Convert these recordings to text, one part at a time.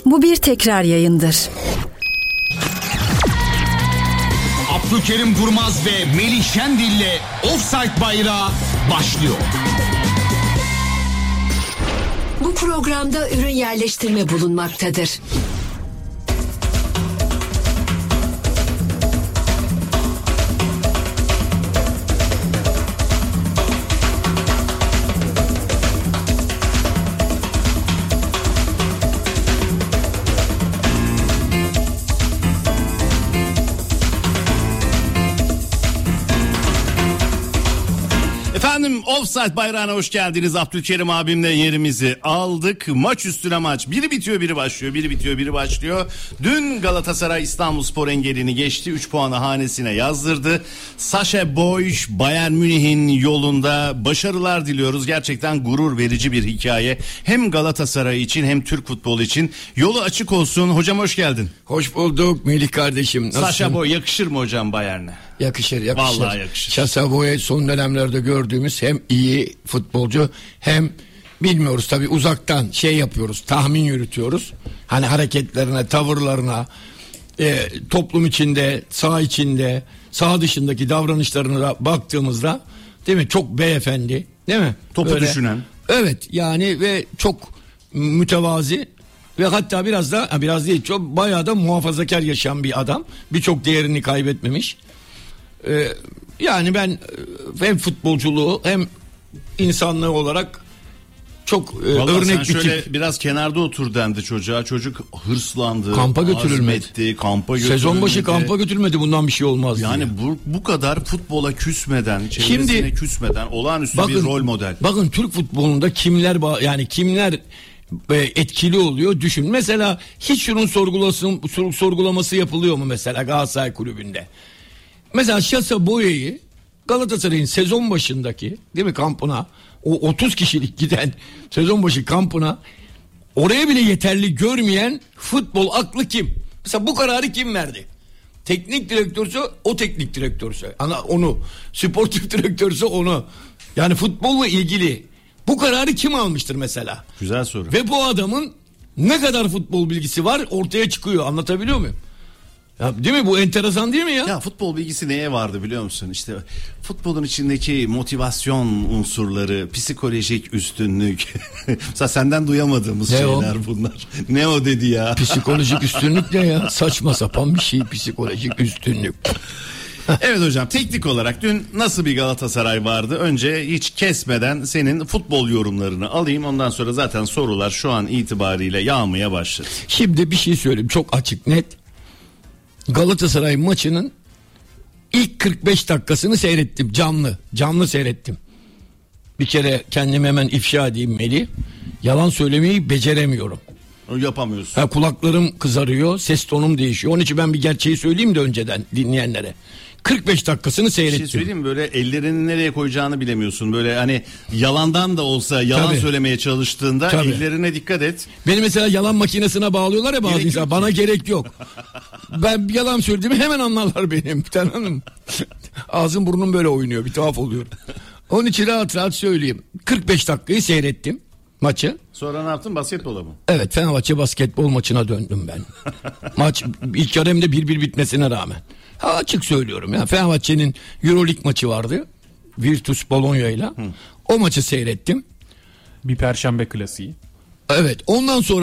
Bu bir tekrar yayındır. Abdülkerim Durmaz ve Melih Şendil'le Offside Bayrağı başlıyor. Bu programda ürün yerleştirme bulunmaktadır. Offside bayrağına hoş geldiniz. Abdülkerim abimle yerimizi aldık. Maç üstüne maç. Biri bitiyor biri başlıyor. Biri bitiyor biri başlıyor. Dün Galatasaray İstanbulspor engelini geçti. 3 puanı hanesine yazdırdı. Sacha Boey Bayern Münih'in yolunda başarılar diliyoruz. Gerçekten gurur verici bir hikaye. Hem Galatasaray için hem Türk futbolu için. Yolu açık olsun. Hocam hoş geldin. Hoş bulduk Melih kardeşim. Nasılsın? Sacha Boey yakışır mı hocam Bayern'e? Yakışır. Vallahi yakışır. Sacha Boey son dönemlerde gördüğümüz hem iyi futbolcu hem bilmiyoruz tabii, uzaktan yapıyoruz, tahmin yürütüyoruz. Hani hareketlerine, tavırlarına, toplum içinde, saha içinde, saha dışındaki davranışlarına baktığımızda, değil mi? Çok beyefendi, değil mi? Topu böyle düşünen. Evet yani ve çok mütevazi ve hatta biraz değil, çok bayağı da muhafazakar yaşayan bir adam. Birçok değerini kaybetmemiş. Yani ben hem futbolculuğu hem insanlığı olarak çok örnek bir tip. Şöyle biraz kenarda otur dendi çocuğa. Çocuk hırslandı. Kampa götürülmedi. Azmetti, kampa götürülmedi. Sezon başı kampa götürülmedi, bundan bir şey olmaz. Yani bu kadar futbola küsmeden, çevresine küsmeden olağanüstü bir rol model. Bakın Türk futbolunda kimler etkili oluyor düşün. Mesela hiç şunun sorgulaması yapılıyor mu mesela Galatasaray kulübünde? Mesela Sacha Boey'i Galatasaray'ın sezon başındaki, değil mi, kampına, o 30 kişilik giden sezon başı kampına oraya bile yeterli görmeyen futbol aklı kim? Mesela bu kararı kim verdi? Teknik direktörse o teknik direktörse, onu, sportif direktörse onu. Yani futbolla ilgili bu kararı kim almıştır mesela? Güzel soru. Ve bu adamın ne kadar futbol bilgisi var ortaya çıkıyor. Anlatabiliyor muyum? Ya, değil mi? Bu enteresan değil mi ya? Ya futbol bilgisi neye vardı biliyor musun? İşte futbolun içindeki motivasyon unsurları, psikolojik üstünlük. Mesela senden duyamadığımız şeyler bunlar. Ne o dedi ya? Psikolojik üstünlük ne ya? Saçma sapan bir şey, psikolojik üstünlük. Evet hocam, teknik olarak dün nasıl bir Galatasaray vardı? Önce hiç kesmeden senin futbol yorumlarını alayım. Ondan sonra zaten sorular şu an itibariyle yağmaya başladı. Şimdi bir şey söyleyeyim çok açık net. Galatasaray maçının ilk 45 dakikasını seyrettim, canlı seyrettim. Bir kere kendimi hemen ifşa edeyim Melih. Yalan söylemeyi beceremiyorum. Yapamıyorsun. Kulaklarım kızarıyor, ses tonum değişiyor. Onun için ben bir gerçeği söyleyeyim de önceden dinleyenlere. 45 dakikasını seyrettim. Bir şey söyleyeyim mi? Böyle ellerini nereye koyacağını bilemiyorsun. Böyle hani yalandan da olsa yalan söylemeye çalıştığında ellerine dikkat et. Beni mesela yalan makinesine bağlıyorlar ya bazı insanlar. Bana gerek yok. Ben bir yalan söylediğimi hemen anlarlar benim. Tanrım. Ağzım burnum böyle oynuyor. Bir tuhaf oluyor. Onun için rahat söyleyeyim. 45 dakikayı seyrettim maçı. Sonra ne yaptın? Basketbola mı? Evet, Fenerbahçe basketbol maçına döndüm ben. Maç ilk yarı hem de 1-1 bitmesine rağmen. Açık söylüyorum ya, Fenerbahçe'nin Euroleague maçı vardı. Virtus Bologna'yla. O maçı seyrettim. Bir perşembe klasiği. Evet, ondan sonra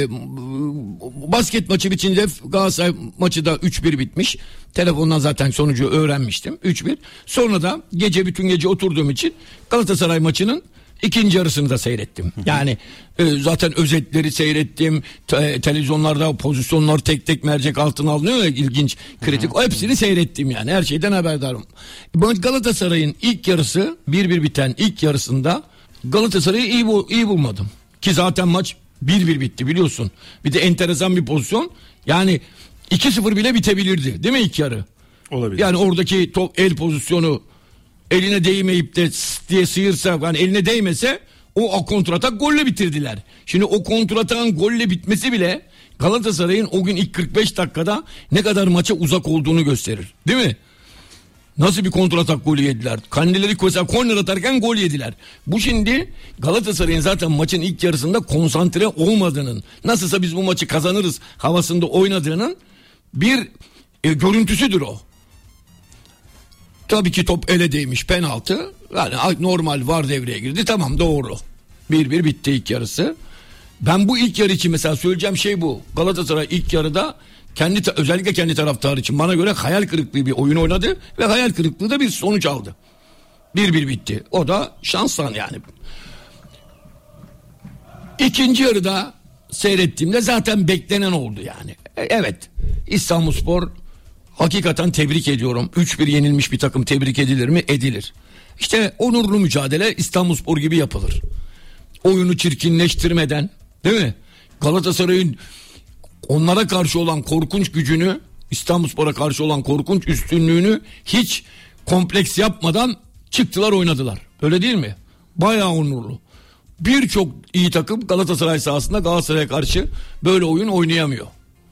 basket maçı bitince Galatasaray maçı da 3-1 bitmiş. Telefondan zaten sonucu öğrenmiştim. 3-1. Sonra da bütün gece oturduğum için Galatasaray maçının İkinci yarısını da seyrettim. Yani zaten özetleri seyrettim. Televizyonlarda pozisyonlar tek tek mercek altına alınıyor ya, ilginç, kritik. O hepsini seyrettim yani. Her şeyden haberdarım. Galatasaray'ın ilk yarısı 1-1 biten ilk yarısında Galatasaray'ı iyi bulmadım. Ki zaten maç 1-1 bitti biliyorsun. Bir de enteresan bir pozisyon. Yani 2-0 bile bitebilirdi. Değil mi ilk yarı? Olabilir. Yani oradaki el pozisyonu eline değmeyip de diye sıyırsa, yani eline değmese o kontratak golle bitirdiler. Şimdi o kontratağın golle bitmesi bile Galatasaray'ın o gün ilk 45 dakikada ne kadar maça uzak olduğunu gösterir. Değil mi? Nasıl bir kontratak golü yediler? Kendileri mesela korner atarken gol yediler. Bu şimdi Galatasaray'ın zaten maçın ilk yarısında konsantre olmadığının, nasılsa biz bu maçı kazanırız havasında oynadığının bir görüntüsüdür o. Tabii ki top ele değmiş, penaltı. Yani normal VAR devreye girdi, tamam, doğru. 1-1 bitti ilk yarısı. Ben bu ilk yarı için mesela söyleyeceğim şey bu. Galatasaray ilk yarıda özellikle kendi taraftarı için bana göre hayal kırıklığı bir oyun oynadı ve hayal kırıklığı da bir sonuç aldı. 1-1 bitti. O da şanstan yani. İkinci yarıda seyrettiğimde zaten beklenen oldu yani. Evet, İstanbulspor hakikaten tebrik ediyorum. 3-1 yenilmiş bir takım tebrik edilir mi? Edilir. İşte onurlu mücadele İstanbulspor gibi yapılır. Oyunu çirkinleştirmeden, değil mi? Galatasaray'ın onlara karşı olan korkunç gücünü, İstanbulspor'a karşı olan korkunç üstünlüğünü hiç kompleks yapmadan çıktılar, oynadılar. Öyle değil mi? Bayağı onurlu. Birçok iyi takım Galatasaray sahasında Galatasaray'a karşı böyle oyun oynayamıyor.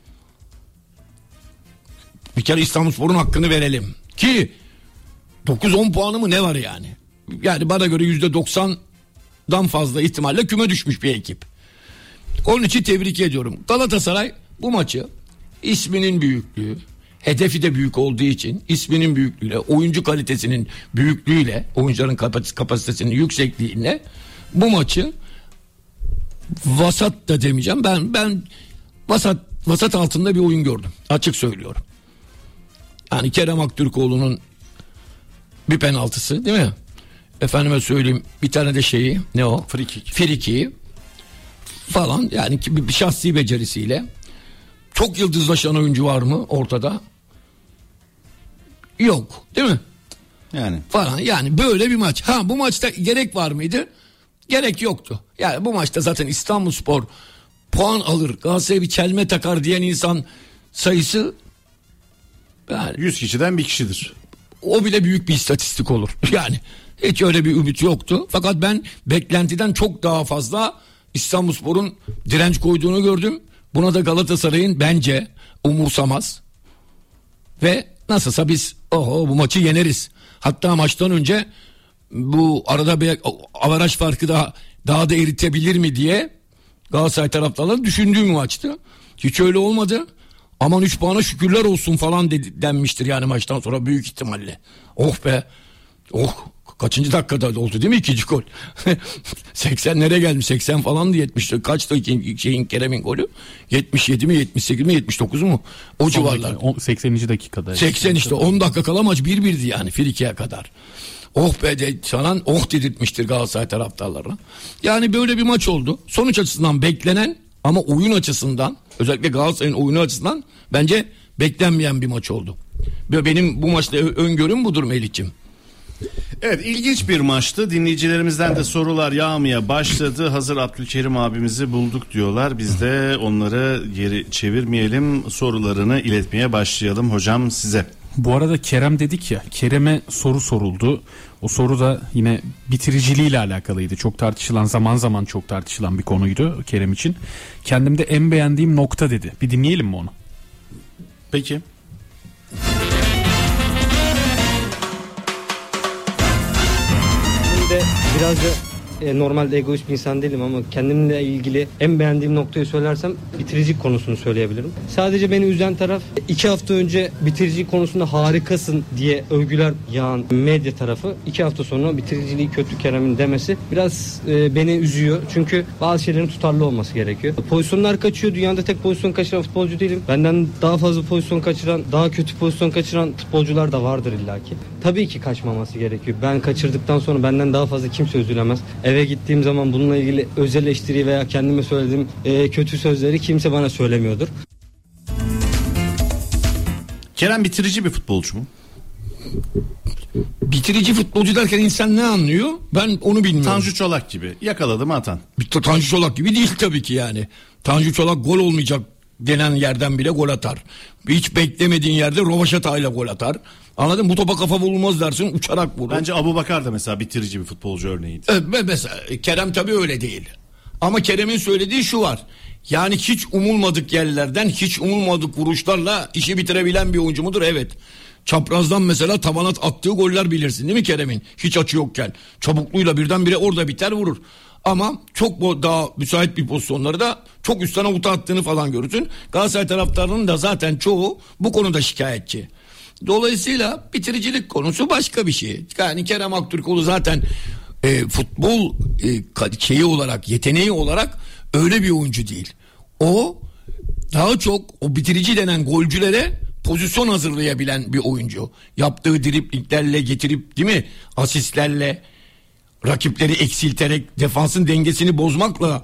Bir kere İstanbulspor'un hakkını verelim. Ki 9-10 puanı mı ne var yani? Yani bana göre %90'dan fazla ihtimalle küme düşmüş bir ekip. Onun için tebrik ediyorum. Galatasaray bu maçı isminin büyüklüğü, hedefi de büyük olduğu için isminin büyüklüğüyle, oyuncu kalitesinin büyüklüğüyle, oyuncuların kapasitesinin yüksekliğiyle bu maçı vasat da demeyeceğim. Ben vasat altında bir oyun gördüm. Açık söylüyorum. Yani Kerem Aktürkoğlu'nun bir penaltısı, değil mi? Efendime söyleyeyim, bir tane de şeyi, ne o? Frikiki falan, yani bir şahsi becerisiyle. Çok yıldızlaşan oyuncu var mı ortada? Yok, değil mi? Yani falan, yani böyle bir maç. Bu maçta gerek var mıydı? Gerek yoktu. Yani bu maçta zaten İstanbulspor puan alır, Galatasaray'a bir çelme takar diyen insan sayısı yani 100 kişiden bir kişidir. O bile büyük bir istatistik olur. Yani hiç öyle bir ümit yoktu. Fakat ben beklentiden çok daha fazla İstanbulspor'un direnç koyduğunu gördüm. Buna da Galatasaray'ın bence umursamaz. Ve nasılsa biz bu maçı yeneriz. Hatta maçtan önce bu arada bir averaj farkı daha da eritebilir mi diye Galatasaray taraftarları düşündüğüm maçtı. Hiç öyle olmadı. Aman 3 puana şükürler olsun falan denmiştir yani maçtan sonra büyük ihtimalle. Oh be. Oh, kaçıncı dakikada oldu değil mi ikinci gol? 80 nereye gelmiş? 80 falan diye 70. Kaçtı Kerem'in golü? 77 mi, 78 mi, 79 mu? O civarlar. 80. dakikada. 80 işte 10 dakika kala maç 1-1'di yani Friki'ye kadar. Oh be de sanan oh dedirtmiştir Galatasaray taraftarlarına. Yani böyle bir maç oldu. Sonuç açısından beklenen ama oyun açısından, özellikle Galatasaray'ın oyunu açısından bence beklenmeyen bir maç oldu. Benim bu maçta öngörüm budur Melih'ciğim. Evet, ilginç bir maçtı. Dinleyicilerimizden de sorular yağmaya başladı. Hazır Abdülkerim abimizi bulduk diyorlar. Biz de onları geri çevirmeyelim. Sorularını iletmeye başlayalım hocam size. Bu arada Kerem dedik ya, Kerem'e soru soruldu. O soru da yine bitiriciliğiyle alakalıydı. Çok tartışılan, zaman zaman çok tartışılan bir konuydu Kerem için. Kendimde en beğendiğim nokta dedi. Bir dinleyelim mi onu? Peki. Şimdi biraz da normalde egoist bir insan değilim ama kendimle ilgili en beğendiğim noktayı söylersem bitiricilik konusunu söyleyebilirim. Sadece beni üzen taraf 2 hafta önce bitiricilik konusunda harikasın diye övgüler yağan medya tarafı 2 hafta sonra bitiriciliği kötü Kerem'in demesi biraz beni üzüyor. Çünkü bazı şeylerin tutarlı olması gerekiyor. Pozisyonlar kaçıyor. Dünyada tek pozisyon kaçıran futbolcu değilim. Benden daha fazla pozisyon kaçıran, daha kötü pozisyon kaçıran futbolcular da vardır illaki. Tabii ki kaçmaması gerekiyor. Ben kaçırdıktan sonra benden daha fazla kimse üzülemez. Eve gittiğim zaman bununla ilgili özel eleştiri veya kendime söylediğim kötü sözleri kimse bana söylemiyordur. Kerem bitirici bir futbolcu mu? Bitirici futbolcu derken insan ne anlıyor? Ben onu bilmiyorum. Tanju Çolak gibi. Yakaladı mı atan. Tanju Çolak gibi değil tabii ki yani. Tanju Çolak gol olmayacak denen yerden bile gol atar. Hiç beklemediğin yerde rovaşatayla gol atar. Anladın mı? Bu topa kafa vurulmaz dersin, uçarak vurur. Bence Abubakar da mesela bitirici bir futbolcu örneğiydi. Evet, mesela Kerem tabii öyle değil. Ama Kerem'in söylediği şu var. Yani hiç umulmadık yerlerden, hiç umulmadık vuruşlarla işi bitirebilen bir oyuncu mudur? Evet. Çaprazdan mesela tavana attığı goller bilirsin değil mi Kerem'in? Hiç açı yokken. Çabukluğuyla birdenbire orada biter vurur. Ama çok daha müsait bir pozisyonları da çok üstten avuta attığını falan görürsün. Galatasaray taraftarının da zaten çoğu bu konuda şikayetçi. Dolayısıyla bitiricilik konusu başka bir şey. Yani Kerem Aktürkoğlu zaten futbol şeyi olarak, yeteneği olarak öyle bir oyuncu değil. O daha çok o bitirici denen golcülere pozisyon hazırlayabilen bir oyuncu. Yaptığı driblinglerle getirip değil mi? Asistlerle rakipleri eksilterek defansın dengesini bozmakla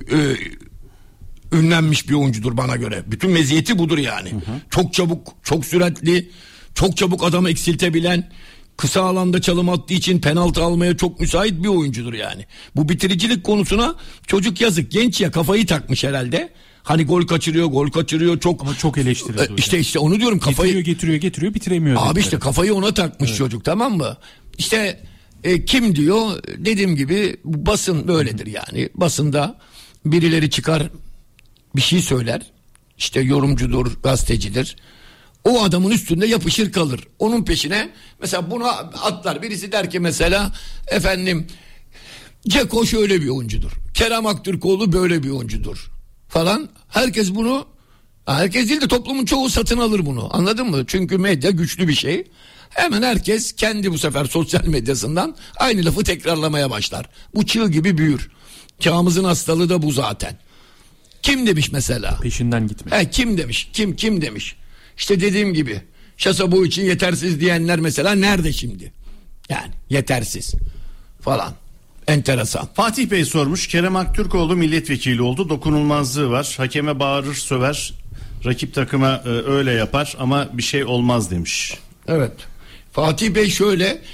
ünlenmiş bir oyuncudur bana göre. Bütün meziyeti budur yani. Çok çabuk, çok süratli, çok çabuk adamı eksiltebilen, kısa alanda çalım attığı için penaltı almaya çok müsait bir oyuncudur yani. Bu bitiricilik konusuna çocuk yazık, genç ya, kafayı takmış herhalde. Hani gol kaçırıyor çok. Ama çok eleştiriliyor. İşte onu diyorum, kafayı getiriyor bitiremiyor. Abi işte kafayı ona takmış çocuk, tamam mı? İşte kim diyor? Dediğim gibi basın böyledir yani. Basında birileri çıkar bir şey söyler. İşte yorumcudur, gazetecidir. O adamın üstünde yapışır kalır. Onun peşine mesela buna atlar. Birisi der ki mesela efendim Ceko şöyle bir oyuncudur. Kerem Aktürkoğlu böyle bir oyuncudur falan. Herkes bunu, herkes değil de toplumun çoğu satın alır bunu. Anladın mı? Çünkü medya güçlü bir şey. Hemen herkes kendi bu sefer sosyal medyasından aynı lafı tekrarlamaya başlar. Bu çığ gibi büyür. Çağımızın hastalığı da bu zaten. Kim demiş mesela? Peşinden gitmek. Kim demiş? Kim demiş? İşte dediğim gibi Şasa bu için yetersiz diyenler mesela nerede şimdi? Yani yetersiz falan. Enteresan. Fatih Bey sormuş. Kerem Aktürkoğlu milletvekili oldu. Dokunulmazlığı var. Hakeme bağırır, söver. Rakip takıma öyle yapar ama bir şey olmaz demiş. Evet. Fatih Bey şöyle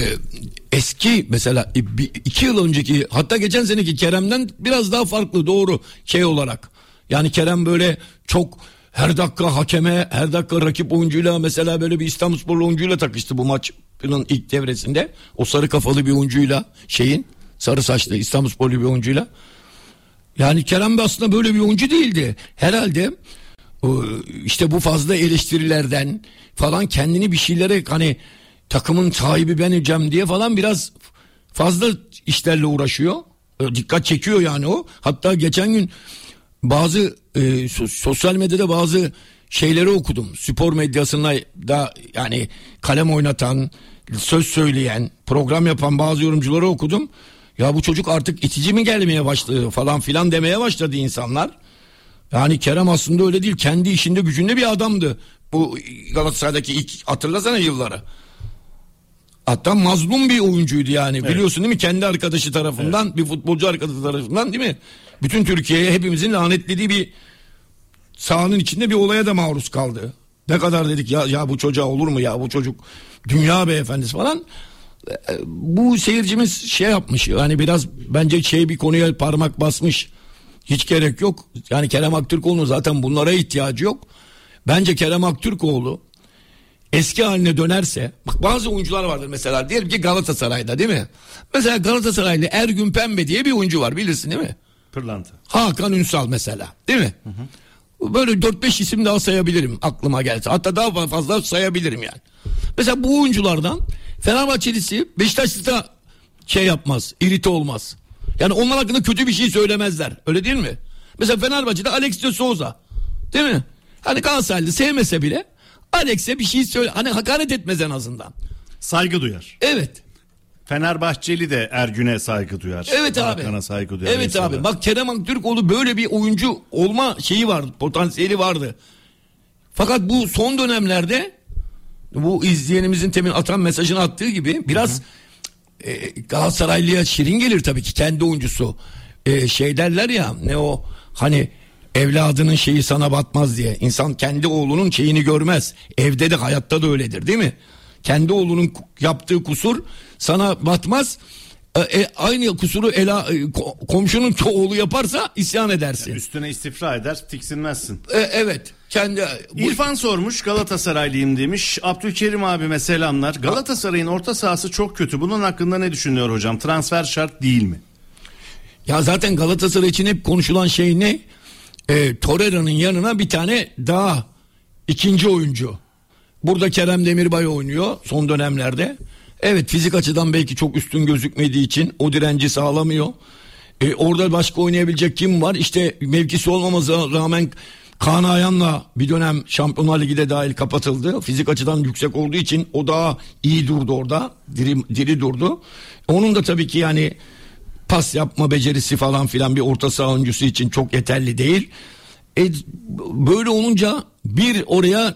eski mesela 2 yıl önceki, hatta geçen seneki Kerem'den biraz daha farklı, doğru şey olarak. Yani Kerem böyle çok her dakika hakeme, her dakika rakip oyuncuyla, mesela böyle bir İstanbulsporlu oyuncuyla takıştı bu maçın ilk devresinde. O sarı kafalı bir oyuncuyla, sarı saçlı İstanbulsporlu bir oyuncuyla. Yani Kerem de aslında böyle bir oyuncu değildi. Herhalde işte bu fazla eleştirilerden falan kendini bir şeylere, hani takımın sahibi ben olacağım diye falan biraz fazla işlerle uğraşıyor. Dikkat çekiyor yani o. Hatta geçen gün bazı sosyal medyada bazı şeyleri okudum. Spor medyasında da yani kalem oynatan, söz söyleyen, program yapan bazı yorumcuları okudum. Ya bu çocuk artık itici mi gelmeye başladı falan filan demeye başladı insanlar. Yani Kerem aslında öyle değil. Kendi işinde gücünde bir adamdı. Bu Galatasaray'daki ilk, hatırlasana yılları. Hatta mazlum bir oyuncuydu yani. Evet. Biliyorsun değil mi? Kendi arkadaşı tarafından, evet, bir futbolcu arkadaşı tarafından, değil mi? Bütün Türkiye'ye hepimizin lanetlediği bir sahanın içinde bir olaya da maruz kaldı. Ne kadar dedik ya bu çocuğa olur mu ya, bu çocuk dünya beyefendisi falan. Bu seyircimiz şey yapmış yani, biraz bence bir konuya parmak basmış. Hiç gerek yok. Yani Kerem Aktürkoğlu'nun zaten bunlara ihtiyacı yok. Bence Kerem Aktürkoğlu eski haline dönerse, bak bazı oyuncular vardır mesela, diyelim ki Galatasaray'da değil mi? Mesela Galatasaraylı Ergün Pembe diye bir oyuncu var, bilirsin değil mi? Pırlanta. Hakan Ünsal mesela, değil mi? Böyle 4-5 isim daha sayabilirim aklıma gelse. Hatta daha fazla sayabilirim yani. Mesela bu oyunculardan Fenerbahçelisi Beşiktaşlısı da yapmaz, irite olmaz. Yani onlar hakkında kötü bir şey söylemezler. Öyle değil mi? Mesela Fenerbahçe'de Alex de Souza, değil mi? Hani Galatasaraylı sevmese bile Alex'e bir şey söyle, hani hakaret etmez en azından. Saygı duyar. Evet. Fenerbahçeli de Ergün'e saygı duyar. Evet abi. Hakan'a saygı duyar. Evet abi. Bak Kerem Aktürkoğlu böyle bir oyuncu olma şeyi vardı, potansiyeli vardı. Fakat bu son dönemlerde bu izleyenimizin temin atan mesajını attığı gibi biraz Galatasaraylı'ya şirin gelir tabii ki kendi oyuncusu. Şey derler ya, ne o hani evladının şeyi sana batmaz diye. İnsan kendi oğlunun şeyini görmez. Evde de hayatta da öyledir değil mi? Kendi oğlunun yaptığı kusur sana batmaz. Aynı kusuru komşunun oğlu yaparsa isyan edersin. Üstüne istifra eder, tiksinmezsin. Evet. İrfan sormuş, Galatasaraylıyım demiş. Abdülkerim abime selamlar. Galatasaray'ın orta sahası çok kötü. Bunun hakkında ne düşünüyor hocam? Transfer şart değil mi? Ya zaten Galatasaray için hep konuşulan şey ne? Torreira'nın yanına bir tane daha ikinci oyuncu. Burada Kerem Demirbay oynuyor son dönemlerde. Evet, fizik açıdan belki çok üstün gözükmediği için o direnci sağlamıyor. Orada başka oynayabilecek kim var? İşte mevkisi olmamasına rağmen Kaan Ayhan'la bir dönem Şampiyonlar Ligi de dahil kapatıldı. Fizik açıdan yüksek olduğu için o daha iyi durdu orada. Diri durdu. Onun da tabii ki yani pas yapma becerisi falan filan bir orta saha oyuncusu için çok yeterli değil. Böyle olunca bir oraya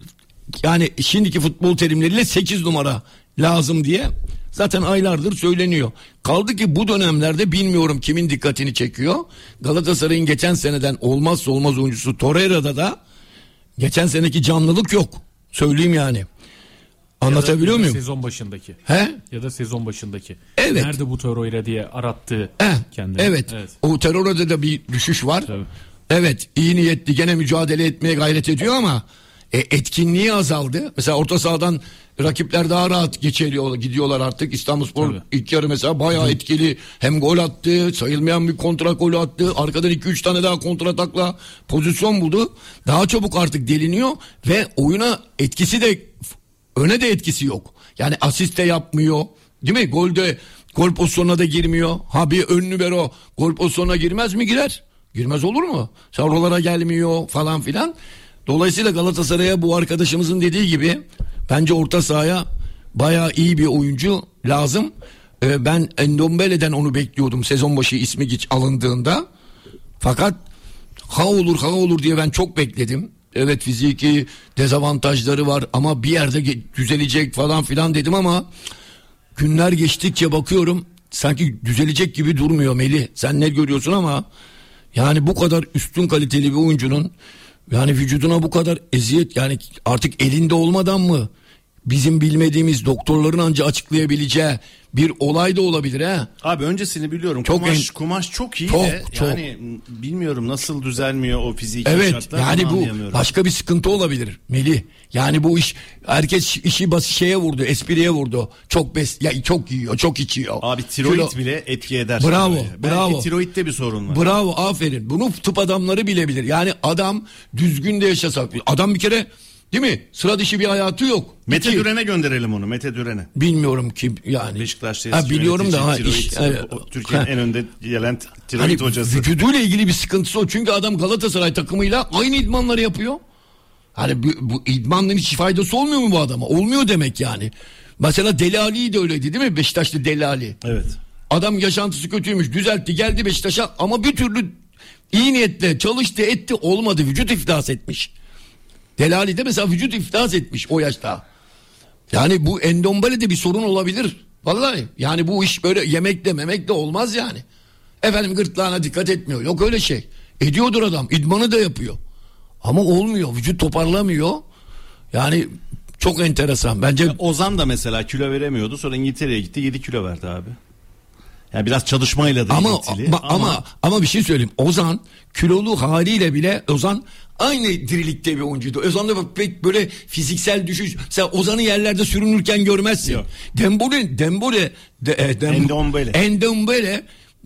yani şimdiki futbol terimleriyle 8 numara lazım diye zaten aylardır söyleniyor. Kaldı ki bu dönemlerde bilmiyorum kimin dikkatini çekiyor. Galatasaray'ın geçen seneden olmazsa olmaz oyuncusu Torreira'da da geçen seneki canlılık yok. Söyleyeyim yani. Anlatabiliyor muyum? Sezon başındaki. He? Ya da sezon başındaki. Evet. Nerede bu Torreira diye arattı kendini. Evet. O Torreira'da da bir düşüş var. Tabii. Evet, iyi niyetli gene mücadele etmeye gayret ediyor ama etkinliği azaldı. Mesela orta sahadan rakipler daha rahat gidiyorlar artık. İstanbulspor Tabii. ilk yarı mesela bayağı etkili. Hem gol attı, sayılmayan bir kontra golü attı. Arkadan 2-3 tane daha kontratakla pozisyon buldu. Daha çabuk artık deliniyor ve oyuna etkisi de öne de etkisi yok. Yani asist de yapmıyor. Değil mi? Gol pozisyonuna da girmiyor. Ha bir ön libero gol pozisyonuna girmez mi? Girer. Girmez olur mu? Savrolara gelmiyor falan filan. Dolayısıyla Galatasaray'a bu arkadaşımızın dediği gibi bence orta sahaya bayağı iyi bir oyuncu lazım. Ben Ndombele'den onu bekliyordum sezon başı ismi alındığında. Fakat ha olur diye ben çok bekledim. Evet, fiziki dezavantajları var ama bir yerde düzelecek falan filan dedim ama günler geçtikçe bakıyorum sanki düzelecek gibi durmuyor Melih. Sen ne görüyorsun ama yani bu kadar üstün kaliteli bir oyuncunun yani vücuduna bu kadar eziyet, yani artık elinde olmadan mı bizim bilmediğimiz doktorların anca açıklayabileceği bir olay da olabilir ha. Abi öncesini biliyorum. Çok kumaş çok iyi çok, de çok. yani bilmiyorum nasıl düzelmiyor o fiziki Evet, şartlar. yani bu anlayamıyorum. başka bir sıkıntı olabilir Melih. Yani bu iş herkes işi şeye vurdu, espriye vurdu. Çok yiyor, çok içiyor. Abi tiroid bile etki eder. Bravo, bravo. Belki tiroidde bir sorun var. Bravo, aferin. Bunu tıp adamları bilebilir. Yani adam düzgün de yaşasa. Adam bir kere, değil mi? Sıra dışı bir hayatı yok. Mete İki. Düren'e gönderelim onu. Mete Düren'e. Bilmiyorum kim yani. Beşiktaş'ta biliyorum da Türkiye'nin en önde gelen tiroid hani hocası. vücuduyla ilgili bir sıkıntısı o. Çünkü adam Galatasaray takımıyla aynı idmanları yapıyor. Hani bu idmanların hiç faydası olmuyor mu bu adama? Olmuyor demek yani. Mesela Deli Ali de öyleydi değil mi? Beşiktaş'ta Deli Ali. Evet. Adam yaşantısı kötüymüş, düzeltti, geldi Beşiktaş'a ama bir türlü iyi niyetle çalıştı, etti, olmadı. Vücut iflas etmiş. Delali de mesela vücut iflas etmiş o yaşta. Yani bu Ndombele'de bir sorun olabilir. Vallahi yani bu iş böyle yemekle memekle olmaz yani. Efendim gırtlağına dikkat etmiyor. Yok öyle şey. Ediyordur adam. İdmanı da yapıyor. Ama olmuyor. Vücut toparlamıyor. Yani çok enteresan. Bence Ozan da mesela kilo veremiyordu. Sonra İngiltere'ye gitti 7 kilo verdi abi. Yani biraz çalışmayla da ilintili. Ama bir şey söyleyeyim. Ozan kilolu haliyle bile aynı dirilikte bir oyuncuydu. Ozan'da pek böyle fiziksel düşüş. Sen Ozan'ı yerlerde sürünürken görmezsin. Yok. Ndombele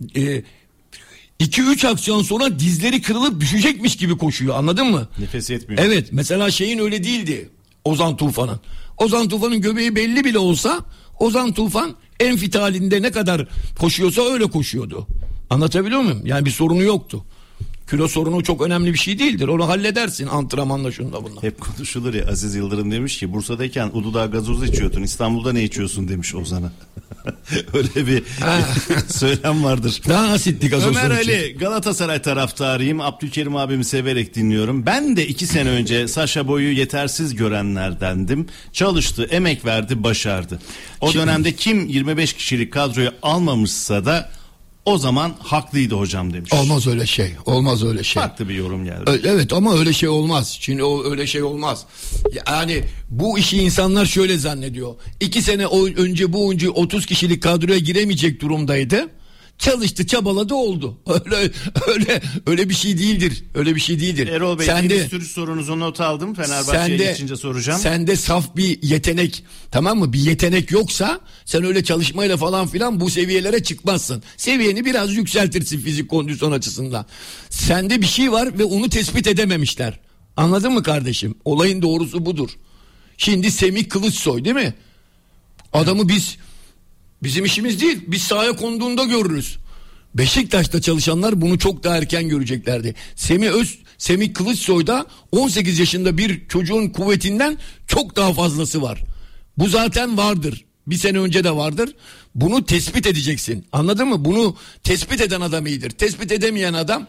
2-3 aksiyon sonra dizleri kırılıp düşecekmiş gibi koşuyor. Anladın mı? Nefes yetmiyor. Evet, mesela şeyin öyle değildi. Ozan Tufan'ın. Ozan Tufan'ın göbeği belli bile olsa Ozan Tufan en fit halinde ne kadar koşuyorsa öyle koşuyordu. Anlatabiliyor muyum? Yani bir sorunu yoktu. Kilo sorunu çok önemli bir şey değildir. Onu halledersin antrenmanla şunda bununla. Hep konuşulur ya, Aziz Yıldırım demiş ki Bursa'dayken Uludağ gazozu içiyordun, İstanbul'da ne içiyorsun demiş Ozan'a. Öyle bir söylem vardır. Daha asitli gazoz. Ömer Ali, Galatasaray taraftarıyım. Abdülkerim abimi severek dinliyorum. Ben de 2 sene önce Saşa Boy'u yetersiz görenlerdendim. Çalıştı, emek verdi, başardı. O dönemde kim 25 kişilik kadroyu almamışsa da o zaman haklıydı hocam demiş. Olmaz öyle şey. Olmaz öyle şey. Farklı bir yorum geldi. Evet ama öyle şey olmaz. Şimdi öyle şey olmaz. Yani bu işi insanlar şöyle zannediyor. 2 sene önce bu oyuncu 30 kişilik kadroya giremeyecek durumdaydı. Çalıştı, çabaladı, oldu. Öyle bir şey değildir. Öyle bir şey değildir. Erol Bey, bir sürü sorunuzu not aldım. Fenerbahçe'ye geçince soracağım. Sende saf bir yetenek, tamam mı? Bir yetenek yoksa sen öyle çalışmayla falan filan bu seviyelere çıkmazsın. Seviyeni biraz yükseltirsin fizik kondisyon açısından. Sende bir şey var ve onu tespit edememişler. Anladın mı kardeşim? Olayın doğrusu budur. Şimdi Semih Kılıçsoy değil mi? Adamı bizim işimiz değil. Biz sahaya konduğunda görürüz. Beşiktaş'ta çalışanlar bunu çok daha erken göreceklerdi. Semih Kılıçsoy'da 18 yaşında bir çocuğun kuvvetinden çok daha fazlası var. Bu zaten vardır. Bir sene önce de vardır. Bunu tespit edeceksin. Anladın mı? Bunu tespit eden adam iyidir. Tespit edemeyen adam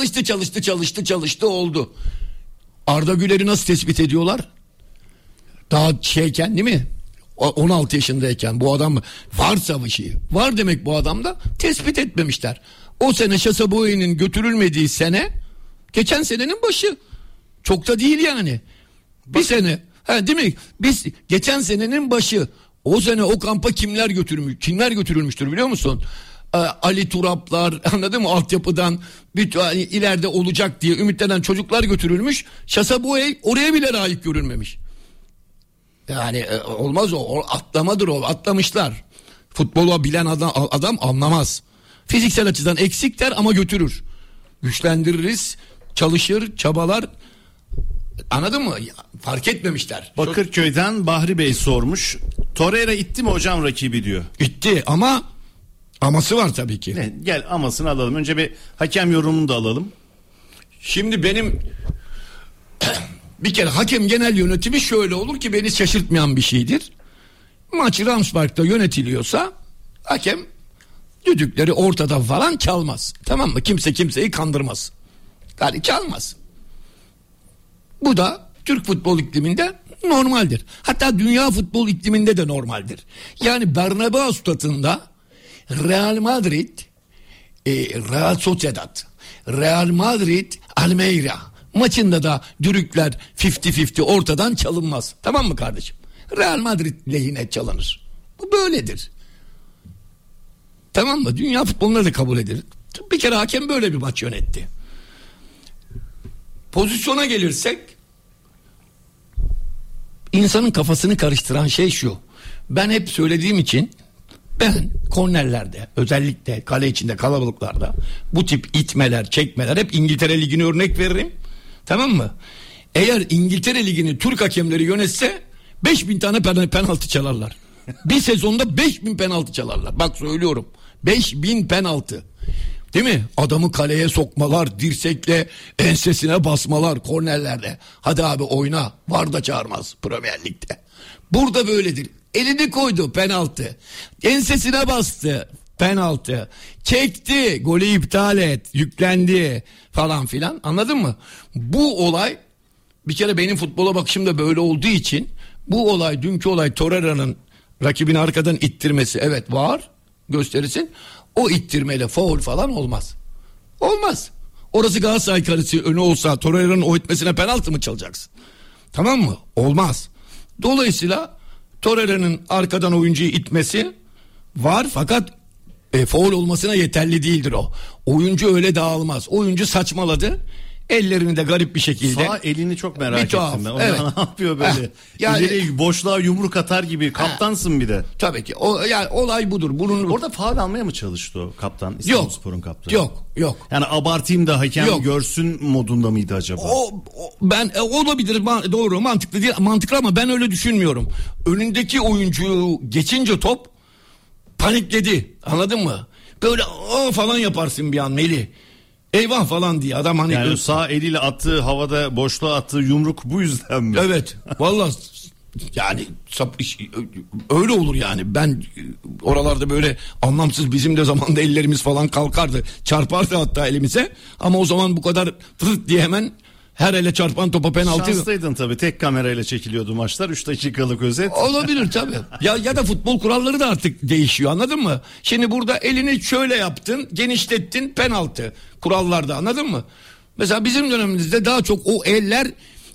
çalıştı oldu. Arda Güler'i nasıl tespit ediyorlar? Daha şeyken değil mi? 16 yaşındayken bu adam varsa bir şey var demek bu adamda, tespit etmemişler. O sene Şasa Boya'nın götürülmediği sene geçen senenin başı. Çok da değil yani. Bir sene. Değil mi? Biz geçen senenin başı. O sene o kampa kimler götürülmüştür biliyor musun? Ali Turaplar, anladın mı, altyapıdan hani ileride olacak diye ümitlenen çocuklar götürülmüş. Şasa Boya oraya bile layık görülmemiş. Yani olmaz o atlamadır, o atlamışlar. Futbolu bilen adam anlamaz. Fiziksel açıdan eksikler ama götürür. Güçlendiririz, çalışır, çabalar. Anladın mı? Fark etmemişler. Bakırköy'den Bahri Bey sormuş. Torreira itti mi hocam rakibi diyor. İtti ama aması var tabii ki. Gel amasını alalım. Önce bir hakem yorumunu da alalım. Şimdi benim bir kere hakem genel yönetimi şöyle olur ki beni şaşırtmayan bir şeydir. Maç Ramspark'ta yönetiliyorsa hakem düdükleri ortada falan çalmaz. Tamam mı? Kimse kimseyi kandırmaz. Yani çalmaz. Bu da Türk futbol ikliminde normaldir. Hatta dünya futbol ikliminde de normaldir. Yani Bernabéu stadında Real Madrid, Real Sociedad, Real Madrid, Almeida maçında da düdükler 50-50 ortadan çalınmaz. Tamam mı kardeşim? Real Madrid lehine çalınır. Bu böyledir. Tamam mı? Dünya futboluna da kabul edilir. Bir kere hakem böyle bir maç yönetti. Pozisyona gelirsek, insanın kafasını karıştıran şey şu. Ben hep söylediğim için ben kornerlerde, özellikle kale içinde kalabalıklarda bu tip itmeler, çekmeler, hep İngiltere Ligi'ni örnek veririm. Tamam mı? Eğer İngiltere Ligi'ni Türk hakemleri yönetse 5000 tane penaltı çalarlar. Bir sezonda 5000 penaltı çalarlar. Bak söylüyorum. 5000 penaltı. Değil mi? Adamı kaleye sokmalar, dirsekle ensesine basmalar kornerlerde. Hadi abi oyna. VAR da çağırmaz Premier Lig'de. Burada böyledir. Elini koydu, penaltı. Ensesine bastı, penaltı. Çekti, golü iptal et, yüklendi falan filan. Anladın mı? Bu olay, bir kere benim futbola bakışım da böyle olduğu için, bu olay, dünkü olay, Torreira'nın rakibini arkadan ittirmesi, evet var, gösterirsin. O ittirmeyle faul falan olmaz. Olmaz. Orası Galatasaray karesi önü olsa Torreira'nın o itmesine penaltı mı çalacaksın? Tamam mı? Olmaz. Dolayısıyla Torreira'nın arkadan oyuncuyu itmesi var, fakat faul olmasına yeterli değildir o. Oyuncu öyle dağılmaz. Oyuncu saçmaladı. Ellerini de garip bir şekilde. Sağ elini çok merak ettim ben. Evet. Ne yapıyor böyle? Yani, İleri boşluğa yumruk atar gibi. Kaptansın bir de. Tabii ki. Yani olay budur. Orada faul almaya mı çalıştı o kaptan? İstanbulspor'un kaptanı. Yok. Yani abartayım da hakem Yok. görsün modunda mıydı acaba? Ben olabilir, doğru, mantıklı değil, mantıklı ama ben öyle düşünmüyorum. Önündeki oyuncuyu geçince top panikledi. Anladın mı? Böyle falan yaparsın bir an Melih. Eyvah falan diye adam hani. Yani sağ eliyle attığı, havada boşluğa attığı yumruk bu yüzden mi? Evet. Vallahi yani öyle olur yani. Ben oralarda böyle anlamsız, bizim de zamanda ellerimiz falan kalkardı. Çarpardı hatta elimize. Ama o zaman bu kadar fırt diye hemen her ele çarpan topa penaltı. Şanslıydın tabii. Tek kamerayla çekiliyordu maçlar. 3 dakikalık özet. Olabilir tabii. Ya da futbol kuralları da artık değişiyor, anladın mı? Şimdi burada elini şöyle yaptın, genişlettin, penaltı. Kurallarda, anladın mı? Mesela bizim dönemimizde daha çok o eller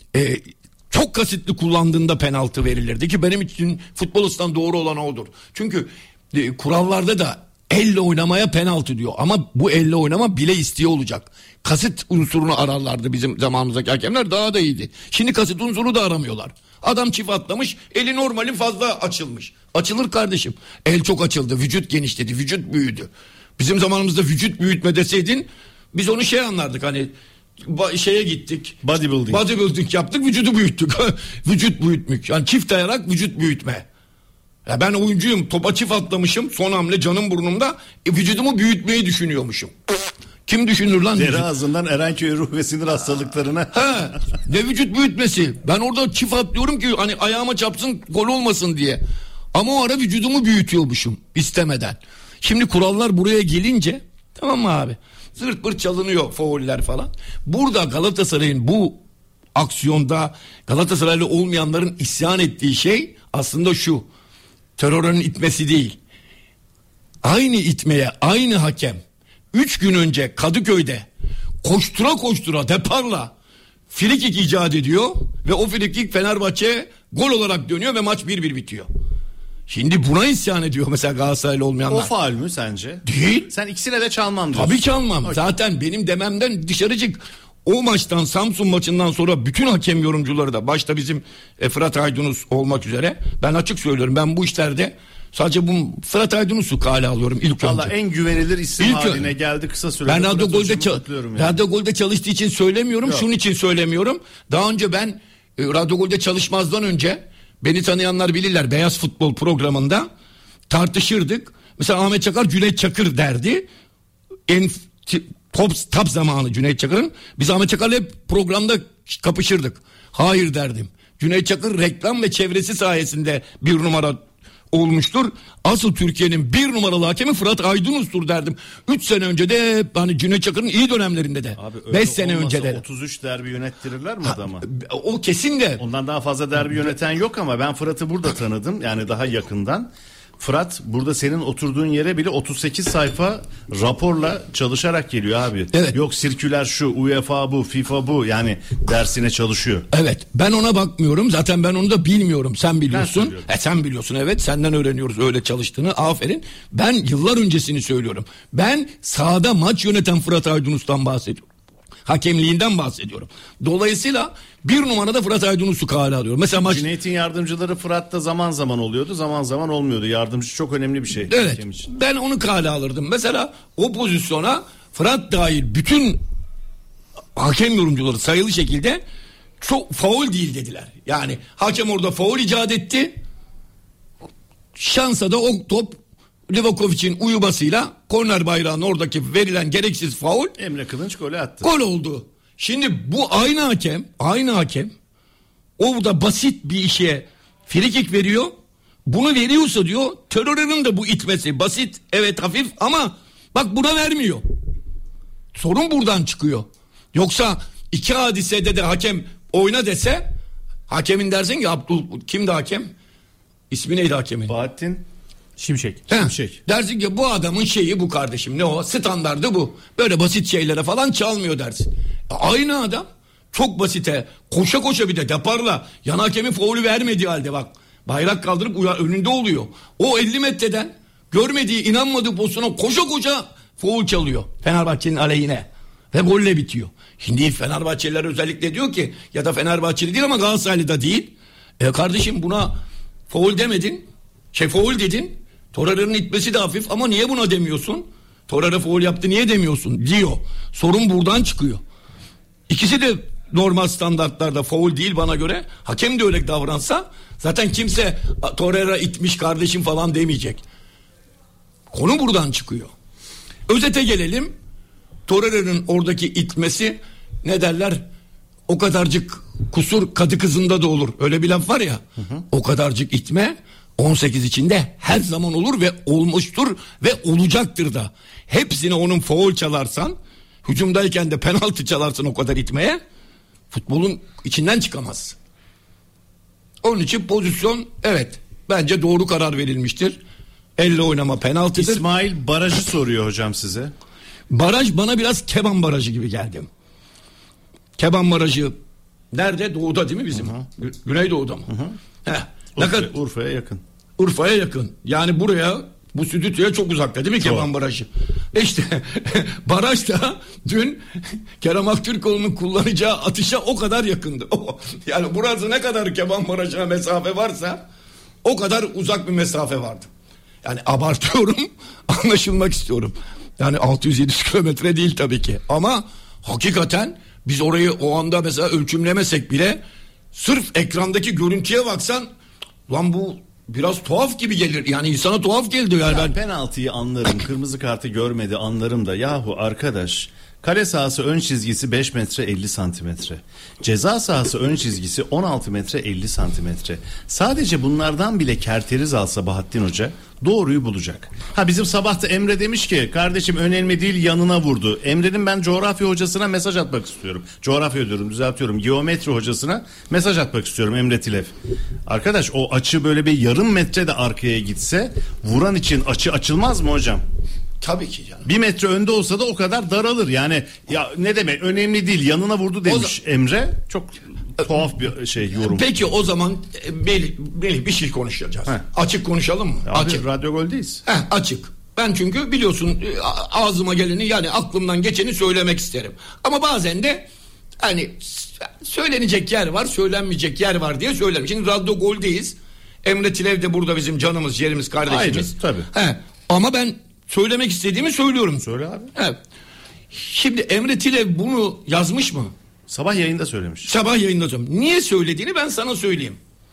çok kasıtlı kullandığında penaltı verilirdi ki benim için futbol açısından doğru olan odur. Çünkü kurallarda da elle oynamaya penaltı diyor. Ama bu elle oynama bile isteye olacak. Kasıt unsurunu ararlardı bizim zamanımızdaki hakemler, daha da iyiydi. Şimdi kasıt unsuru da aramıyorlar. Adam çift atlamış, eli normalin fazla açılmış. Açılır kardeşim. El çok açıldı, vücut genişledi, vücut büyüdü. Bizim zamanımızda vücut büyütme deseydin biz onu anlardık, hani şeye gittik. Bodybuilding yaptık, vücudu büyüttük. Vücut büyütmek. Yani çift ayarak vücut büyütme. Ya ben oyuncuyum, topa çift atlamışım, son hamle canım burnumda, vücudumu büyütmeyi düşünüyormuşum. Kim düşünür lan? Deri ağzından Erenköy ruh ve sinir hastalıklarına. Ne vücut büyütmesi? Ben orada çift atlıyorum ki hani ayağıma çarpsın, gol olmasın diye. Ama o ara vücudumu büyütüyormuşum istemeden. Şimdi kurallar buraya gelince, tamam mı abi? Zırt pırt çalınıyor fauller falan. Burada Galatasaray'ın bu aksiyonda Galatasaraylı olmayanların isyan ettiği şey aslında şu. Terörün itmesi değil. Aynı itmeye aynı hakem 3 gün önce Kadıköy'de koştura deparla frikik icat ediyor ve o frikik Fenerbahçe'ye gol olarak dönüyor ve maç 1-1 bitiyor. Şimdi buna isyan ediyor mesela Galatasaraylı olmayanlar. O faul mü sence? Değil. Sen ikisine de çalmam diyorsun. Tabii çalmam. Okay. Zaten benim dememden dışarı çık. O maçtan, Samsun maçından sonra bütün hakem yorumcuları da, başta bizim Fırat Aydınus olmak üzere, ben açık söylüyorum, ben bu işlerde sadece bu Fırat Aydınus'u kale alıyorum ilk Vallahi önce. en güvenilir isim haline geldi kısa sürede. Ben Radyo Gol'de çalıştığı için söylemiyorum. Şunun için söylemiyorum. Daha önce ben Radyo Gol'de çalışmazdan önce, beni tanıyanlar bilirler, Beyaz Futbol programında tartışırdık. Mesela Ahmet Çakar Cüneyt Çakır derdi. Top zamanı Cüneyt Çakır'ın. Biz Ahmet Çakar'la hep programda kapışırdık. Hayır derdim. Cüneyt Çakır reklam ve çevresi sayesinde bir numara olmuştur. Asıl Türkiye'nin bir numaralı hakemi Fırat Aydınus'tur derdim. 3 sene önce de hani Cüneyt Çakır'ın iyi dönemlerinde de. 5 sene önce de. 33 derbi yönettirirler mi adama? O kesin de. Ondan daha fazla derbi yöneten yok ama ben Fırat'ı burada tanıdım. Yani daha yakından. Fırat burada senin oturduğun yere bile 38 sayfa raporla çalışarak geliyor abi. Evet. Yok sirküler şu, UEFA bu, FIFA bu, yani dersine çalışıyor. Evet, ben ona bakmıyorum, zaten ben onu da bilmiyorum, sen biliyorsun. Sen biliyorsun, evet, senden öğreniyoruz öyle çalıştığını, aferin. Ben yıllar öncesini söylüyorum. Ben sahada maç yöneten Fırat Aydınus'tan bahsediyorum. Hakemliğinden bahsediyorum. Dolayısıyla bir numarada Fırat Aydınus'u kale alıyorum. Mesela Cüneyt'in yardımcıları Fırat'ta zaman zaman oluyordu, zaman zaman olmuyordu. Yardımcı çok önemli bir şey. Evet, ben onu kale alırdım. Mesela o pozisyona Fırat dahil bütün hakem yorumcuları sayılı şekilde çok faul değil dediler. Yani hakem orada faul icat etti. Şansa da o top Livakovic'in uyumasıyla korner bayrağının oradaki verilen gereksiz faul, Emre Kılınç golü attı. Gol oldu. Şimdi bu aynı hakem o da basit bir işe frikik veriyor. Bunu veriyorsa diyor, terörün de bu itmesi basit, evet, hafif, ama bak buna vermiyor. Sorun buradan çıkıyor. Yoksa iki hadisede de hakem oyna dese, hakemin dersin ki kimdi hakem? İsmi neydi hakemin? Bahattin Şimşek. Dersin ki bu adamın şeyi bu kardeşim, ne o? Standardı bu. Böyle basit şeylere falan çalmıyor dersin. Aynı adam çok basite koşa bir de deparla yan hakemin faulü vermediği halde bak bayrak kaldırıp önünde oluyor. O 50 metreden görmediği, inanmadığı pozisyona koşa faul çalıyor Fenerbahçe'nin aleyhine ve golle bitiyor. Şimdi Fenerbahçeliler özellikle diyor ki, ya da Fenerbahçeli değil ama Galatasaraylı da değil. Kardeşim buna faul demedin. Faul dedin. Torreira'nın itmesi de hafif ama niye buna demiyorsun? Torreira faul yaptı, niye demiyorsun diyor. Sorun buradan çıkıyor. İkisi de normal standartlarda faul değil bana göre. Hakem de öyle davransa zaten kimse Torreira itmiş kardeşim falan demeyecek. Konu buradan çıkıyor. Özete gelelim. Torreira'nın oradaki itmesi, ne derler? O kadarcık kusur kadı kızında da olur. Öyle bir laf var ya. O kadarcık itme 18 içinde her zaman olur ve olmuştur ve olacaktır da. Hepsine onun faul çalarsan, hücumdayken de penaltı çalarsın o kadar itmeye, futbolun içinden çıkamaz. Onun için pozisyon, evet, bence doğru karar verilmiştir. Elle oynama penaltıdır. İsmail barajı soruyor hocam size. Baraj bana biraz Keban Barajı gibi geldi. Keban Barajı nerede? Doğuda değil mi bizim? Güneydoğu'da mı? Urfa'ya yakın. Urfa'ya yakın. Yani buraya, bu stüdyoya çok uzakta değil mi Keban Barajı? İşte baraj da dün Kerem Aktürkoğlu'nun kullanacağı atışa o kadar yakındı. Yani burası ne kadar Keban Barajı'na mesafe varsa o kadar uzak bir mesafe vardı. Yani abartıyorum, anlaşılmak istiyorum. Yani 600-700 kilometre değil tabii ki. Ama hakikaten Biz orayı o anda mesela ölçümlemesek bile sırf ekrandaki görüntüye baksan lan bu biraz tuhaf gibi gelir. Yani insana tuhaf geldi yani Ya ben. penaltıyı anlarım, kırmızı kartı görmedi anlarım da yahu arkadaş, kale sahası ön çizgisi 5 metre 50 santimetre. Ceza sahası ön çizgisi 16 metre 50 santimetre. Sadece bunlardan bile kerteriz alsa Bahattin Hoca doğruyu bulacak. Ha bizim sabah da Emre demiş ki kardeşim önemli değil yanına vurdu. Emre'nin ben coğrafya hocasına mesaj atmak istiyorum. Coğrafya diyorum, düzeltiyorum. Geometri hocasına mesaj atmak istiyorum Emre Tilef. Arkadaş o açı böyle bir yarım metre de arkaya gitse vuran için açı açılmaz mı hocam? Tabii ki canım. 1 metre önde olsa da o kadar daralır. Yani ya ne demek önemli değil yanına vurdu demiş Emre. Çok tuhaf bir şey yorum. Peki o zaman Melih bir şey konuşacağız. Açık konuşalım mı? Abi, açık. Radyo Gol'deyiz. Açık. Ben çünkü biliyorsun ağzıma geleni yani aklımdan geçeni söylemek isterim. Ama bazen de hani söylenecek yer var, söylenmeyecek yer var diye söylerim. Şimdi Radyo Gol'deyiz. Emre Tilev de burada bizim canımız, yerimiz, kardeşimiz. Ayrı, tabii. Ama ben söylemek istediğimi söylüyorum. Söyle abi. Evet. Şimdi Emre Tilev bunu yazmış mı? Sabah yayında söylemiş. Sabah yayınladım. Niye söylediğini ben sana söyleyeyim.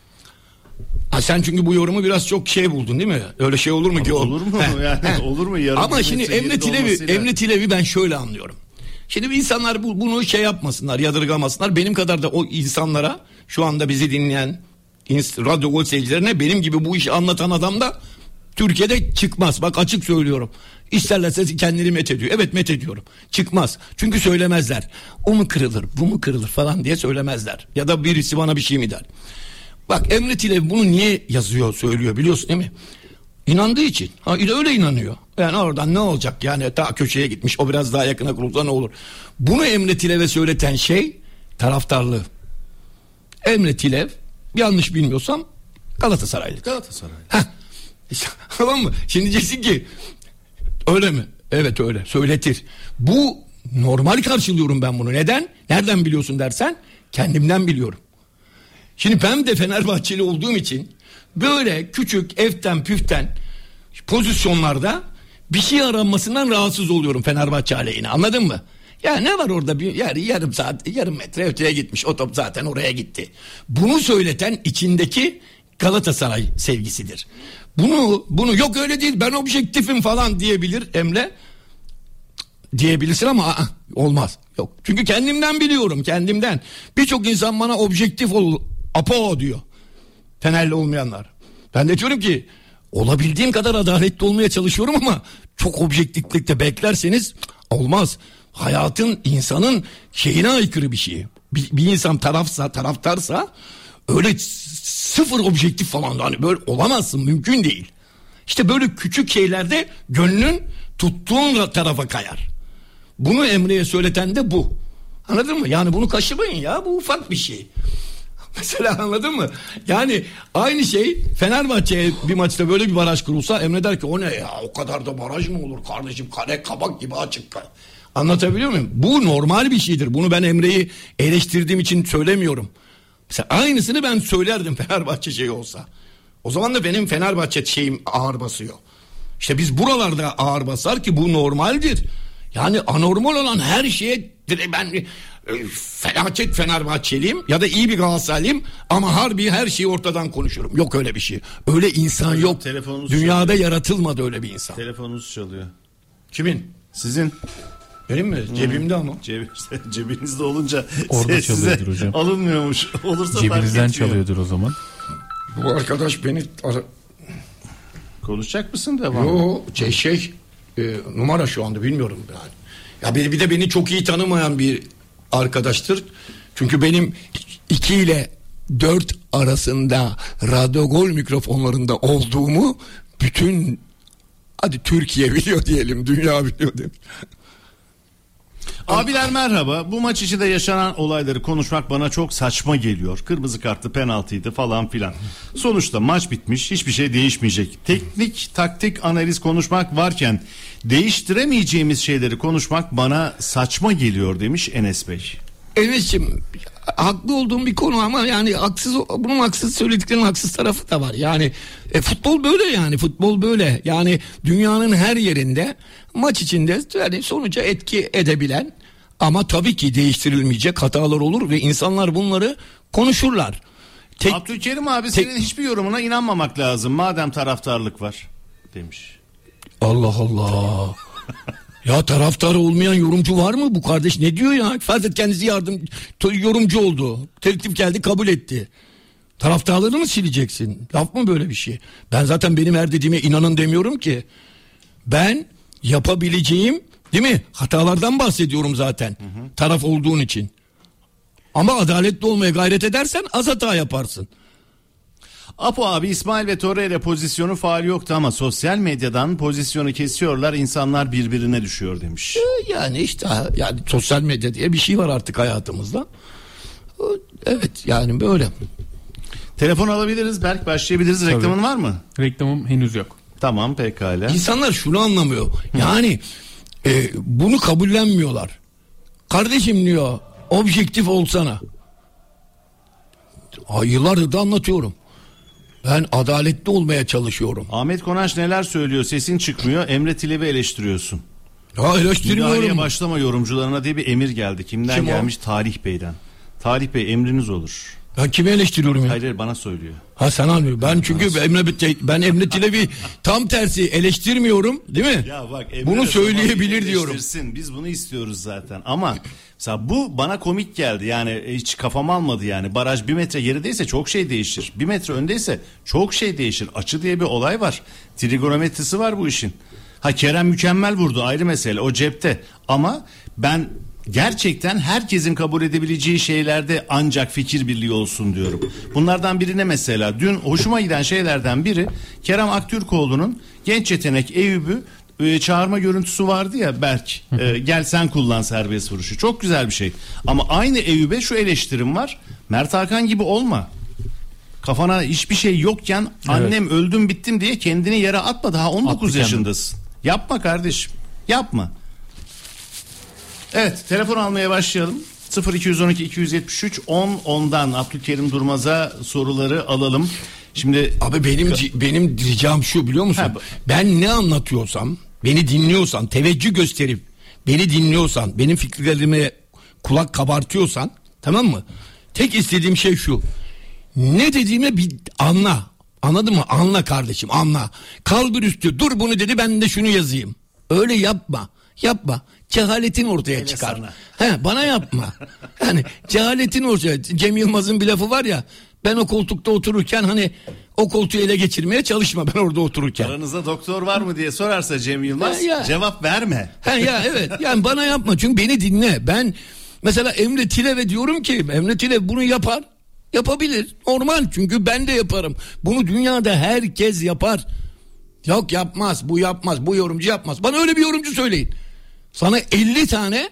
Sen çünkü bu yorumu biraz çok buldun değil mi? Öyle şey olur mu ki? Olur mu? Yani olur mu? Yarın ama şimdi Emre Tilev'i ben şöyle anlıyorum. Şimdi insanlar bunu yapmasınlar, yadırgamasınlar. Benim kadar da o insanlara şu anda bizi dinleyen Radyo Gol seyircilerine benim gibi bu işi anlatan adam da Türkiye'de çıkmaz. Bak açık söylüyorum. İsterlerse kendini met ediyor. Evet met ediyorum. Çıkmaz. Çünkü söylemezler. O mu kırılır, bu mu kırılır falan diye söylemezler. Ya da birisi bana bir şey mi der. Bak Emre Tilev bunu niye yazıyor, söylüyor biliyorsun değil mi? İnandığı için. Öyle inanıyor. Yani oradan ne olacak? Yani ta köşeye gitmiş. O biraz daha yakına kurulsa ne olur? Bunu Emre Tilev'e söyleten şey taraftarlığı. Emre Tilev yanlış bilmiyorsam Galatasaraylı. Tamam mı? Şimdi diyeceksin ki öyle mi? Evet öyle. Söyletir. Bu normal karşılıyorum ben bunu. Neden? Nereden biliyorsun dersen kendimden biliyorum. Şimdi ben de Fenerbahçeli olduğum için böyle küçük eften püften pozisyonlarda bir şey aranmasından rahatsız oluyorum Fenerbahçe aleyhine. Anladın mı? Ya ne var orada bir yarım saat, yarım metre öteye gitmiş. O top zaten oraya gitti. Bunu söyleten içindeki Galatasaray sevgisidir. Bunu yok öyle değil ben objektifim falan diyebilir Emre. Diyebilirsin ama olmaz. Yok. Çünkü kendimden biliyorum, kendimden. Birçok insan bana objektif ol, apo diyor. Fenerli olmayanlar. Ben de diyorum ki olabildiğim kadar adaletli olmaya çalışıyorum ama çok objektiflikte beklerseniz olmaz. Hayatın, insanın şeyine aykırı bir şey. Bir insan taraftarsa öyle sıfır objektif falan hani böyle olamazsın, mümkün değil. İşte böyle küçük şeylerde gönlün tuttuğun tarafa kayar. Bunu Emre'ye söyleten de bu. Anladın mı? Yani bunu kaşımayın ya, bu ufak bir şey. Mesela anladın mı? Yani aynı şey Fenerbahçe'ye bir maçta böyle bir baraj kurulsa Emre der ki o ne ya, o kadar da baraj mı olur kardeşim, kale kabak gibi açık. Anlatabiliyor muyum? Bu normal bir şeydir. Bunu ben Emre'yi eleştirdiğim için söylemiyorum. Mesela aynısını ben söylerdim Fenerbahçe şeyi olsa. O zaman da benim Fenerbahçe şeyim ağır basıyor. İşte biz buralarda ağır basar ki bu normaldir. Yani anormal olan her şeye ben felaket Fenerbahçeliyim ya da iyi bir Galatasaraylıyım ama harbi her şeyi ortadan konuşurum. Yok öyle bir şey. Öyle insan yok. Dünyada yaratılmadı öyle bir insan. Telefonunuz çalıyor. Kimin? Sizin. Benim mi? Cebimde ama. Cebinizde olunca orada çalıyordur hocam. Alınmıyormuş. Olursa cebinizden çalıyordur o zaman. Bu arkadaş beni konuşacak mısın devam? Yo numara şu anda bilmiyorum yani. Ya bir de beni çok iyi tanımayan bir arkadaştır. Çünkü benim 2 ile 4 arasında Radyo Gol mikrofonlarında olduğumu bütün Türkiye biliyor diyelim, dünya biliyor diyelim. Abiler merhaba. Bu maç içinde yaşanan olayları konuşmak bana çok saçma geliyor. Kırmızı kartı, penaltıydı falan filan. Sonuçta maç bitmiş, hiçbir şey değişmeyecek. Teknik, taktik, analiz konuşmak varken değiştiremeyeceğimiz şeyleri konuşmak bana saçma geliyor demiş Enes Bey. Enes'ciğim haklı olduğum bir konu ama yani bunun haksız söylediklerinin haksız tarafı da var. Yani futbol böyle, yani futbol böyle. Yani dünyanın her yerinde maç içinde yani sonuca etki edebilen Ama tabii ki değiştirilmeyecek hatalar olur ve insanlar bunları konuşurlar. Abdülkerim abi senin hiçbir yorumuna inanmamak lazım madem taraftarlık var demiş. Allah Allah. Ya taraftarı olmayan yorumcu var mı? Bu kardeş ne diyor ya? Farz et kendisi yorumcu oldu. Teklif geldi, kabul etti. Taraftarlarını mı sileceksin? Laf mı böyle bir şey? Ben zaten benim her dediğime inanın demiyorum ki. Ben yapabileceğim, değil mi? Hatalardan bahsediyorum zaten. Taraf olduğun için. Ama adaletli olmaya gayret edersen az hata yaparsın. Apo abi İsmail ve Torreira pozisyonu faul yoktu ama sosyal medyadan pozisyonu kesiyorlar, insanlar birbirine düşüyor demiş. Yani işte yani sosyal medya diye bir şey var artık hayatımızda. Evet yani böyle. Telefon alabiliriz Berk, başlayabiliriz. Tabii. Reklamın var mı? Reklamım henüz yok. Tamam pekala. İnsanlar şunu anlamıyor. Yani bunu kabullenmiyorlar. Kardeşim diyor, objektif olsana. Yıllardır da anlatıyorum. Ben adaletli olmaya çalışıyorum. Ahmet Konaş neler söylüyor, sesin çıkmıyor. Emre Tilev'i eleştiriyorsun. Ya eleştirmiyorum. Müdahaleye başlama yorumcularına diye bir emir geldi. Kimden Kim gelmiş? Talih Bey'den. Talih Bey emriniz olur. Ben kimi eleştiriyorum ya? Hayır bana söylüyor. Ha sen anlıyorsun. Ben çünkü Emre Tilev'i tam tersi eleştirmiyorum, değil mi? Ya bak Emre bunu de söyleyebilir tamam, diyorum. Biz bunu istiyoruz zaten. Ama mesela bu bana komik geldi. Yani hiç kafam almadı yani. Baraj 1 metre gerideyse çok şey değişir. 1 metre öndeyse çok şey değişir. Açı diye bir olay var. Trigonometrisi var bu işin. Ha Kerem mükemmel vurdu, ayrı mesele. O cepte. Ama ben gerçekten herkesin kabul edebileceği şeylerde ancak fikir birliği olsun diyorum. Bunlardan birine mesela dün hoşuma giden şeylerden biri Kerem Aktürkoğlu'nun genç yetenek Eyüp'ü çağırma görüntüsü vardı ya Berk. Gel sen kullan serbest vuruşu. Çok güzel bir şey. Ama aynı Eyüp'e şu eleştirim var. Mert Hakan gibi olma. Kafana hiçbir şey yokken annem öldüm bittim diye kendini yere atma, daha 19 yaşındasın. Yapma kardeşim. Yapma. Evet, telefon almaya başlayalım. 0212 273 10 10'dan Abdülkerim Durmaz'a soruları alalım. Şimdi abi benim ricam şu, biliyor musun? Ben ne anlatıyorsam, beni dinliyorsan, teveccüh gösterip beni dinliyorsan, benim fikirlerime kulak kabartıyorsan, tamam mı? Tek istediğim şey şu. Ne dediğime bir anla. Anladın mı? Anla kardeşim, anla. Kalbur üstü dur bunu dedi, ben de şunu yazayım. Öyle yapma. Yapma. Cehaletin ortaya çıkar. Bana yapma. Yani cehaletin ortaya. Cem Yılmaz'ın bir lafı var ya. Ben o koltukta otururken hani o koltuğu ele geçirmeye çalışma, ben orada otururken. Aranızda doktor var mı diye sorarsa Cem Yılmaz cevap verme. Evet. Yani bana yapma, çünkü beni dinle. Ben mesela Emre Tilev'e diyorum ki Emre Tilev bunu yapar. Yapabilir. Normal, çünkü ben de yaparım. Bunu dünyada herkes yapar. Yok yapmaz, bu yapmaz, bu yorumcu yapmaz. Bana öyle bir yorumcu söyleyin. Sana 50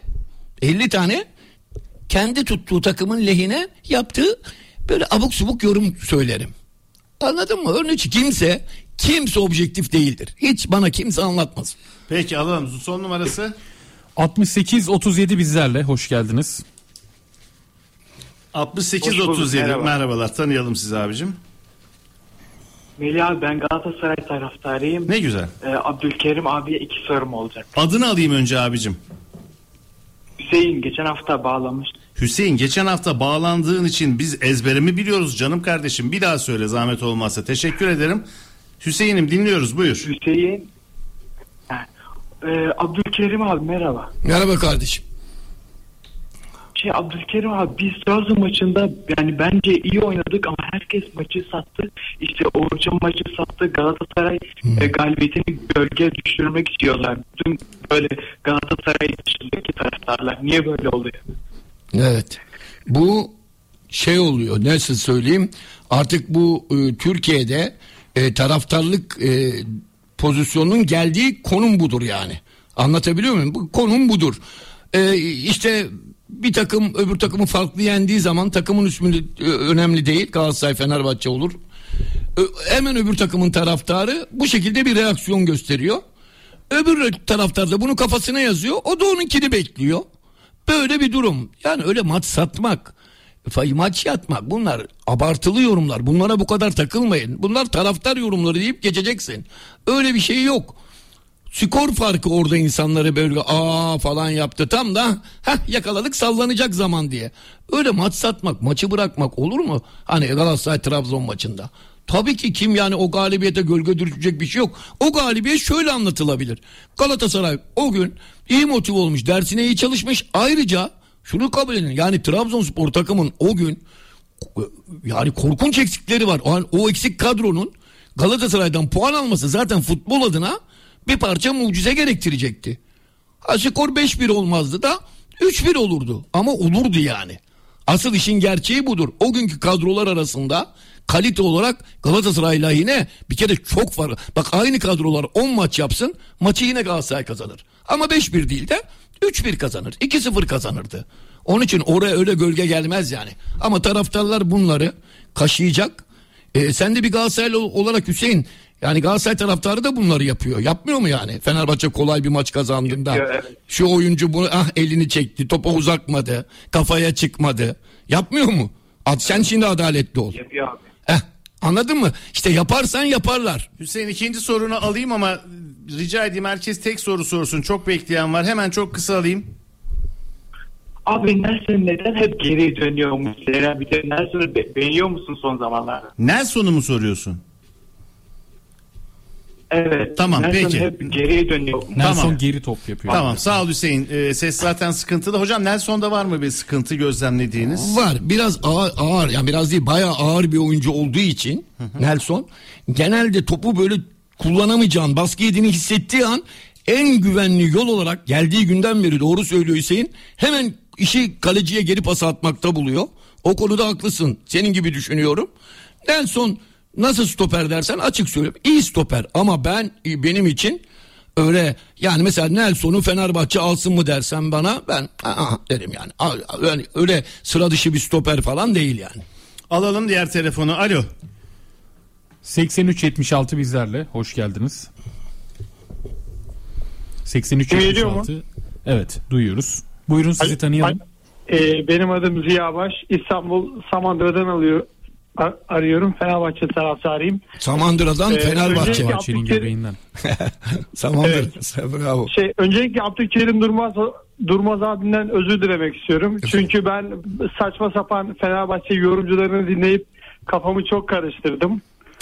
tane kendi tuttuğu takımın lehine yaptığı böyle abuk subuk yorum söylerim. Anladın mı? Örneğin kimse objektif değildir. Hiç bana kimse anlatmaz. Peki alalım son numarası. 6837 bizlerle, hoş geldiniz. 6837 merhabalar, tanıyalım sizi abicim. Melih abi, ben Galatasaray taraftarıyım. Ne güzel. Abdülkerim abiye 2 sorum olacak. Adını alayım önce abicim. Hüseyin geçen hafta bağlamış. Hüseyin, geçen hafta bağlandığın için biz ezberimi biliyoruz canım kardeşim. Bir daha söyle zahmet olmazsa. Teşekkür ederim. Hüseyin'im dinliyoruz, buyur. Hüseyin. Abdülkerim abi merhaba. Merhaba kardeşim. Abdülkerim abi, biz Trabzon maçında yani bence iyi oynadık ama herkes maçı sattı. İşte Uğurcan maçı sattı. Galatasaray galibiyetini gölge düşürmek istiyorlar. Bütün böyle Galatasaray dışındaki taraftarlar. Niye böyle oluyor? Evet. Bu oluyor. Nasıl söyleyeyim? Artık bu Türkiye'de taraftarlık pozisyonunun geldiği konum budur yani. Anlatabiliyor muyum? Bu konum budur. İşte bir takım öbür takımı farklı yendiği zaman takımın ismi önemli değil. Galatasaray, Fenerbahçe olur. Hemen öbür takımın taraftarı bu şekilde bir reaksiyon gösteriyor. Öbür taraftar da bunu kafasına yazıyor. O da onunkini bekliyor. Böyle bir durum. Yani öyle maç satmak, maç yatmak, bunlar abartılı yorumlar. Bunlara bu kadar takılmayın. Bunlar taraftar yorumları deyip geçeceksin. Öyle bir şey yok. skor farkı orada insanları böyle falan yaptı. Tam da yakaladık sallanacak zaman diye. Öyle maç satmak, maçı bırakmak olur mu? Hani Galatasaray Trabzon maçında. Tabii ki kim yani o galibiyete gölge düşecek bir şey yok. O galibiyet şöyle anlatılabilir. Galatasaray o gün iyi motive olmuş, dersine iyi çalışmış. Ayrıca şunu kabul edin. Yani Trabzonspor takımın o gün yani korkunç eksikleri var. O eksik kadronun Galatasaray'dan puan alması zaten futbol adına bir parça mucize gerektirecekti. Skor 5-1 olmazdı da 3-1 olurdu. Ama olurdu yani. Asıl işin gerçeği budur. O günkü kadrolar arasında kalite olarak Galatasaray'la yine bir kere çok farklı. Bak aynı kadrolar 10 maç yapsın, maçı yine Galatasaray kazanır. Ama 5-1 değil de 3-1 kazanır. 2-0 kazanırdı. Onun için oraya öyle gölge gelmez yani. Ama taraftarlar bunları kaşıyacak. Sen de bir Galatasaraylı olarak Hüseyin, yani Galatasaray taraftarı da bunları yapıyor. Yapmıyor mu yani? Fenerbahçe kolay bir maç kazandığında evet. Şu oyuncu bunu elini çekti, topa uzatmadı, kafaya çıkmadı. Yapmıyor mu? Sen şimdi adaletli ol. Yapıyor abi. Anladın mı? İşte yaparsan yaparlar. Hüseyin ikinci sorunu alayım ama rica edeyim herkes tek soru sorsun. Çok bekleyen var. Hemen çok kısa alayım. Abi Nelson neden hep geri dönüyormuş? Bir de Nelson'u beğeniyor musun son zamanlarda? Nelson'u mu soruyorsun? Evet. Tamam, Nelson peki. hep geriye dönüyor. Nelson Tamam. geri top yapıyor. Tamam, sağ ol Hüseyin. Ses zaten sıkıntılı. Hocam Nelson'da var mı bir sıkıntı gözlemlediğiniz? Var. Biraz ağır yani biraz değil bayağı ağır bir oyuncu olduğu için Nelson genelde topu böyle kullanamayacağın, baskı yediğini hissettiği an en güvenli yol olarak geldiği günden beri doğru söylüyor Hüseyin. Hemen işi kaleciye geri pas atmakta buluyor. O konuda haklısın. Senin gibi düşünüyorum. Nelson nasıl stoper dersen açık söyleyeyim. İyi stoper ama benim için öyle yani mesela Nelson'u Fenerbahçe alsın mı dersen bana ben derim yani. Öyle sıra dışı bir stoper falan değil yani. Alalım diğer telefonu. Alo. 83-76 bizlerle. Hoş geldiniz. 83-76. Evet, duyuyoruz. Buyurun, sizi tanıyalım. Benim adım Ziya Baş. İstanbul Samandıra'dan arıyorum. Fenerbahçe taraftarıyım. Samandıra'dan Fenerbahçe. Fenerbahçe'nin göbeğinden. Samandıra. Bravo. Öncelikle Abdülkerim Durmaz abimden özür dilemek istiyorum. Çünkü ben saçma sapan Fenerbahçe yorumcularını dinleyip kafamı çok karıştırdım.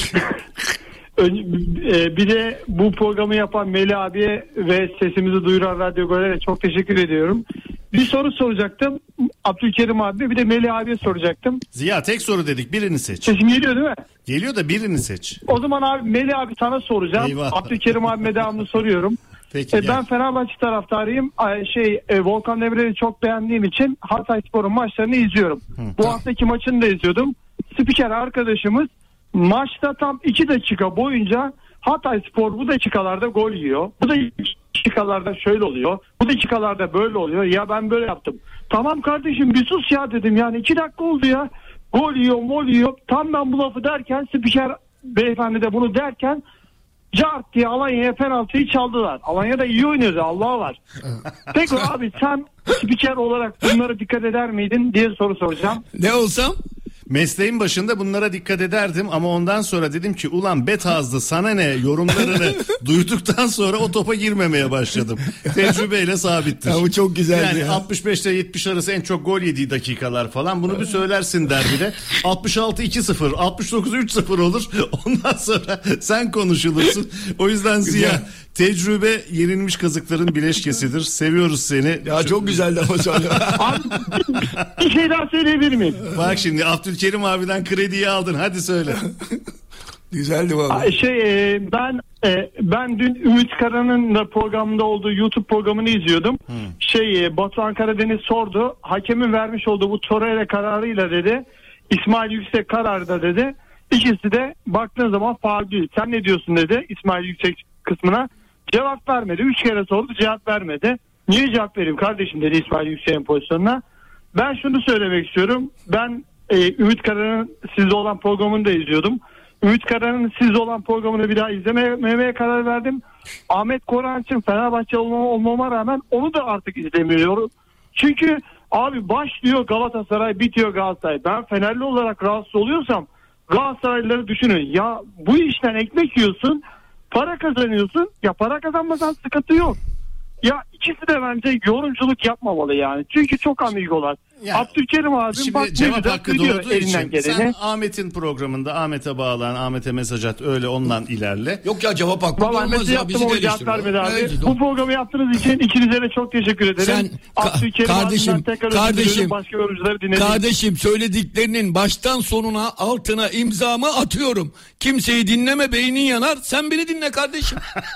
Bir de bu programı yapan Melih abiye ve sesimizi duyuran Radyo Gol'e çok teşekkür ediyorum. Bir soru soracaktım Abdülkerim abi, bir de Melih abiye soracaktım. Ziya tek soru dedik, birini seç. Sesim geliyor değil mi? Geliyor da birini seç. O zaman abi Melih abi sana soracağım. Eyvah. Abdülkerim abime devamlı soruyorum. Peki, Ben Fenerbahçe taraftarıyım. Volkan Demirel'i çok beğendiğim için Hatayspor'un maçlarını izliyorum. Bu haftaki maçını da izliyordum. Spiker arkadaşımız maçta tam 2 dakika boyunca Hatayspor bu dakikalarda gol yiyor. Bu dakikalarda şöyle oluyor. Bu dakikalarda böyle oluyor. Ya ben böyle yaptım. Tamam kardeşim bir sus ya dedim. Yani 2 dakika oldu ya. Gol yiyor. Tam ben bu lafı derken spiker beyefendi de bunu derken cart diye Alanya'ya penaltıyı çaldılar. Alanya da iyi oynuyordu, Allah'a var. Peki abi sen spiker olarak bunlara dikkat eder miydin diye soru soracağım. Ne olsam? Mesleğin başında bunlara dikkat ederdim ama ondan sonra dedim ki ulan bet ağızlı sana ne yorumlarını duyduktan sonra o topa girmemeye başladım. Tecrübeyle sabittir. Ya bu çok güzeldi yani ya. 65 ile 70 arası en çok gol yediği dakikalar falan, bunu bir söylersin derbide. 66-2-0, 69-3-0 olur. Ondan sonra sen konuşulursun. O yüzden Ziya, tecrübe yenilmiş kazıkların bileşkesidir. Seviyoruz seni. Ya çok güzeldi ama sonra. Abi bir şey daha söyleyebilir miyim? Bak şimdi Abdülkerim abiden krediyi aldın. Hadi söyle. Güzeldi valla. Ben dün Ümit Karan'ın da programında olduğu YouTube programını izliyordum. Batuhan Karadeniz sordu. Hakemin vermiş olduğu bu Torreira kararıyla dedi. İsmail Yüksek kararda dedi. İkisi de baktığın zaman faul değil. Sen ne diyorsun dedi İsmail Yüksek kısmına. Cevap vermedi. 3 kere sordu, cevap vermedi. Niye cevap vereyim kardeşim dedi İsmail Yüksek'in pozisyonuna. Ben şunu söylemek istiyorum. Ben Ümit Karan'ın sizde olan programını da izliyordum. Ümit Karan'ın sizde olan programını bir daha izlememeye karar verdim. Ahmet Koranç'ın Fenerbahçe olmama rağmen onu da artık izlemiyorum. Çünkü abi başlıyor Galatasaray, bitiyor Galatasaray. Ben Fenerli olarak rahatsız oluyorsam Galatasaraylıları düşünün. Ya bu işten ekmek yiyorsun. para kazanıyorsun. Ya para kazanmasan sıkıntı yok. Ya ikisi de bence yorumculuk yapmamalı yani. Çünkü çok amigolar. Yani, Abdülkerim abim şimdi bak cevap hakkı doğduğu elinden için geleni. sen Ahmet'in programında Ahmet'e bağlan, Ahmet'e mesaj at, öyle ondan ilerle. Yok ya, cevap hakkı Vallahi olmaz mesaj ya, yaptım bizi ama cevap geliştiriyor. vermedi abi. Evet, Bu programı yaptığınız için ikinize de çok teşekkür ederim. Sen Abdülkerim kardeşim, abimden tekrar özür diliyorum. Başka yorumcuları dinledim. Kardeşim, söylediklerinin baştan sonuna altına imzamı atıyorum. Kimseyi dinleme, beynin yanar. Sen beni dinle kardeşim.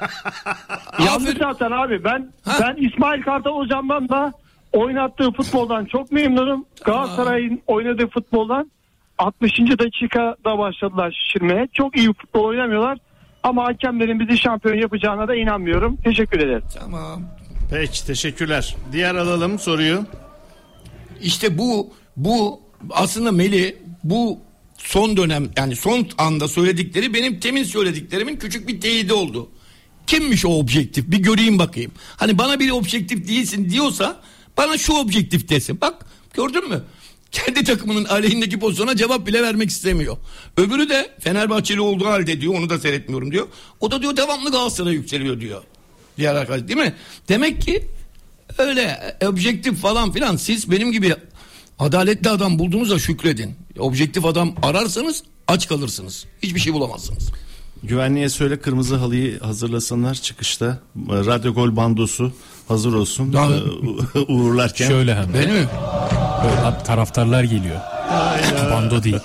Yanlış zaten abi. Ben İsmail Kartal hocamdan da oynattığı futboldan çok memnunum. Galatasaray'ın oynadığı futboldan 60. dakikada başladılar şişirmeye. Çok iyi futbol oynamıyorlar. Ama hakemlerin bizi şampiyon yapacağına da inanmıyorum. Teşekkür ederim. Tamam. Peki, teşekkürler. Diğer alalım soruyu. İşte bu aslında Melih, bu son dönem, yani son anda söyledikleri benim temin söylediklerimin küçük bir teyidi oldu. Kimmiş o objektif? Bir göreyim bakayım. Hani bana bir objektif değilsin diyorsa bana şu objektif desin. Bak, gördün mü? Kendi takımının aleyhindeki pozisyona cevap bile vermek istemiyor. Öbürü de Fenerbahçeli olduğu halde diyor, onu da seyretmiyorum diyor. O da diyor devamlı Galatasaray yükseliyor diyor. Diğer arkadaş, değil mi? Demek ki öyle objektif falan filan, siz benim gibi adaletli adam bulduğunuzda şükredin. Objektif adam ararsanız aç kalırsınız. Hiçbir şey bulamazsınız. Güvenliğe söyle, kırmızı halıyı hazırlasınlar çıkışta. Radyo Gol bandosu hazır olsun. Uğurlarken. Şöyle hem de. Değil mi? Böyle taraftarlar geliyor. Bando değil.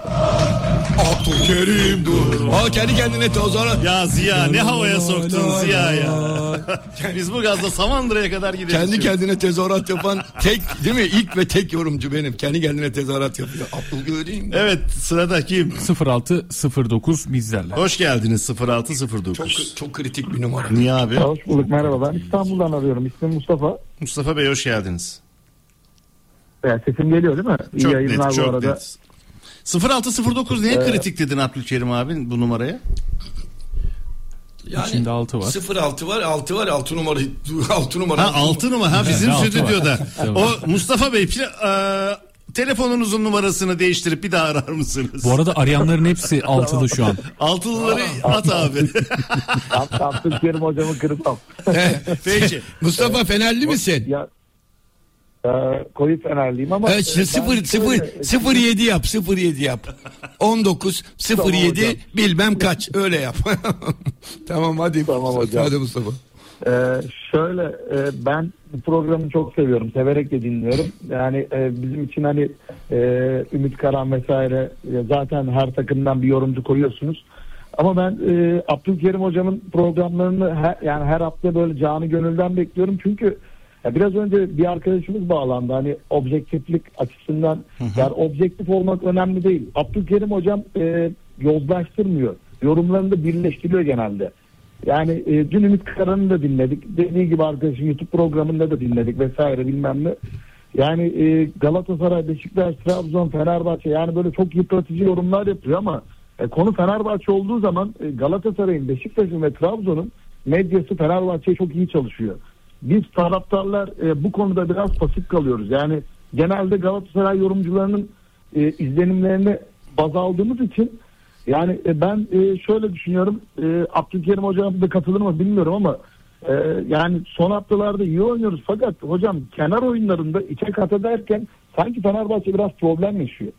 Abdülkerim dur. Kendi kendine tezahürat. Ya Ziya, ne havaya soktun Ziya ya. Biz bu gazla Samandıra'ya kadar gideriz. Kendi kendine tezahürat yapan tek, değil mi? İlk ve tek yorumcu benim. Kendi kendine tezahürat yapıyor. Abdülkerim. Evet, sırada kim? 0609 bizlerle. Hoş geldiniz 0609. Çok kritik bir numara. Niye abi? Hoş bulduk, merhaba. Ben İstanbul'dan arıyorum. İsmim Mustafa. Mustafa Bey, hoş geldiniz. Sesim geliyor değil mi? İyi Çok yayınlar net, bu çok arada. net. 0609 niye kritik dedin Abdülkerim abi bu numaraya? Yani İçinde 6 var. 06 var, 6 var, 6 numara. 6 numara. Ha, 6 numara. Ha, bizim altı stüdyoda. var. O Mustafa Bey, telefonunuzun numarasını değiştirip bir daha arar mısınız? Bu arada arayanların hepsi 6'lı şu an. Altılıları at abi. Abdülkerim hocamı kırpam. Peki. Mustafa, Fenerli misin? Ya, koyu Fenerliyim ama... Evet, 07 yap, 07 yap. 19 07 hocam. bilmem kaç, öyle yap. Tamam, hadi. Tamam hocam. Hadi Mustafa. Şöyle, ben bu programı çok seviyorum. Severek de dinliyorum. Yani bizim için hani Ümit Karan vesaire, zaten her takımdan bir yorumcu koyuyorsunuz. Ama ben Abdülkerim hocamın programlarını her hafta böyle canı gönülden bekliyorum. Çünkü biraz önce bir arkadaşımız bağlandı. Hani objektiflik açısından, yani objektif olmak önemli değil. Abdülkerim hocam yozlaştırmıyor. Yorumlarını da birleştiriyor genelde. Yani dün Ümit Karan'ı da dinledik. Dediği gibi arkadaşın YouTube programında da dinledik vesaire bilmem ne. Yani Galatasaray, Beşiktaş, Trabzon, Fenerbahçe, yani böyle çok yıpratıcı yorumlar yapıyor ama konu Fenerbahçe olduğu zaman Galatasaray'ın, Beşiktaş'ın ve Trabzon'un medyası Fenerbahçe'ye çok iyi çalışıyor. Biz taraftarlar bu konuda biraz pasif kalıyoruz. Yani genelde Galatasaray yorumcularının izlenimlerini baz aldığımız için, yani ben şöyle düşünüyorum, Abdülkerim hocam da katılır mı bilmiyorum ama yani son haftalarda iyi oynuyoruz fakat hocam kenar oyunlarında içe kat ederken sanki Fenerbahçe biraz problem yaşıyor.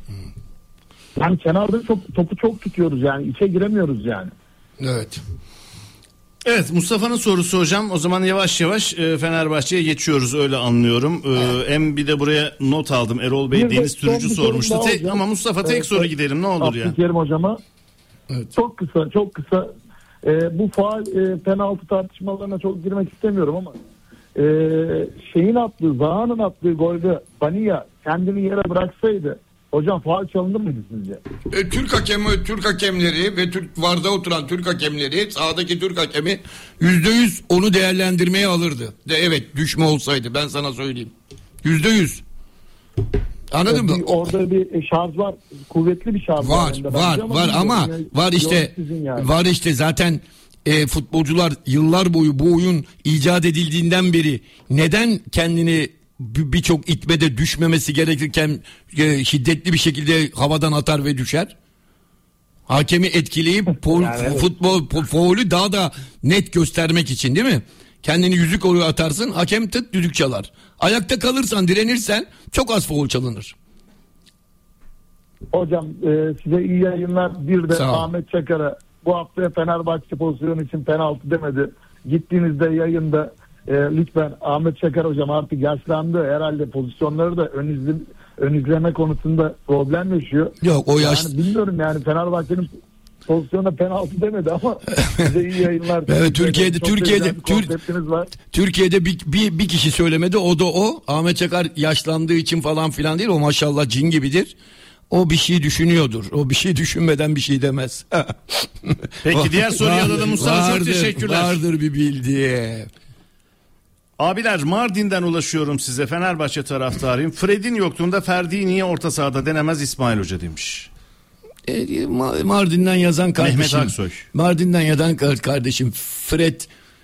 Yani kenarda topu çok tutuyoruz, yani içe giremiyoruz yani. Evet. Evet, Mustafa'nın sorusu hocam. O zaman yavaş yavaş Fenerbahçe'ye geçiyoruz, öyle anlıyorum. Hem bir de buraya not aldım. Erol Bey, Deniz Türücü sormuştu. Ama Mustafa, tek soru gidelim ne olur ya. Abdülkerim hocama. Evet. Çok kısa. Bu faul penaltı tartışmalarına çok girmek istemiyorum ama Zaha'nın attığı golde Bania kendini yere bıraksaydı hocam faul çalınır mıydı sizce? Türk hakemleri ve VAR'da oturan Türk hakemleri, sahadaki Türk hakemi %100 onu değerlendirmeye alırdı. Evet, düşme olsaydı, ben sana söyleyeyim. %100. Anladın mı? Orada bir şarj var. Kuvvetli bir şarj var. Var işte zaten futbolcular yıllar boyu bu oyun icat edildiğinden beri neden kendini birçok itmede düşmemesi gerekirken şiddetli bir şekilde havadan atar ve düşer? Hakemi etkileyip futbol faulü daha da net göstermek için değil mi? Kendini yüzük oraya atarsın, hakem tık düdük çalar. Ayakta kalırsan, direnirsen çok az faul çalınır. Hocam size iyi yayınlar. Bir de Sağ ol. Ahmet Çakar'a bu hafta Fenerbahçe pozisyonu için penaltı demedi. Gittiğinizde yayında lütfen Ahmet Çakar hocam artık yaşlandı. Herhalde pozisyonları da ön izleme konusunda problem yaşıyor. Yok o yaş. Yani bilmiyorum yani Fenerbahçe'nin pozisyonda penaltı demedi ama size iyi yayınlar. Evet, Türkiye'de konseptiniz var. Türkiye'de bir kişi söylemedi, o da o. Ahmet Çakar yaşlandığı için falan filan değil, o maşallah cin gibidir. O bir şey düşünüyordur. O bir şey düşünmeden bir şey demez. Peki diğer soruyu alalım Mustafa, çok teşekkürler. Vardır bir bildiği. Abiler, Mardin'den ulaşıyorum size, Fenerbahçe taraftarıyım. Fred'in yokluğunda Ferdi'yi niye orta sahada denemez İsmail Hoca demiş. Mardin'den yazan kardeşim. Mehmet Aksoy. Mardin'den yazan kardeşim Fred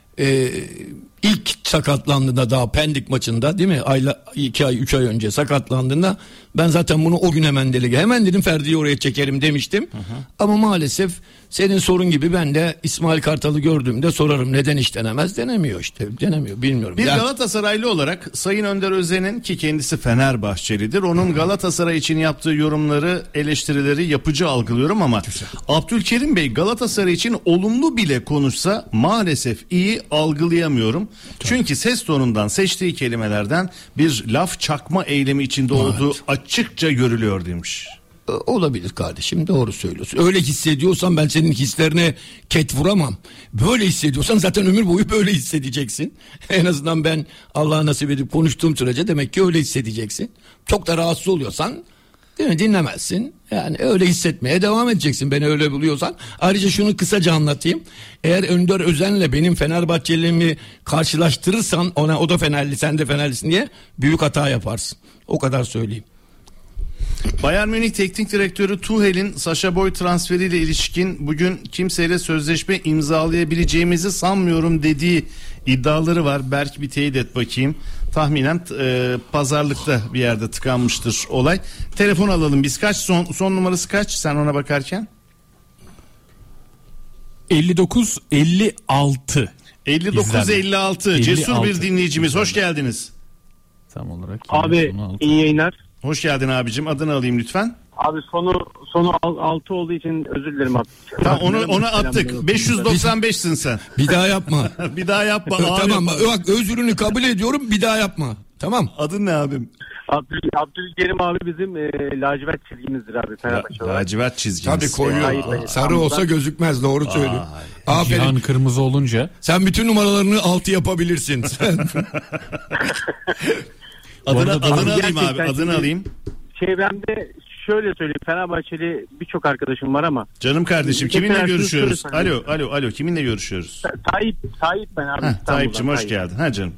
ilk sakatlandığında, daha Pendik maçında değil mi? 2 ay 3 ay önce sakatlandığında ben zaten bunu o gün hemen dedim Ferdi'yi oraya çekerim demiştim. Ama maalesef senin sorun gibi ben de İsmail Kartal'ı gördüğümde sorarım neden hiç denemez, denemiyor bilmiyorum. Bir Galatasaraylı olarak Sayın Önder Özen'in, ki kendisi Fenerbahçelidir, onun Galatasaray için yaptığı yorumları, eleştirileri yapıcı algılıyorum ama Abdülkerim Bey Galatasaray için olumlu bile konuşsa maalesef iyi algılayamıyorum. Çünkü ses tonundan, seçtiği kelimelerden bir laf çakma eylemi içinde olduğu açıkça görülüyor demiş. Olabilir kardeşim, doğru söylüyorsun. Öyle hissediyorsan ben senin hislerine ket vuramam. Böyle hissediyorsan zaten ömür boyu böyle hissedeceksin. En azından ben Allah'a nasip edip konuştuğum sürece demek ki öyle hissedeceksin. Çok da rahatsız oluyorsan değil mi, dinlemezsin. Yani öyle hissetmeye devam edeceksin beni öyle buluyorsan. Ayrıca şunu kısaca anlatayım. Eğer Önder Özen'le benim Fenerbahçeliğimi karşılaştırırsan, o da Fenerli sen de Fenerlisin diye büyük hata yaparsın. O kadar söyleyeyim. Bayern Münih Teknik Direktörü Tuchel'in Sacha Boey transferiyle ilişkin bugün kimseyle sözleşme imzalayabileceğimizi sanmıyorum dediği iddiaları var. Berk bir teyit et bakayım. Tahminen pazarlıkta bir yerde tıkanmıştır olay. Telefon alalım biz. Kaç son numarası kaç sen ona bakarken? 59-56. 59-56. Cesur bir dinleyicimiz. Hoş geldiniz. Tam olarak. Abi iyi yayınlar. Hoş geldin abicim. Adını alayım lütfen. Abi sonu 6 olduğu için özür dilerim abi. Tamam, onu attık. 595'sin sen. Bir daha yapma. Bir daha yapma. Tamam bak, özrünü kabul ediyorum, bir daha yapma. Tamam. Adın ne abim? Abdülkerim abi bizim lacivert çizgimizdir abi. Lacivert çizgimiz. Tabii koyuyor. Sarı olsa gözükmez, doğru söylüyor. Aferin. Cihan kırmızı olunca. Sen bütün numaralarını 6 yapabilirsin. Adını alayım abi. Adını alayım. Çevremde şöyle söyleyeyim, Fenerbahçeli birçok arkadaşım var ama. Canım kardeşim, kiminle görüşüyoruz? Alo, kiminle görüşüyoruz? Tayyip ben abi. Tayyip'cim hoş geldin. Ha canım.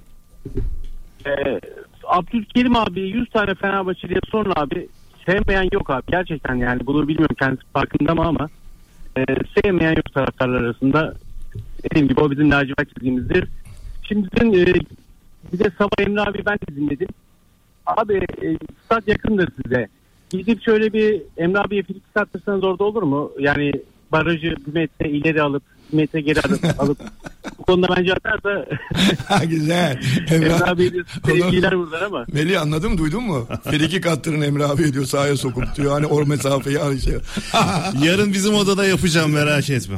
Abdülkerim abi 100 tane Fenerbahçeli'ye sonra abi sevmeyen yok abi. Gerçekten yani bunu bilmiyorum kendisi farkında mı ama sevmeyen yok taraftarlar arasında. Dediğim gibi o bizim lacivert çizgimizdir. Şimdi bir de sabah Emre abi ben de dinledim. Abi stat yakındır size. Gidip şöyle bir Emre abiye frikik attırsanız orada olur mu? Yani barajı bir metre ileri alıp bir metre geri alıp bu konuda bence atarsa güzel. Emre abiye de sevgiler buradan ama. Melih anladın mı, duydun mu? Frikik attırın Emre abi diyor, sahaya sokup diyor. Hani o mesafeyi arayacak. Yarın bizim odada yapacağım, merak etme.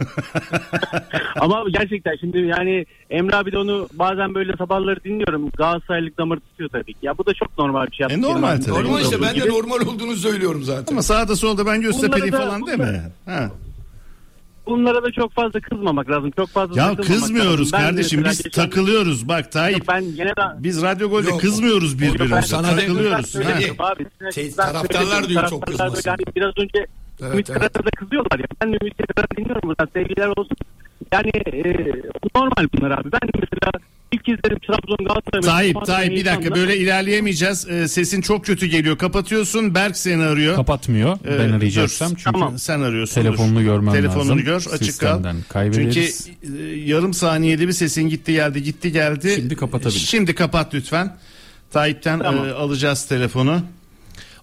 Ama gerçekten şimdi yani Emre abi de onu bazen böyle sabahları dinliyorum. Galatasaraylık damar tutuyor tabii ki. Ya bu da çok normal bir şey. Normal tabii. Normal işte, ben de normal olduğunu söylüyorum zaten. Ama sağda solda ben Göztepe'li falan deme. Ha. Bunlara da çok fazla kızmamak lazım. Çok fazla ya kızmıyoruz kardeşim. Biz takılıyoruz. Bak Tayyip. Biz Radyo Gol'de kızmıyoruz birbirimize. Sana takılıyoruz. Taraftarlar diyor çok kızmasın. Yani biraz önce Ümit Karat'a da kızıyorlar ya. Ben de Ümit Karat'ı dinliyorum buradan. Sevgiler olsun. Yani normal bunlar abi. Ben de mesela ilk izledim Trabzon Galatasaray. Tayyip bir dakika, böyle ilerleyemeyeceğiz. Sesin çok kötü geliyor. Kapatıyorsun. Berk seni arıyor. Kapatmıyor. Ben arayacaksam çünkü tamam, sen arıyorsun. Telefonunu görmem lazım. Telefonunu gör, açık kal. Çünkü yarım saniyeli bir sesin gitti geldi. Şimdi kapatabilir. Şimdi kapat lütfen. Tayyip'ten alacağız telefonu.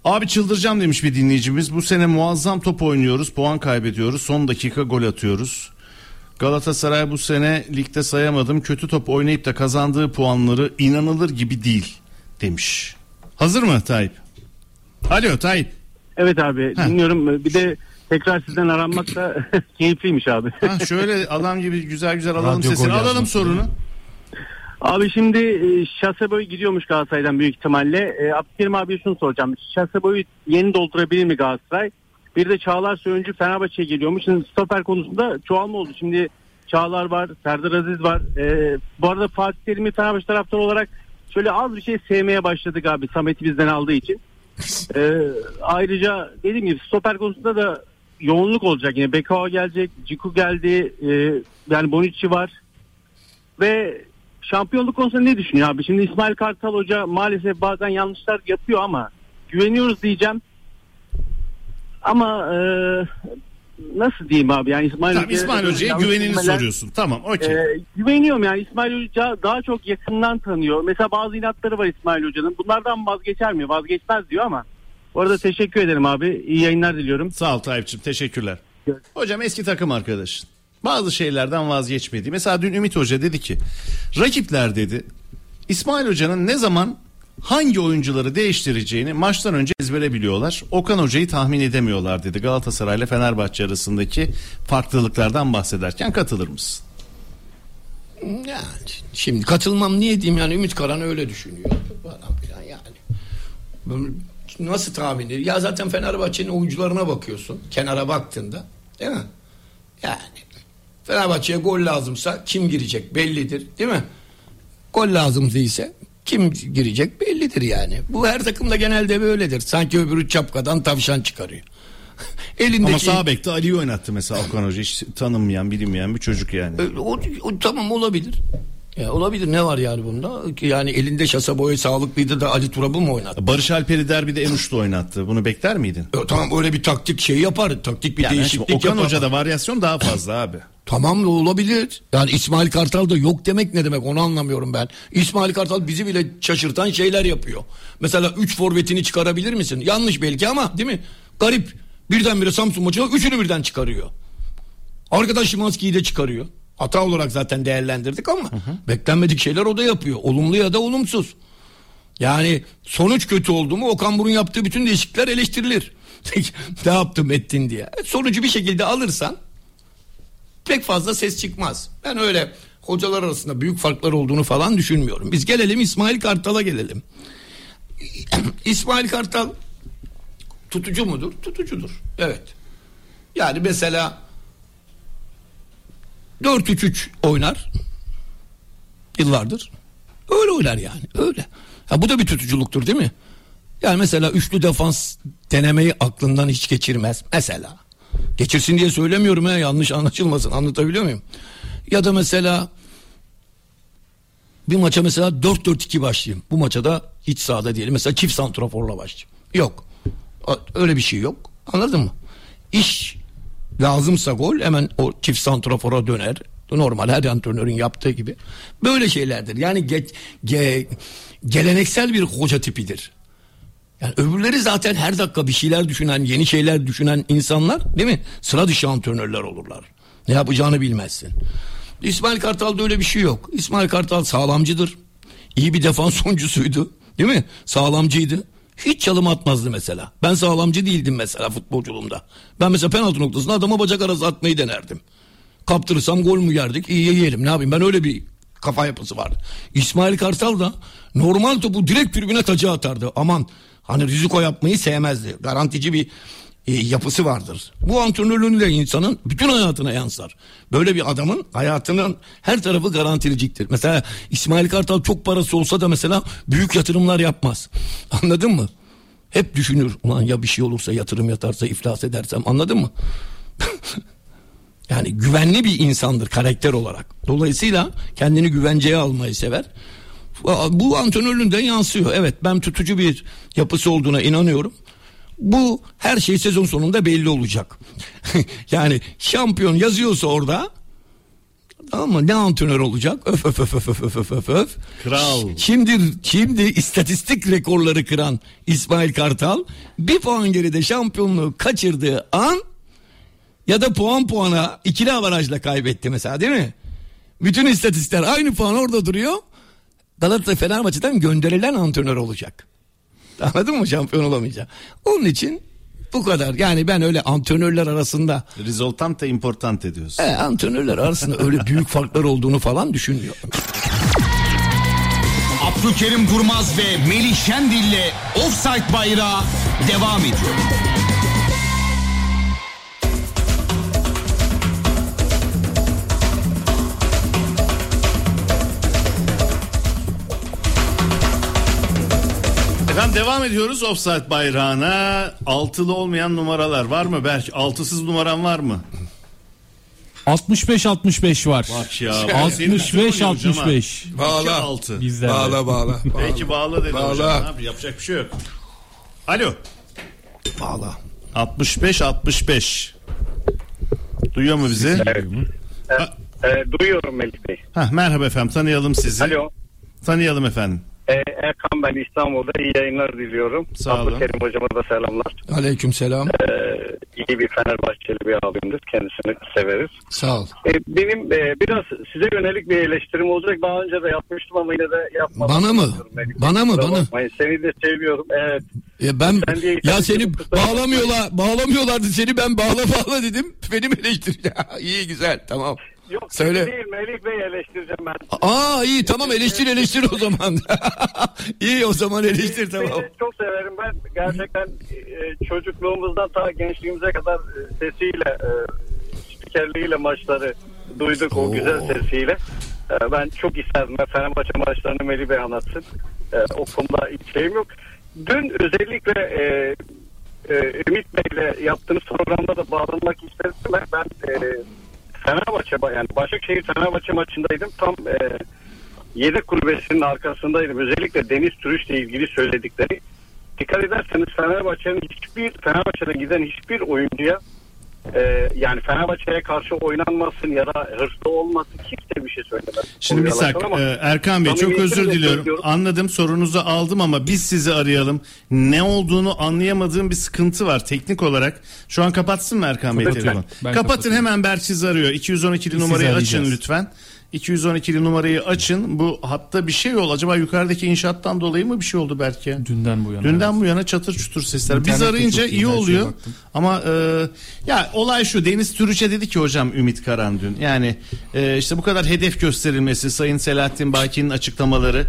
Abi çıldıracağım demiş bir dinleyicimiz. Bu sene muazzam top oynuyoruz, puan kaybediyoruz, son dakika gol atıyoruz. Galatasaray bu sene ligde sayamadım, kötü top oynayıp da kazandığı puanları inanılır gibi değil demiş. Hazır mı Tayyip? Alo Tayyip. Evet abi dinliyorum. Bir de tekrar sizden aranmak da keyifliymiş abi. Şöyle adam gibi güzel alalım Radyo sesini, gol alalım yazması. sorunu. Abi şimdi Şasaboy gidiyormuş Galatasaray'dan büyük ihtimalle. Abdülkerim abi şunu soracağım. Şasaboy'u yeni doldurabilir mi Galatasaray? Bir de Çağlar Söyüncü Fenerbahçe'ye geliyormuş. Şimdi stoper konusunda çoğalma oldu. Şimdi Çağlar var, Serdar Aziz var. Bu arada Fatih Terim'i Fenerbahçe taraftarı olarak şöyle az bir şey sevmeye başladık abi. Samet'i bizden aldığı için. Ayrıca dediğim gibi stoper konusunda da yoğunluk olacak. Yine Bekao gelecek, Ciku geldi. Yani Bonucci var. Ve şampiyonluk konusunda ne düşünüyor abi? Şimdi İsmail Kartal Hoca maalesef bazen yanlışlar yapıyor ama güveniyoruz diyeceğim. Ama nasıl diyeyim abi? Yani İsmail Hoca'ya güvenini soruyorsun. Tamam, okey. Güveniyorum yani. İsmail Hoca daha çok yakından tanıyor. Mesela bazı inatları var İsmail Hoca'nın. Bunlardan vazgeçer mi? Vazgeçmez diyor ama. Bu arada teşekkür ederim abi. İyi yayınlar diliyorum. Sağ ol Tayyip'ciğim, teşekkürler. Hocam eski takım arkadaşın. Bazı şeylerden vazgeçmedi. Mesela dün Ümit Hoca dedi ki rakipler dedi İsmail Hoca'nın ne zaman hangi oyuncuları değiştireceğini maçtan önce ezbere biliyorlar. Okan Hoca'yı tahmin edemiyorlar dedi. Galatasaray ile Fenerbahçe arasındaki farklılıklardan bahsederken katılır mısın? Yani şimdi katılmam niye diyeyim, yani Ümit Karan öyle düşünüyor. Yani nasıl tahmin ediyor? Ya zaten Fenerbahçe'nin oyuncularına bakıyorsun kenara baktığında, değil mi? Yani Fenerbahçe'ye gol lazımsa kim girecek bellidir, değil mi? Gol lazım değilse kim girecek bellidir yani. Bu her takımda genelde böyledir. Sanki öbürü çapkadan tavşan çıkarıyor. Elindeki... Ama sağ bekte Ali'yi oynattı mesela Okan Hoca. Hiç tanınmayan, bilinmeyen bir çocuk yani. O tamam olabilir. Ya olabilir, ne var yani bunda? Yani elinde Şasaboy sağlıklıydı da Ali Turab'ı mı oynattı? Barış Alper'i derbide en uçlu oynattı. Bunu bekler miydin? Tamam, öyle bir taktik şey yapar. Taktik bir yani değişiklik Okan yapar. Hoca'da varyasyon daha fazla abi. Tamam da olabilir. Yani İsmail Kartal da yok demek ne demek, onu anlamıyorum ben. İsmail Kartal bizi bile şaşırtan şeyler yapıyor. Mesela 3 forvetini çıkarabilir misin? Yanlış belki ama değil mi? Garip. Birdenbire Samsun maçına 3'ünü birden çıkarıyor. Arkadaş Şimanski'yi de çıkarıyor. Hata olarak zaten değerlendirdik ama beklenmedik şeyler o da yapıyor. Olumlu ya da olumsuz. Yani sonuç kötü oldu mu Okan Buruk'un yaptığı bütün değişiklikler eleştirilir. Ne yaptım ettin diye. Sonucu bir şekilde alırsan pek fazla ses çıkmaz. Ben öyle hocalar arasında büyük farklar olduğunu falan düşünmüyorum. Biz gelelim İsmail Kartal'a gelelim. İsmail Kartal tutucu mudur? Tutucudur. Evet. Yani mesela 4-3-3 oynar. Yıllardır. Öyle oynar yani. Öyle. Ha, bu da bir tutuculuktur değil mi? Yani mesela üçlü defans denemeyi aklından hiç geçirmez. Mesela. Geçirsin diye söylemiyorum ya, yanlış anlaşılmasın. Anlatabiliyor muyum? Ya da mesela bir maça mesela 4-4-2 başlayayım. Bu maça da iç sahada diyelim. Mesela çift santraforla başlayayım. Yok. Öyle bir şey yok. Anladın mı? İş lazımsa gol hemen o çift santrafora döner. Normal her antrenörün yaptığı gibi. Böyle şeylerdir. Yani geleneksel bir hoca tipidir. Yani öbürleri zaten her dakika bir şeyler düşünen, yeni şeyler düşünen insanlar, değil mi? Sıra dışı antrenörler olurlar. Ne yapacağını bilmezsin. İsmail Kartal'da öyle bir şey yok. İsmail Kartal sağlamcıdır. İyi bir defans oyuncusuydu. Değil mi? Sağlamcıydı. Hiç çalım atmazdı mesela. Ben sağlamcı değildim mesela futbolculuğumda. Ben mesela penaltı noktasında adama bacak arası atmayı denerdim. Kaptırırsam gol mü yerdik? İyi yiyelim, ne yapayım? Ben öyle bir kafa yapısı vardı. İsmail Kartal da normal topu direkt tribüne taca atardı. Aman hani riziko yapmayı sevmezdi. Garantici bir yapısı vardır. Bu antrenörlüğünü de insanın bütün hayatına yansır. Böyle bir adamın hayatının her tarafı garantiliciktir. Mesela İsmail Kartal çok parası olsa da mesela büyük yatırımlar yapmaz. Anladın mı? Hep düşünür. Ulan ya bir şey olursa, yatırım yatarsa, iflas edersem, anladın mı? Yani güvenli bir insandır karakter olarak. Dolayısıyla kendini güvenceye almayı sever. Bu antrenörlüğünden yansıyor. Evet, ben tutucu bir yapısı olduğuna inanıyorum. Bu her şey sezon sonunda belli olacak. Yani şampiyon yazıyorsa orada Tamam mı? Ne antrenör olacak? Öf öf öf öf öf öf öf öf. Kral. Şimdi istatistik rekorları kıran İsmail Kartal bir puan geride şampiyonluğu kaçırdığı an ya da puana ikili avarajla kaybetti mesela, değil mi? Bütün istatistikler aynı puan orada duruyor. Galatasaray Fenerbahçe'den gönderilen antrenör olacak. Anladın mı? Şampiyon olamayacak. Onun için bu kadar. Yani ben öyle antrenörler arasında Risoltante importante diyorsun. Antrenörler arasında öyle büyük farklar olduğunu falan düşünmüyorum. Abdülkerim Durmaz ve Melih Şendil'le Offside Bayrağı devam ediyor. Efendim devam ediyoruz Offside Bayrağı'na. Altılı olmayan numaralar var mı Berk? Altısız numaran var mı? 65-65 var. Bak ya. 65-65. Bağla. Bizden Bağla. Peki bağla dedi Bağla. hocam. Abi, yapacak bir şey yok. Alo. Bağla. 65-65. Duyuyor mu bizi? Duyuyorum Melih Bey. Merhaba efendim, tanıyalım sizi. Alo. Tanıyalım efendim. Erkan, ben İstanbul'da, iyi yayınlar diliyorum. Sağ olun. Abdülkerim hocama da selamlar. Aleykümselam. İyi bir Fenerbahçeli bir abimdir. Kendisini severiz. Sağ ol. Benim biraz size yönelik bir eleştirim olacak. Daha önce de yapmıştım ama yine de yapmadım. Bana mı? Bana mı? Seni de seviyorum. Evet. Seni bağlamıyorlardı seni, ben bağla dedim. Benim eleştiri. İyi, güzel, tamam. Yok, söyle. Değil, Melih Bey eleştireceğim ben. İyi, tamam, eleştir o zaman. İyi, o zaman eleştir, tamam. Çok severim ben. Gerçekten çocukluğumuzdan ta gençliğimize kadar sesiyle, spikerliğiyle maçları duyduk, o güzel sesiyle. Ben çok isterdim. Fenerbahçe maçlarını Melih Bey anlatsın. O konuda hiç şeyim yok. Dün özellikle Ümit Bey'le yaptığınız programda da bağlanmak istedim. Ben Fenerbahçe, yani Başakşehir Fenerbahçe maçındaydım. Tam yedek kulübesinin arkasındaydım. Özellikle Deniz Türüç'le ilgili söyledikleri. Dikkat ederseniz Fenerbahçe'den giden hiçbir oyuncuya yani Fenerbahçe'ye karşı oynanmasın ya da hırslı olmasın, kimse bir şey söylemez. Şimdi bir dakika Erkan Bey, çok özür diliyorum. Anladım, sorunuzu aldım ama biz sizi arayalım. Ne olduğunu anlayamadığım bir sıkıntı var teknik olarak. Şu an kapatsın mı Erkan Bey telefonu? Kapatın, hemen Berk sizi arıyor. 212'li numarayı açın lütfen. 212'li numarayı açın. Bu hatta bir şey oldu. Acaba yukarıdaki inşaattan dolayı mı bir şey oldu belki? Dünden bu yana çatır çutur sesler. Biz arayınca iyi oluyor. Ama ya olay şu. Deniz Türüç'e dedi ki hocam Ümit Karan dün. Yani işte bu kadar hedef gösterilmesi, Sayın Selahattin Baki'nin açıklamaları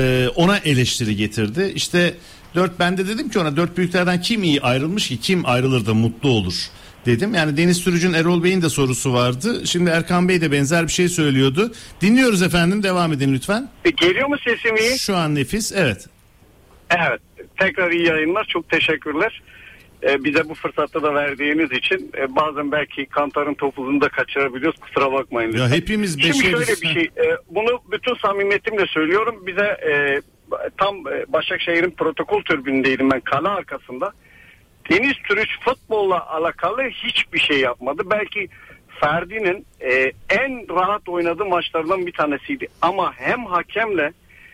ona eleştiri getirdi. İşte ben de dedim ki ona, dört büyüklerden kim iyi ayrılmış ki, kim ayrılır da mutlu olur dedim. Yani Deniz Türüç'ün Erol Bey'in de sorusu vardı. Şimdi Erkan Bey de benzer bir şey söylüyordu. Dinliyoruz efendim, devam edin lütfen. Geliyor mu sesim iyi? Şu an nefis, evet. Evet, tekrar iyi yayınlar, çok teşekkürler. Bize bu fırsatı da verdiğiniz için bazen belki Kantar'ın topuzunu da kaçırabiliyoruz, kusura bakmayın lütfen. Ya hepimiz beşeriz. Şimdi şöyle bir şey, bunu bütün samimiyetimle söylüyorum. Bize tam Başakşehir'in protokol tribünündeydim ben, kale arkasında. Deniz Türüç futbolla alakalı hiçbir şey yapmadı. Belki Ferdi'nin en rahat oynadığı maçlardan bir tanesiydi. Ama hem hakemle,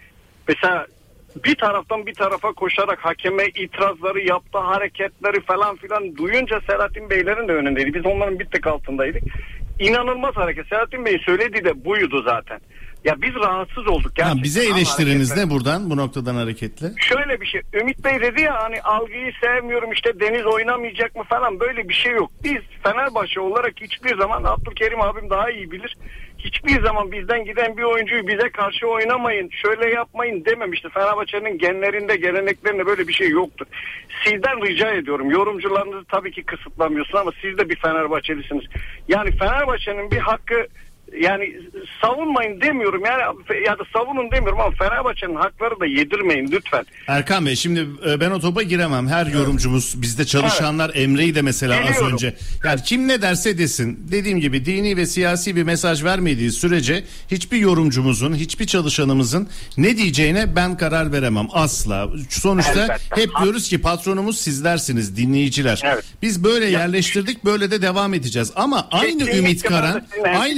mesela bir taraftan bir tarafa koşarak hakeme itirazları yaptı, hareketleri falan filan duyunca Selahattin Beylerin de önündeydi. Biz onların bir tık altındaydık. İnanılmaz hareket. Selahattin Bey söylediği de buydu zaten. Ya biz rahatsız olduk gerçekten. Bize eleştiriniz ne buradan, bu noktadan hareketle? Şöyle bir şey. Ümit Bey dedi ya, hani algıyı sevmiyorum, işte Deniz oynamayacak mı falan, böyle bir şey yok. Biz Fenerbahçe olarak hiçbir zaman, Abdülkerim abim daha iyi bilir, hiçbir zaman bizden giden bir oyuncuyu bize karşı oynamayın, şöyle yapmayın dememişti. Fenerbahçe'nin genlerinde, geleneklerinde böyle bir şey yoktur. Sizden rica ediyorum, yorumcularınızı tabii ki kısıtlamıyorsun ama siz de bir Fenerbahçelisiniz. Yani Fenerbahçe'nin bir hakkı, yani savunmayın demiyorum yani, ya da savunun demiyorum ama Fenerbahçe'nin hakları da yedirmeyin lütfen. Erkan Bey, şimdi ben o topa giremem. Her yorumcumuz, bizde çalışanlar, Emre'yi de mesela Biliyorum. az önce. Yani kim ne derse desin, dediğim gibi dini ve siyasi bir mesaj vermediği sürece hiçbir yorumcumuzun, hiçbir çalışanımızın ne diyeceğine ben karar veremem asla. Sonuçta Elbette. hep diyoruz ki patronumuz sizlersiniz, dinleyiciler. Evet. Biz böyle yerleştirdik, böyle de devam edeceğiz. Ama aynı Kesinlikle Ümit Karan, ben de aynı Ümit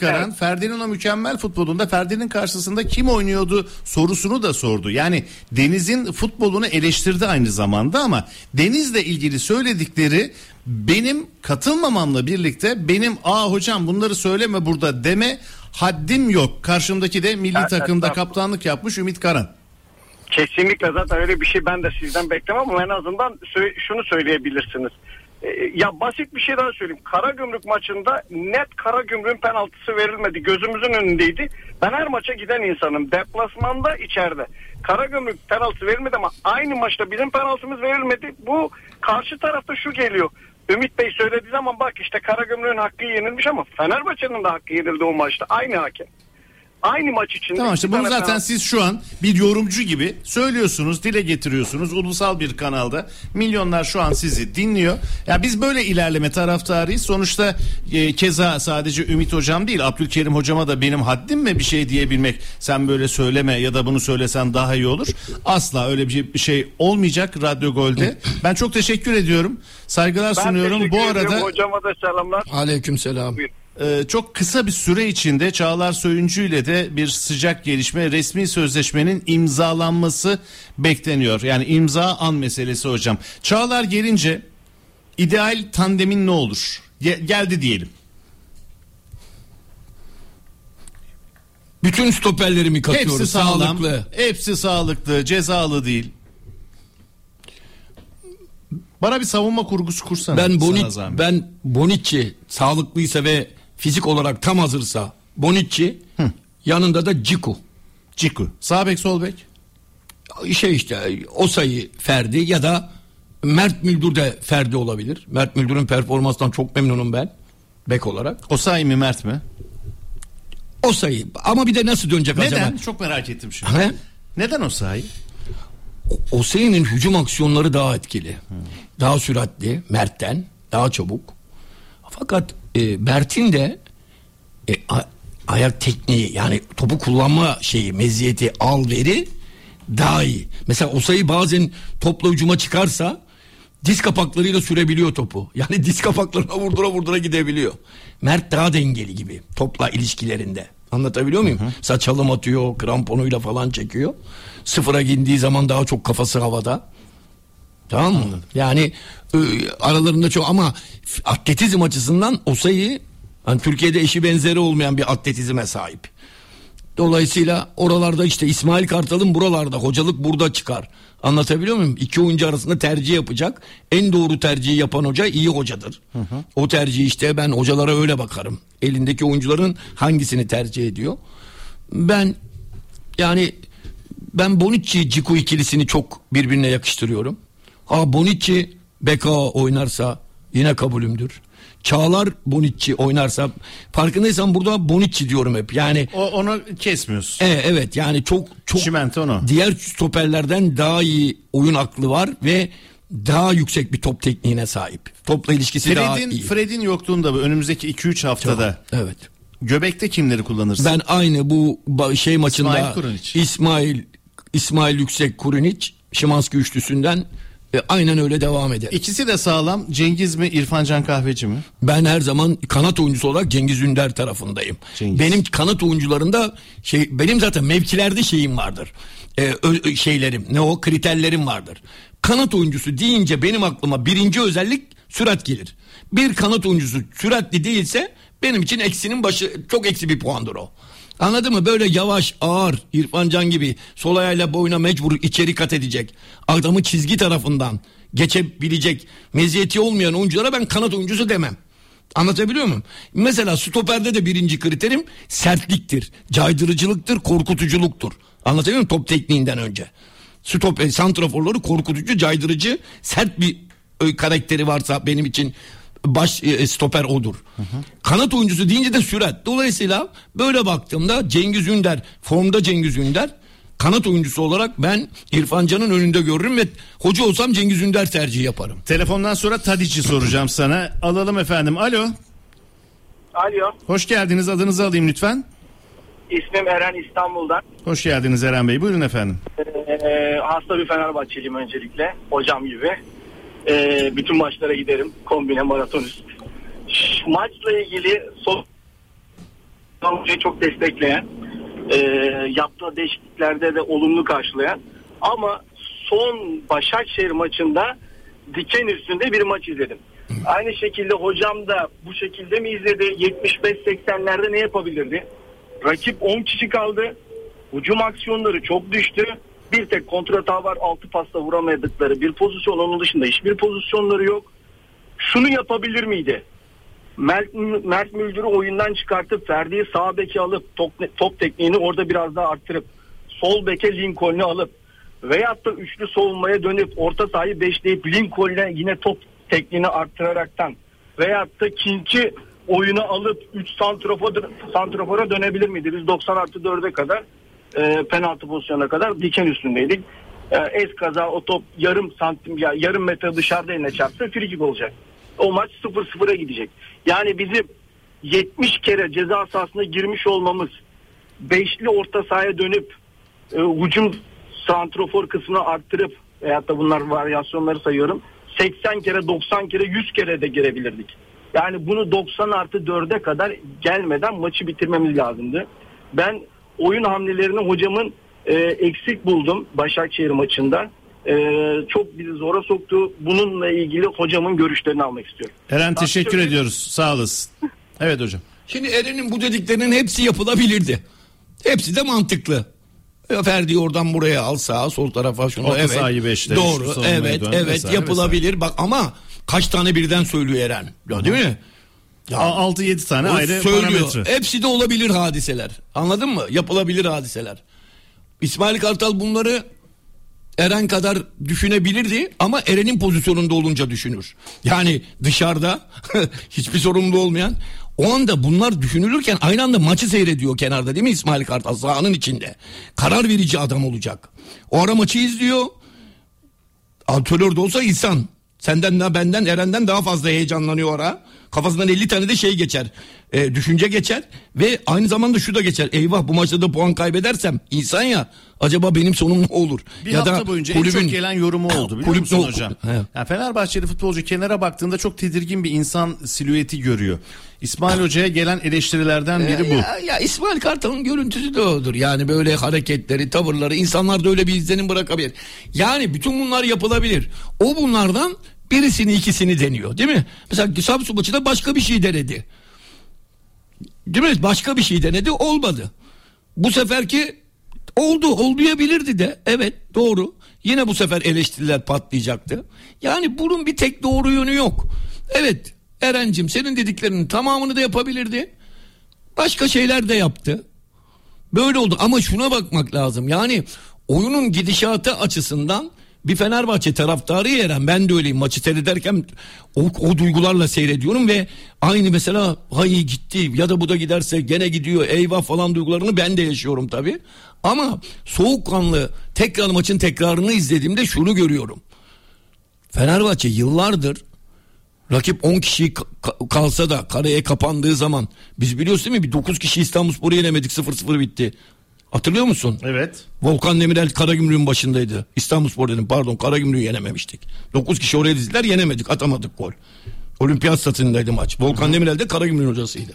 Karan, evet. Ferdi'nin o mükemmel futbolunda Ferdi'nin karşısında kim oynuyordu sorusunu da sordu. Yani Deniz'in futbolunu eleştirdi aynı zamanda ama Deniz'le ilgili söyledikleri benim katılmamamla birlikte benim hocam bunları söyleme burada deme haddim yok. Karşımdaki de milli takımda kaptanlık yapmış Ümit Karan. Kesinlikle, zaten öyle bir şey ben de sizden beklemem ama en azından şunu söyleyebilirsiniz. Ya basit bir şey daha söyleyeyim. Karagümrük maçında net Karagümrük'ün penaltısı verilmedi. Gözümüzün önündeydi. Ben her maça giden insanım. Deplasmanda, içeride. Karagümrük penaltısı verilmedi ama aynı maçta bizim penaltımız verilmedi. Bu karşı tarafta şu geliyor. Ümit Bey söylediği zaman bak işte Karagümrük'ün hakkı yenilmiş ama Fenerbahçe'nin de hakkı yenildi o maçta. Aynı hakem. Aynı maç içinde. Tamam işte bunu zaten siz şu an bir yorumcu gibi söylüyorsunuz, dile getiriyorsunuz. Ulusal bir kanalda milyonlar şu an sizi dinliyor. Ya biz böyle ilerleme taraftarıyız. Sonuçta keza sadece Ümit hocam değil, Abdülkerim hocama da benim haddim mi bir şey diyebilmek. Sen böyle söyleme ya da bunu söylesen daha iyi olur. Asla öyle bir şey olmayacak Radyo Gol'de. Ben çok teşekkür ediyorum. Saygılar sunuyorum. Bu arada hocama da selamlar. Aleykümselam. Çok kısa bir süre içinde Çağlar Söyüncü ile de bir sıcak gelişme, resmi sözleşmenin imzalanması bekleniyor. Yani imza an meselesi hocam. Çağlar gelince ideal tandemin ne olur? Geldi diyelim. Bütün stoperlerimi katıyoruz. Hepsi sağlam, sağlıklı. Hepsi sağlıklı, cezalı değil. Bana bir savunma kurgusu kursana. Ben Bonucci sağlıklıysa ve fizik olarak tam hazırsa Bonucci, yanında da Ciku. Sağ bek, sol bek. İşte Osayi Ferdi ya da Mert Müldür de Ferdi olabilir. Mert Müldür'ün performansından çok memnunum ben bek olarak. Osayi mi Mert mi? Osayi ama bir de nasıl dönecek acaba? Neden? Çok merak ettim şimdi. Neden Osayi? Osayi'nin hücum aksiyonları daha etkili. Daha süratli Mert'ten, daha çabuk. Fakat Mert'in de ayak tekniği, yani topu kullanma meziyeti, al veri daha iyi. Mesela Osayi bazen topla hücuma çıkarsa diz kapaklarıyla sürebiliyor topu. Yani diz kapaklarına vurdura gidebiliyor. Mert daha dengeli gibi topla ilişkilerinde. Anlatabiliyor muyum? Mesela çalım atıyor, kramponuyla falan çekiyor. Sıfıra indiği zaman daha çok kafası havada. Tamam mı? Anladım. Yani aralarında çok, ama atletizm açısından Osayi hani Türkiye'de eşi benzeri olmayan bir atletizme sahip. Dolayısıyla oralarda işte İsmail Kartal'ın buralarda, hocalık burada çıkar. Anlatabiliyor muyum? İki oyuncu arasında tercih yapacak. En doğru tercihi yapan hoca iyi hocadır. O tercihi işte ben hocalara öyle bakarım. Elindeki oyuncuların hangisini tercih ediyor? Ben Bonucci Ciku ikilisini çok birbirine yakıştırıyorum. Bonucci Beka oynarsa yine kabulümdür. Çağlar Bonucci oynarsa, farkındaysan burada Bonucci diyorum hep. Yani onu kesmiyorsun. Evet, yani çok Çimento diğer stoperlerden daha iyi oyun aklı var ve daha yüksek bir top tekniğine sahip. Topla ilişkisi daha iyi. Fred'in yokluğunda önümüzdeki 2-3 haftada. Evet. Göbekte kimleri kullanırsın? Ben aynı bu maçında İsmail İsmail Yüksek, Kurunic, Şimanski üçlüsünden aynen öyle devam eder. İkisi de sağlam. Cengiz mi, İrfan Can Kahveci mi? Ben her zaman kanat oyuncusu olarak Cengiz Ünder tarafındayım. Benim kanat oyuncularında benim zaten mevkilerde şeyim vardır. Kriterlerim vardır. Kanat oyuncusu deyince benim aklıma birinci özellik sürat gelir. Bir kanat oyuncusu süratli değilse benim için eksinin başı, çok eksi bir puandır o. Anladın mı? Böyle yavaş, ağır, İrfan Can gibi sol ayağıyla boyuna mecbur içeri kat edecek, adamı çizgi tarafından geçebilecek meziyeti olmayan oyunculara ben kanat oyuncusu demem. Anlatabiliyor muyum? Mesela stoperde de birinci kriterim sertliktir, caydırıcılıktır, korkutuculuktur. Anlatabiliyor muyum? Top tekniğinden önce. Santraforları korkutucu, caydırıcı, sert bir karakteri varsa benim için baş stoper odur. Kanat oyuncusu deyince de sürat. Dolayısıyla böyle baktığımda Cengiz Ünder, formda Cengiz Ünder, kanat oyuncusu olarak ben İrfan Can'ın önünde görürüm ve hoca olsam Cengiz Ünder tercih yaparım. Telefondan sonra Tadic'i soracağım sana. Alalım efendim. Alo. Hoş geldiniz. Adınızı alayım lütfen. İsmim Eren, İstanbul'dan. Hoş geldiniz Eren Bey. Buyurun efendim. Hasta bir Fenerbahçeliyim öncelikle. Hocam gibi. Bütün maçlara giderim. Kombine maratonist. Maçla ilgili Okan Hoca'yı çok destekleyen, yaptığı değişikliklerde de olumlu karşılayan, ama son Başakşehir maçında diken üstünde bir maç izledim. Aynı şekilde hocam da bu şekilde mi izledi? 75-80'lerde ne yapabilirdi? Rakip 10 kişi kaldı. Hücum aksiyonları çok düştü. Bir tek kontrata var, 6 pasta vuramadıkları bir pozisyon, onun dışında hiçbir pozisyonları yok. Şunu yapabilir miydi? Mert Müldür'ü oyundan çıkartıp Ferdi'yi sağ beke alıp top tekniğini orada biraz daha arttırıp sol beke Lincoln'u alıp veyahut da üçlü savunmaya dönüp orta sahayı beşleyip Lincoln'e yine top tekniğini arttıraraktan veyahut da Kink'i oyuna alıp 3 santrafora dönebilir miydi? Biz 90+4'e kadar penaltı pozisyonuna kadar diken üstündeydik. Eskaza o top yarım metre dışarıda eline çarpsa frikik olacak. O maç 0-0'a gidecek. Yani bizim 70 kere ceza sahasına girmiş olmamız, beşli orta sahaya dönüp hücum santrafor kısmını arttırıp veyahut da bunlar varyasyonları sayıyorum, 80 kere 90 kere 100 kere de girebilirdik. Yani bunu 90+4'e kadar gelmeden maçı bitirmemiz lazımdı. Ben oyun hamlelerini hocamın eksik buldum Başakşehir maçında. Çok bizi zora soktu. Bununla ilgili hocamın görüşlerini almak istiyorum. Eren teşekkür ediyoruz. Sağ olasın. Evet hocam. Şimdi Eren'in bu dediklerinin hepsi yapılabilirdi. Hepsi de mantıklı. Ferdi oradan buraya al, sağa sol tarafa şunu, orta evet. Sahayı beşle, doğru, evet, vesaire, yapılabilir. Vesaire. Bak ama kaç tane birden söylüyor Eren. Ya, değil mi? 6-7 tane ayrı söylüyor. parametre. Hepsi de olabilir hadiseler. Anladın mı? Yapılabilir hadiseler. İsmail Kartal bunları Eren kadar düşünebilirdi ama Eren'in pozisyonunda olunca düşünür. Yani dışarıda hiçbir sorumlu olmayan, o anda bunlar düşünülürken aynı anda maçı seyrediyor kenarda, değil mi İsmail Kartal? Sahanın içinde. Karar verici adam olacak. O ara maçı izliyor. Antrenör de olsa insan. Senden, benden, Eren'den daha fazla heyecanlanıyor ara. Kafasından 50 tane de şey geçer. Düşünce geçer ve aynı zamanda şu da geçer. Eyvah, bu maçta da puan kaybedersem, insan ya, acaba benim sonum ne olur? Bir ya hafta da boyunca kulübün, en çok gelen yorumu oldu biliyor musun hocam? Evet. Yani Fenerbahçeli futbolcu kenara baktığında çok tedirgin bir insan silüeti görüyor. İsmail Hoca'ya gelen eleştirilerden biri bu. Ya İsmail Kartal'ın görüntüsü de odur. Yani böyle hareketleri, tavırları, insanlar da öyle bir izlenim bırakabilir. Yani bütün bunlar yapılabilir. O bunlardan birisini, ikisini deniyor, değil mi? Mesela Samsun maçında başka bir şey denedi. Değil mi? Başka bir şey denedi, olmadı. Bu seferki olmayabilirdi de. Evet, doğru. Yine bu sefer eleştiriler patlayacaktı. Yani bunun bir tek doğru yönü yok. Evet, Eren'cim, senin dediklerinin tamamını da yapabilirdi. Başka şeyler de yaptı. Böyle oldu ama şuna bakmak lazım. Yani oyunun gidişatı açısından bir Fenerbahçe taraftarı Eren, ben de öyleyim, maçı seyrederken o duygularla seyrediyorum ve aynı mesela hayır gitti ya da bu da giderse gene gidiyor, eyvah falan duygularını ben de yaşıyorum tabii. Ama soğukkanlı tekrar maçın tekrarını izlediğimde şunu görüyorum. Fenerbahçe yıllardır rakip 10 kişi kalsa da kareye kapandığı zaman, biz biliyoruz değil mi, bir 9 kişi İstanbulspor'u yenemedik, 0-0 bitti. Hatırlıyor musun? Evet. Volkan Demirel Karagümrük'ün başındaydı. İstanbulspor dedim, pardon, Karagümrük'ü yenememiştik. 9 kişi oraya dizdiler, yenemedik, atamadık gol. Olimpiyat statındaydı maç. Volkan Demirel de Karagümrük'ün hocasıydı.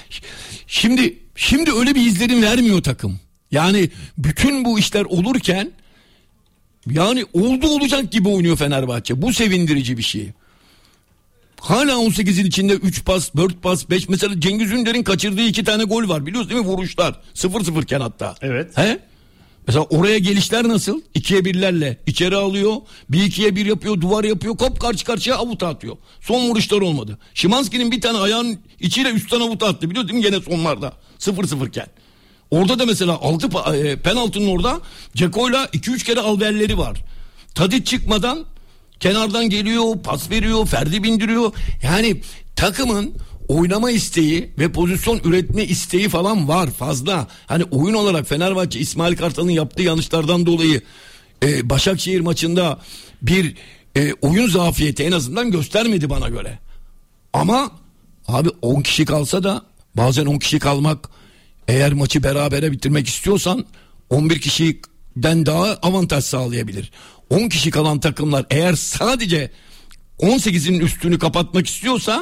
Şimdi öyle bir izlenim vermiyor takım. Yani bütün bu işler olurken yani olacak gibi oynuyor Fenerbahçe. Bu sevindirici bir şey. Hala 18'in içinde 3 pas, 4 pas, 5. Mesela Cengiz Ünder'in kaçırdığı 2 tane gol var. Biliyorsun değil mi? Vuruşlar. 0-0 iken hatta. Evet. He? Mesela oraya gelişler nasıl? 2'ye 1'lerle içeri alıyor. 1-2'ye 1 yapıyor. Duvar yapıyor. Kop karşı karşıya avuta atıyor. Son vuruşlar olmadı. Şimanski'nin bir tane ayağın içiyle üstten avuta attı. Biliyorsun değil mi? Gene sonlarda. 0-0 iken. Orada da mesela 6 penaltının orada Ceko'yla 2-3 kere alverleri var. Tadic çıkmadan kenardan geliyor, pas veriyor, Ferdi bindiriyor. Yani takımın oynama isteği ve pozisyon üretme isteği falan var fazla. Hani oyun olarak Fenerbahçe İsmail Kartal'ın yaptığı yanlışlardan dolayı Başakşehir maçında bir oyun zafiyeti en azından göstermedi bana göre. Ama abi 10 kişi kalsa da bazen 10 kişi kalmak, eğer maçı berabere bitirmek istiyorsan 11 kişiden daha avantaj sağlayabilir. 10 kişi kalan takımlar eğer sadece 18'in üstünü kapatmak istiyorsa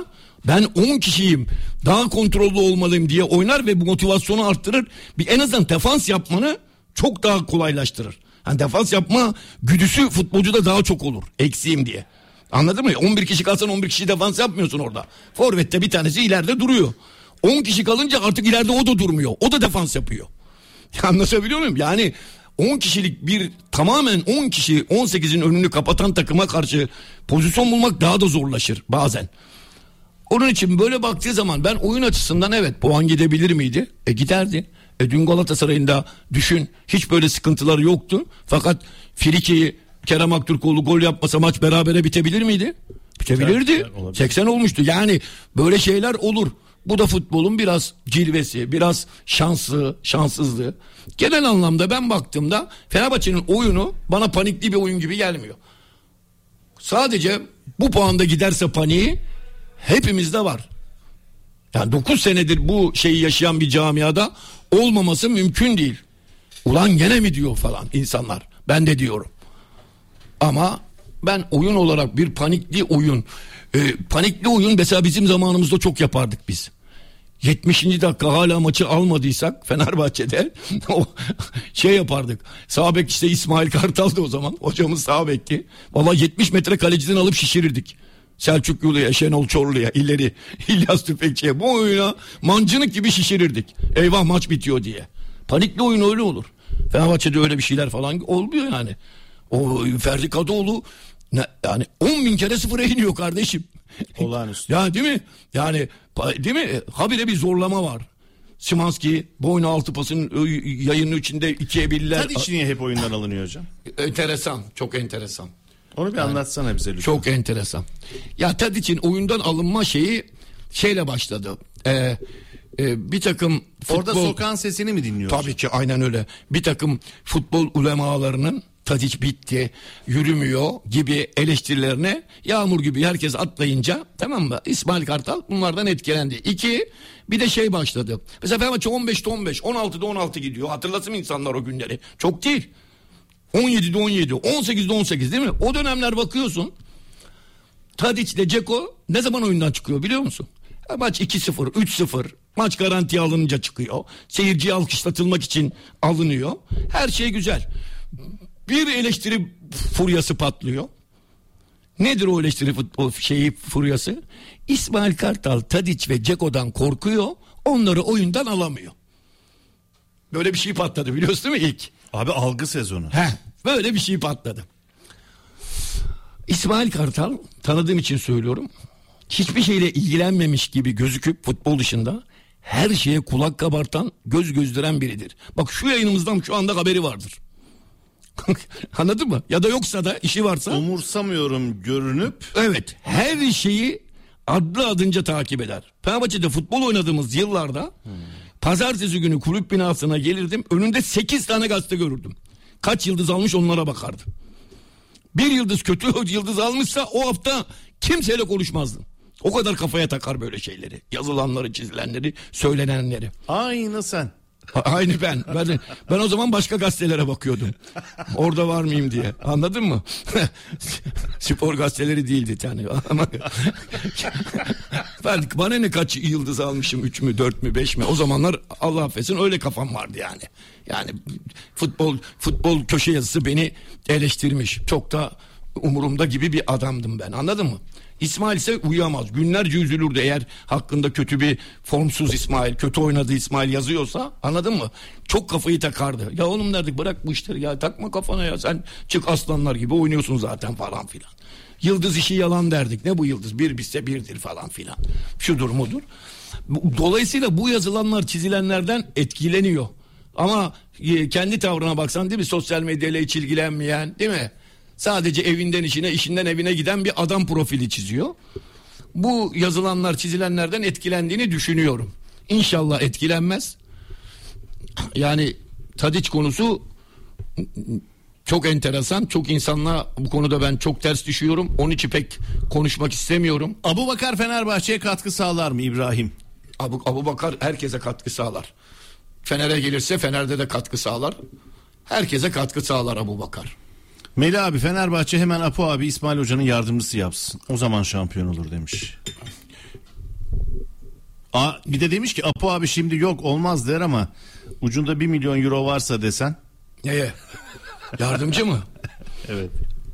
Ben 10 kişiyim, daha kontrollü olmalıyım diye oynar ve bu motivasyonu arttırır. Bir en azından defans yapmanı çok daha kolaylaştırır. Yani defans yapma güdüsü futbolcuda daha çok olur. Eksiğim diye. Anladın mı? 11 kişi kalsan 11 kişi defans yapmıyorsun orada. Forvet'te bir tanesi ileride duruyor. 10 kişi kalınca artık ileride o da durmuyor. O da defans yapıyor. Anlaşabiliyor muyum? Yani 10 kişilik bir tamamen 10 kişi 18'in önünü kapatan takıma karşı pozisyon bulmak daha da zorlaşır bazen. Onun için böyle baktığı zaman ben oyun açısından evet puan gidebilir miydi? Giderdi. Dün Galatasaray'ın da düşün hiç böyle sıkıntıları yoktu. Fakat Frike'yi Kerem Aktürkoğlu gol yapmasa maç berabere bitebilir miydi? Bitebilirdi. 80 olmuştu. Yani böyle şeyler olur. Bu da futbolun biraz cilvesi, biraz şanssızlığı. Genel anlamda ben baktığımda Fenerbahçe'nin oyunu bana panikli bir oyun gibi gelmiyor. Sadece bu puanda giderse paniği hepimizde var. Yani 9 senedir bu şeyi yaşayan bir camiada olmaması mümkün değil. Ulan gene mi diyor falan insanlar. Ben de diyorum. Ama ben oyun olarak bir panikli oyun. Panikli oyun mesela bizim zamanımızda çok yapardık biz. 70. dakika hala maçı almadıysak Fenerbahçe'de o şey yapardık. Sağ bek işte İsmail Kartal'dı o zaman. Hocamız sağ bekti. Vallahi 70 metre kaleciden alıp şişirirdik. Selçuk Yulu'ya, Şenol Çorlu'ya, ileri İlyas Tüfekçi'ye bu oyuna mancınık gibi şişirirdik. Eyvah maç bitiyor diye. Panikli oyun öyle olur. Fenerbahçe'de öyle bir şeyler falan olmuyor yani. O Ferdi Kadıoğlu yani 10.000 kere sıfıra iniyor kardeşim. Olağanüstü. Ya değil mi? Yani değil mi? Habire bir zorlama var. Szymanski boynu altı pasın yayının içinde ikiye birler. Tadiç niye hep oyundan alınıyor hocam? Enteresan. Çok enteresan. Onu bir anlatsana bize lütfen. Çok enteresan. Ya Tadiç'in oyundan alınma şeyi şeyle başladı. Bir takım futbol... Orada sokağın sesini mi dinliyorsun? Tabii ki aynen öyle. Bir takım futbol ulemalarının Tadiç bitti, yürümüyor gibi eleştirilerine yağmur gibi herkes atlayınca tamam mı? İsmail Kartal bunlardan etkilendi. 2, bir de şey başladı. Mesela Fenerbahçe 15'te 15, 16'da 16 gidiyor. Hatırlasın insanlar o günleri. Çok değil. 17'de 17, 18'de 18 değil mi? O dönemler bakıyorsun. Tadiç ile Dzeko ne zaman oyundan çıkıyor biliyor musun? Maç 2-0, 3-0. Maç garantiye alınınca çıkıyor. Seyirciye alkışlatılmak için alınıyor. Her şey güzel. Bir eleştiri furyası patlıyor. Nedir o eleştiri furyası? İsmail Kartal, Tadiç ve Dzeko'dan korkuyor. Onları oyundan alamıyor. Böyle bir şey patladı biliyorsun değil mi ilk? Abi algı sezonu. Böyle bir şey patladı. İsmail Kartal tanıdığım için söylüyorum. Hiçbir şeyle ilgilenmemiş gibi gözüküp futbol dışında her şeye kulak kabartan, göz gözdiren biridir. Bak şu yayınımızdan şu anda haberi vardır. Anladın mı? Ya da yoksa da işi varsa. Umursamıyorum görünüp. Evet, her şeyi adlı adınca takip eder. Fenerbahçe'de futbol oynadığımız yıllarda pazartesi günü kulüp binasına gelirdim. Önünde 8 tane gazete görürdüm. Kaç yıldız almış onlara bakardı. Bir yıldız kötü yıldız almışsa o hafta kimseyle konuşmazdım. O kadar kafaya takar böyle şeyleri. Yazılanları, çizilenleri, söylenenleri. Aynı sen. Aynı ben. Ben o zaman başka gazetelere bakıyordum. Orada var mıyım diye. Anladın mı? Spor gazeteleri değildi tane. Bana ne kaç yıldız almışım? 3 mü 4 mü 5 mi? O zamanlar Allah affetsin öyle kafam vardı yani. Yani futbol köşe yazısı beni eleştirmiş. Çok da umurumda gibi bir adamdım ben. Anladın mı? İsmail ise uyuyamaz. Günlerce üzülürdü eğer hakkında kötü bir formsuz İsmail, kötü oynadığı İsmail yazıyorsa. Anladın mı? Çok kafayı takardı. Ya oğlum derdik bırak bu işleri ya, takma kafana ya, sen çık aslanlar gibi oynuyorsun zaten falan filan. Yıldız işi yalan derdik. Ne bu yıldız? Bir bitse birdir falan filan. Şudur mudur. Dolayısıyla bu yazılanlar çizilenlerden etkileniyor. Ama kendi tavrına baksan değil mi? Sosyal medyayla hiç ilgilenmeyen değil mi? Sadece evinden işine, işinden evine giden bir adam profili çiziyor. Bu yazılanlar, çizilenlerden etkilendiğini düşünüyorum. İnşallah etkilenmez. Yani Tadiç konusu çok enteresan. Çok insanla bu konuda ben çok ters düşüyorum. Onun için pek konuşmak istemiyorum. Abubakar Fenerbahçe'ye katkı sağlar mı İbrahim? Abubakar herkese katkı sağlar. Fener'e gelirse Fener'de de katkı sağlar. Herkese katkı sağlar Abubakar. Melih abi, Fenerbahçe hemen Apo abi İsmail Hoca'nın yardımcısı yapsın. O zaman şampiyon olur demiş. Bir de demiş ki Apo abi şimdi yok olmaz der ama ucunda 1 milyon euro varsa desen. Neye? Yardımcı mı? Evet.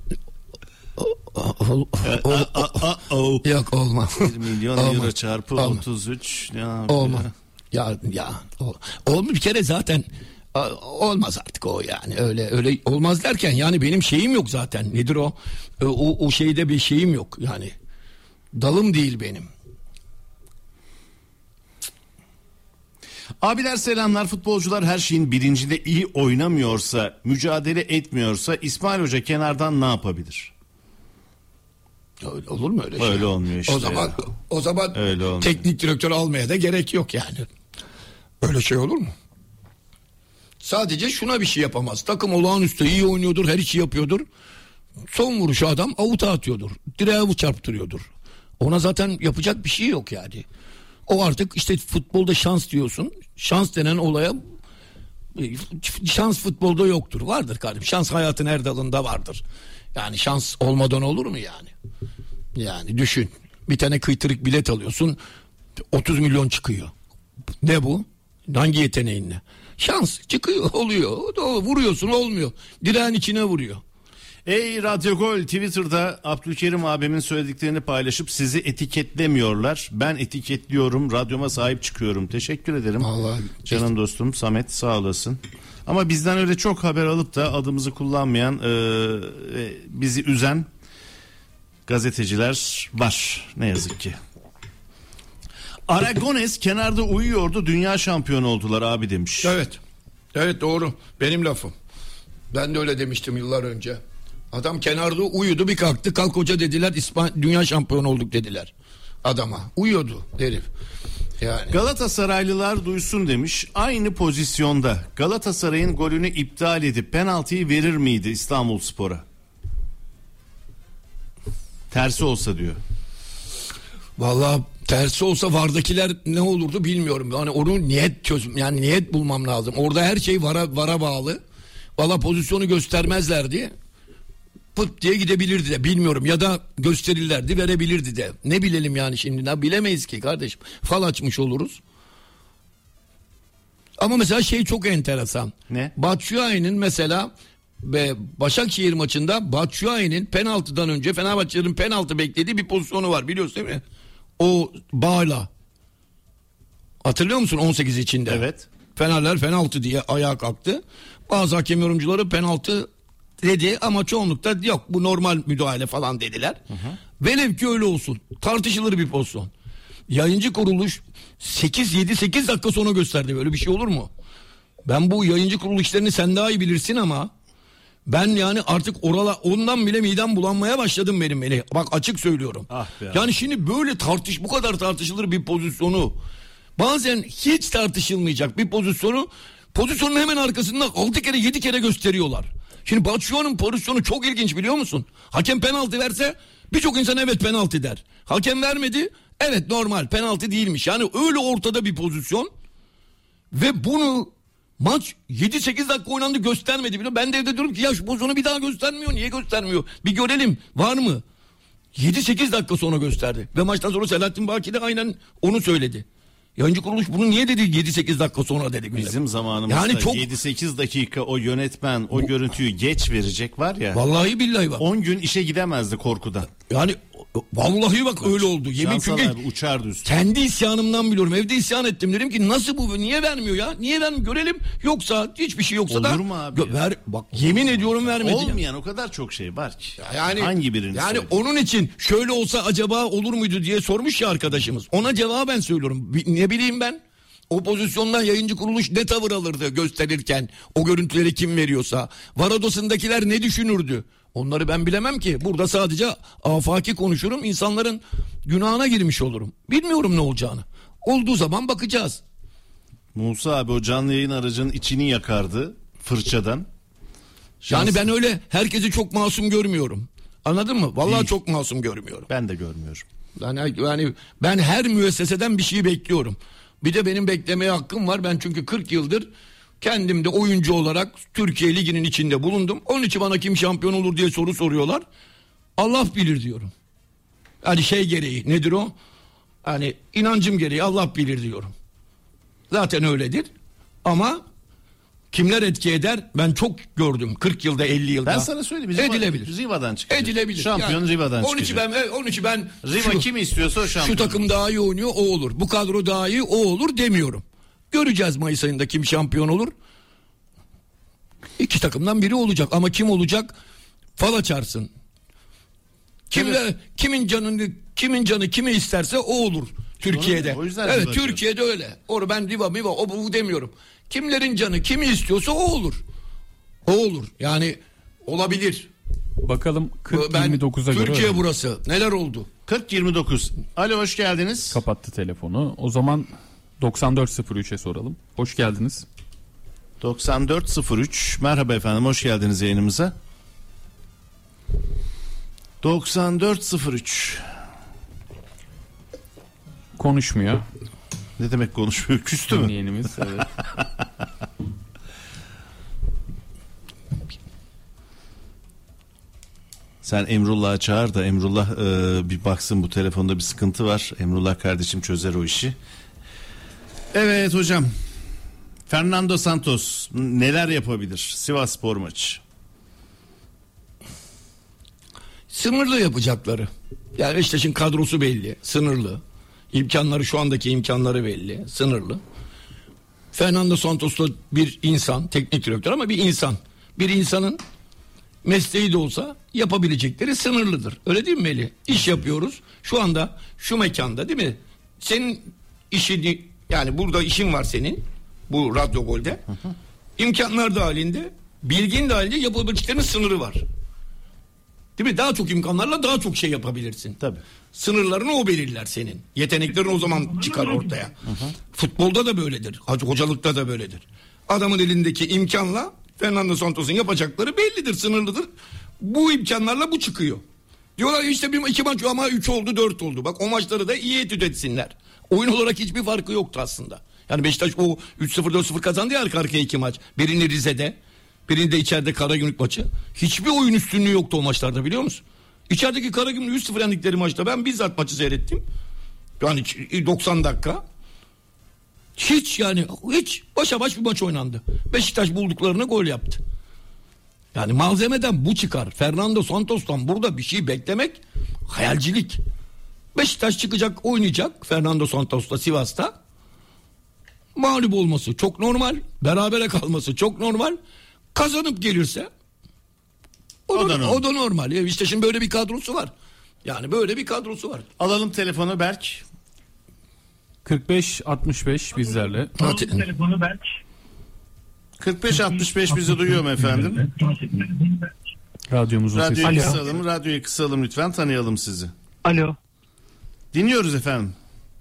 Yok olmaz. 1 milyon euro çarpı 33. Olmaz. Olmuş bir kere zaten olmaz artık o yani öyle olmaz derken yani benim şeyim yok zaten. Nedir o? O şeyde bir şeyim yok yani. Dalım değil benim. Abiler selamlar, futbolcular her şeyin bilincinde iyi oynamıyorsa, mücadele etmiyorsa İsmail Hoca kenardan ne yapabilir? Öyle olur mu öyle şey? Öyle olmuyor işte. O zaman teknik direktör almaya da gerek yok yani. Öyle şey olur mu? Sadece şuna bir şey yapamaz. Takım olağanüstü iyi oynuyordur, her işi yapıyordur. Son vuruşu adam avuta atıyordur. Direğe çarptırıyordur. Ona zaten yapacak bir şey yok yani. O artık işte futbolda şans diyorsun. Şans denen olaya şans futbolda yoktur. Vardır kardeşim. Şans hayatın her dalında vardır. Yani şans olmadan olur mu yani? Yani düşün. Bir tane kıytırık bilet alıyorsun. 30 milyon çıkıyor. Ne bu? Hangi yeteneğinle? Şans çıkıyor, oluyor. Vuruyorsun, olmuyor. Direğin içine vuruyor. Ey Radyo Gol, Twitter'da Abdülkerim abimin söylediklerini paylaşıp sizi etiketlemiyorlar. Ben etiketliyorum, radyoma sahip çıkıyorum. Teşekkür ederim. Vallahi canım dostum Samet, sağ olasın. Ama bizden öyle çok haber alıp da adımızı kullanmayan, bizi üzen gazeteciler var ne yazık ki. Aragones kenarda uyuyordu, dünya şampiyonu oldular abi demiş. Evet doğru, benim lafım. Ben de öyle demiştim yıllar önce. Adam kenarda uyudu, bir kalktı, kalk hoca dediler, dünya şampiyonu olduk dediler adama. Uyuyordu herif. Yani. Galatasaraylılar duysun demiş. Aynı pozisyonda Galatasaray'ın golünü iptal edip penaltıyı verir miydi İstanbulspor'a? Tersi olsa diyor. Vallahi tersi olsa VAR'dakiler ne olurdu bilmiyorum. Yani onu niyet bulmam lazım. Orada her şey VAR'a bağlı. Vallahi pozisyonu göstermezlerdi. Pıt diye gidebilirdi de, bilmiyorum, ya da gösterirlerdi, verebilirdi de. Ne bilelim yani şimdi, bilemeyiz ki kardeşim. Fal açmış oluruz. Ama mesela şey çok enteresan. Ne? Batshuayi'nin mesela Başakşehir maçında Batshuayi'nin penaltıdan önce Fenerbahçe'nin penaltı beklediği bir pozisyonu var, biliyorsun değil mi? O bağla. Hatırlıyor musun 18 içinde? Evet. Fenerler penaltı diye ayağa kalktı. Bazı hakem yorumcuları penaltı dedi ama çoğunlukta yok, bu normal müdahale falan dediler. Velev ki öyle olsun. Tartışılır bir pozisyon. Yayıncı kuruluş 7-8 dakika sonra gösterdi. Böyle bir şey olur mu? Ben bu yayıncı kuruluşlarını sen daha iyi bilirsin ama ben yani artık ondan bile midem bulanmaya başladım benim. Bak açık söylüyorum. Yani şimdi böyle bu kadar tartışılır bir pozisyonu, bazen hiç tartışılmayacak bir pozisyonun hemen arkasında 6 kere 7 kere gösteriyorlar. Şimdi Batshuayi'nin pozisyonu çok ilginç, biliyor musun? Hakem penaltı verse birçok insan evet penaltı der. Hakem vermedi, evet normal penaltı değilmiş. Yani öyle ortada bir pozisyon ve bunu maç 7-8 dakika oynandı, göstermedi bile. Ben de evde diyorum ki ya şu pozisyonu bir daha göstermiyor. Niye göstermiyor? Bir görelim, var mı? 7-8 dakika sonra gösterdi. Ve maçtan sonra Selahattin Baki de aynen onu söyledi. Yayıncı kuruluş bunu niye dedi 7-8 dakika sonra dedik. Bizim zamanımızda yani 7-8 dakika o yönetmen o görüntüyü geç verecek var ya. Vallahi billahi bak. 10 gün işe gidemezdi korkudan. Yani vallahi bak öyle oldu. Yemin, çünkü uçardı üstüne. Kendi isyanımdan biliyorum. Evde isyan ettim. Dedim ki nasıl bu? Niye vermiyor ya? Niye vermiyor? Görelim. Yoksa hiçbir şey yoksa olur da. Olur mu abi? Ver, bak yemin ediyorum vermedi. Olmayan o kadar çok şey var ki. Yani hangi birini yani söyleyeyim? Onun için şöyle olsa acaba olur muydu diye sormuş ya arkadaşımız. Ona cevaben söylüyorum. Ne bileyim ben? O pozisyondan yayıncı kuruluş ne tavır alırdı gösterirken, o görüntüleri kim veriyorsa, VAR odasındakiler ne düşünürdü? Onları ben bilemem ki. Burada sadece afaki konuşurum, insanların günahına girmiş olurum. Bilmiyorum ne olacağını. Olduğu zaman bakacağız. Musa abi o canlı yayın aracının içini yakardı fırçadan. Yani ben öyle herkesi çok masum görmüyorum. Anladın mı? Vallahi değil. Çok masum görmüyorum. Ben de görmüyorum. Yani ben her müesseseden bir şey bekliyorum. Bir de benim beklemeye hakkım var. Ben çünkü 40 yıldır kendim de oyuncu olarak Türkiye Ligi'nin içinde bulundum. Onun için bana kim şampiyon olur diye soru soruyorlar. Allah bilir diyorum. Hani şey gereği nedir o? Hani inancım gereği Allah bilir diyorum. Zaten öyledir. Ama kimler etki eder? Ben çok gördüm. 40 yılda 50 yılda. Ben sana söyleyeyim. Edilebilir. Riva'dan çıkacak. Edilebilir. Şampiyon yani, Riva'dan onun çıkacak. Onun için ben Riva kim istiyorsa o şampiyon. Şu takım daha iyi oynuyor, o olur. Bu kadro daha iyi, o olur demiyorum. Göreceğiz Mayıs ayında kim şampiyon olur. İki takımdan biri olacak ama kim olacak? Fal açarsın. Kimin canı kimi isterse o olur Türkiye'de. Evet, Türkiye'de öyle. Ben Riva bu demiyorum. Kimlerin canı kimi istiyorsa o olur. O olur. Yani olabilir. Bakalım 40-29'a göre. Türkiye burası. Neler oldu? 40-29. Alo, hoş geldiniz. Kapattı telefonu. O zaman 9403'e soralım. Hoş geldiniz. 9403. Merhaba efendim, hoş geldiniz yayınımıza. 9403. Konuşmuyor. Ne demek konuşmuyor? Küstü mü? Dinleyenimiz, evet. Sen Emrullah'ı çağır da Emrullah bir baksın, bu telefonda bir sıkıntı var. Emrullah kardeşim çözer o işi. Evet hocam. Fernando Santos neler yapabilir Sivasspor maçı? Sınırlı yapacakları. Yani Beşiktaş'ın kadrosu belli, sınırlı. İmkanları, şu andaki imkanları belli, sınırlı. Fernando Santos da bir insan, teknik direktör ama bir insan. Bir insanın mesleği de olsa yapabilecekleri sınırlıdır. Öyle değil mi Melih? İş yapıyoruz. Şu anda şu mekanda, değil mi? Senin işini, yani burada işin var senin. Bu Radyo Gol'de. İmkanlar dahilinde, bilgin dahilinde yapabileceklerinin sınırı var. Değil mi? Daha çok imkanlarla daha çok şey yapabilirsin. Tabii. Sınırlarını o belirler senin. Yeteneklerin o zaman çıkar ortaya. Futbolda da böyledir. Hocalıkta da böyledir. Adamın elindeki imkanla Fernando Santos'un yapacakları bellidir, sınırlıdır. Bu imkanlarla bu çıkıyor. Diyorlar işte bir iki maç ama 3 oldu 4 oldu. Bak o maçları da iyi etüt etsinler. Oyun olarak hiçbir farkı yoktu aslında. Yani Beşiktaş o 3-0 4-0 kazandı ya arka arkaya 2 maç. Birini Rize'de, birini de içeride Karagümrük maçı. Hiçbir oyun üstünlüğü yoktu o maçlarda, biliyor musun? İçerideki Karagümrük 3-0 yendikleri maçta ben bizzat maçı seyrettim. Yani 90 dakika. Hiç başa baş bir maç oynandı. Beşiktaş bulduklarını gol yaptı. Yani malzemeden bu çıkar. Fernando Santos'tan burada bir şey beklemek hayalcilik. Beşiktaş çıkacak, oynayacak Fernando Santos'la Sivas'ta. Mağlup olması çok normal. Berabere kalması çok normal. Kazanıp gelirse o da normal. Beşiktaş'ın böyle bir kadrosu var. Yani böyle bir kadrosu var. Alalım telefonu Berk. 45-65 bizlerle. Telefonu Berk. 45-65 bizi duyuyor mu efendim? Radyomuzun sesi. Radyoyu kısalım lütfen, tanıyalım sizi. Alo. Dinliyoruz efendim.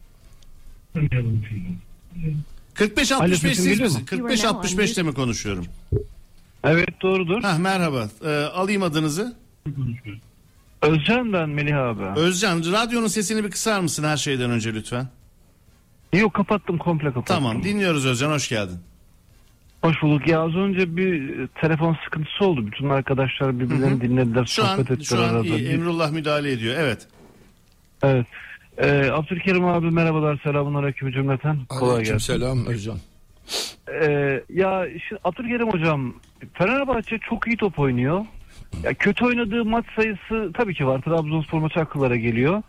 45-65 siz misin? 45-65'te mi konuşuyorum? Evet, doğrudur. Merhaba. Alayım adınızı. Özcan ben, Melih abi. Özcan, radyonun sesini bir kısar mısın her şeyden önce lütfen? Yok, kapattım, komple kapattım. Tamam, dinliyoruz Özcan, hoş geldin. Hoş bulduk. Ya az önce bir telefon sıkıntısı oldu. Bütün arkadaşlar birbirlerini dinlediler. Şu an iyi. Emrullah müdahale ediyor. Evet. Evet. Abdülkerim abi merhabalar. Selamünaleyküm cümleten. Kolay gelsin. Selam Özcan. Ya şimdi Abdülkerim hocam, Fenerbahçe çok iyi top oynuyor. Ya kötü oynadığı maç sayısı tabii ki var. Trabzonspor maçı akıllara geliyor.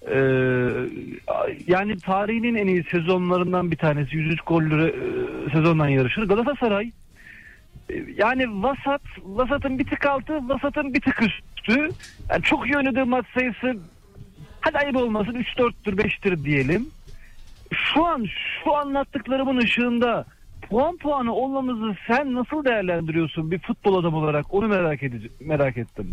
Yani tarihinin en iyi sezonlarından bir tanesi, 103 gollü sezondan yarışır. Galatasaray yani vasatın bir tık altı, vasatın bir tık üstü. Yani çok iyi oynadığı maç sayısı, hadi ayıp olmasın 3-4'tür 5'tir diyelim. Şu anlattıklarımın ışığında puanı olmamızı sen nasıl değerlendiriyorsun bir futbol adamı olarak, onu merak ettim.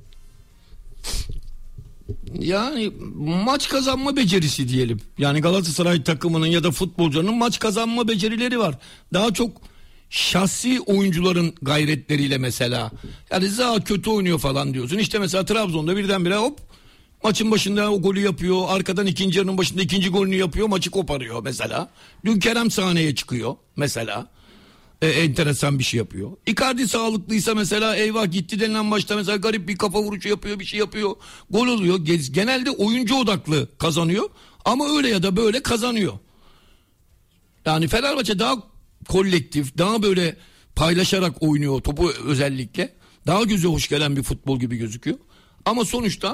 Yani maç kazanma becerisi diyelim. Yani Galatasaray takımının ya da futbolcunun maç kazanma becerileri var. Daha çok şahsi oyuncuların gayretleriyle mesela. Yani Zaha kötü oynuyor falan diyorsun. İşte mesela Trabzon'da birdenbire hop maçın başında o golü yapıyor. Arkadan ikinci yarının başında ikinci golünü yapıyor. Maçı koparıyor mesela. Dün Kerem sahneye çıkıyor mesela. Enteresan bir şey yapıyor. Icardi sağlıklıysa mesela eyvah gitti denilen maçta mesela garip bir kafa vuruşu yapıyor, bir şey yapıyor. Gol oluyor. Genelde oyuncu odaklı kazanıyor. Ama öyle ya da böyle kazanıyor. Yani Fenerbahçe daha kolektif, daha böyle paylaşarak oynuyor topu özellikle. Daha göze hoş gelen bir futbol gibi gözüküyor. Ama sonuçta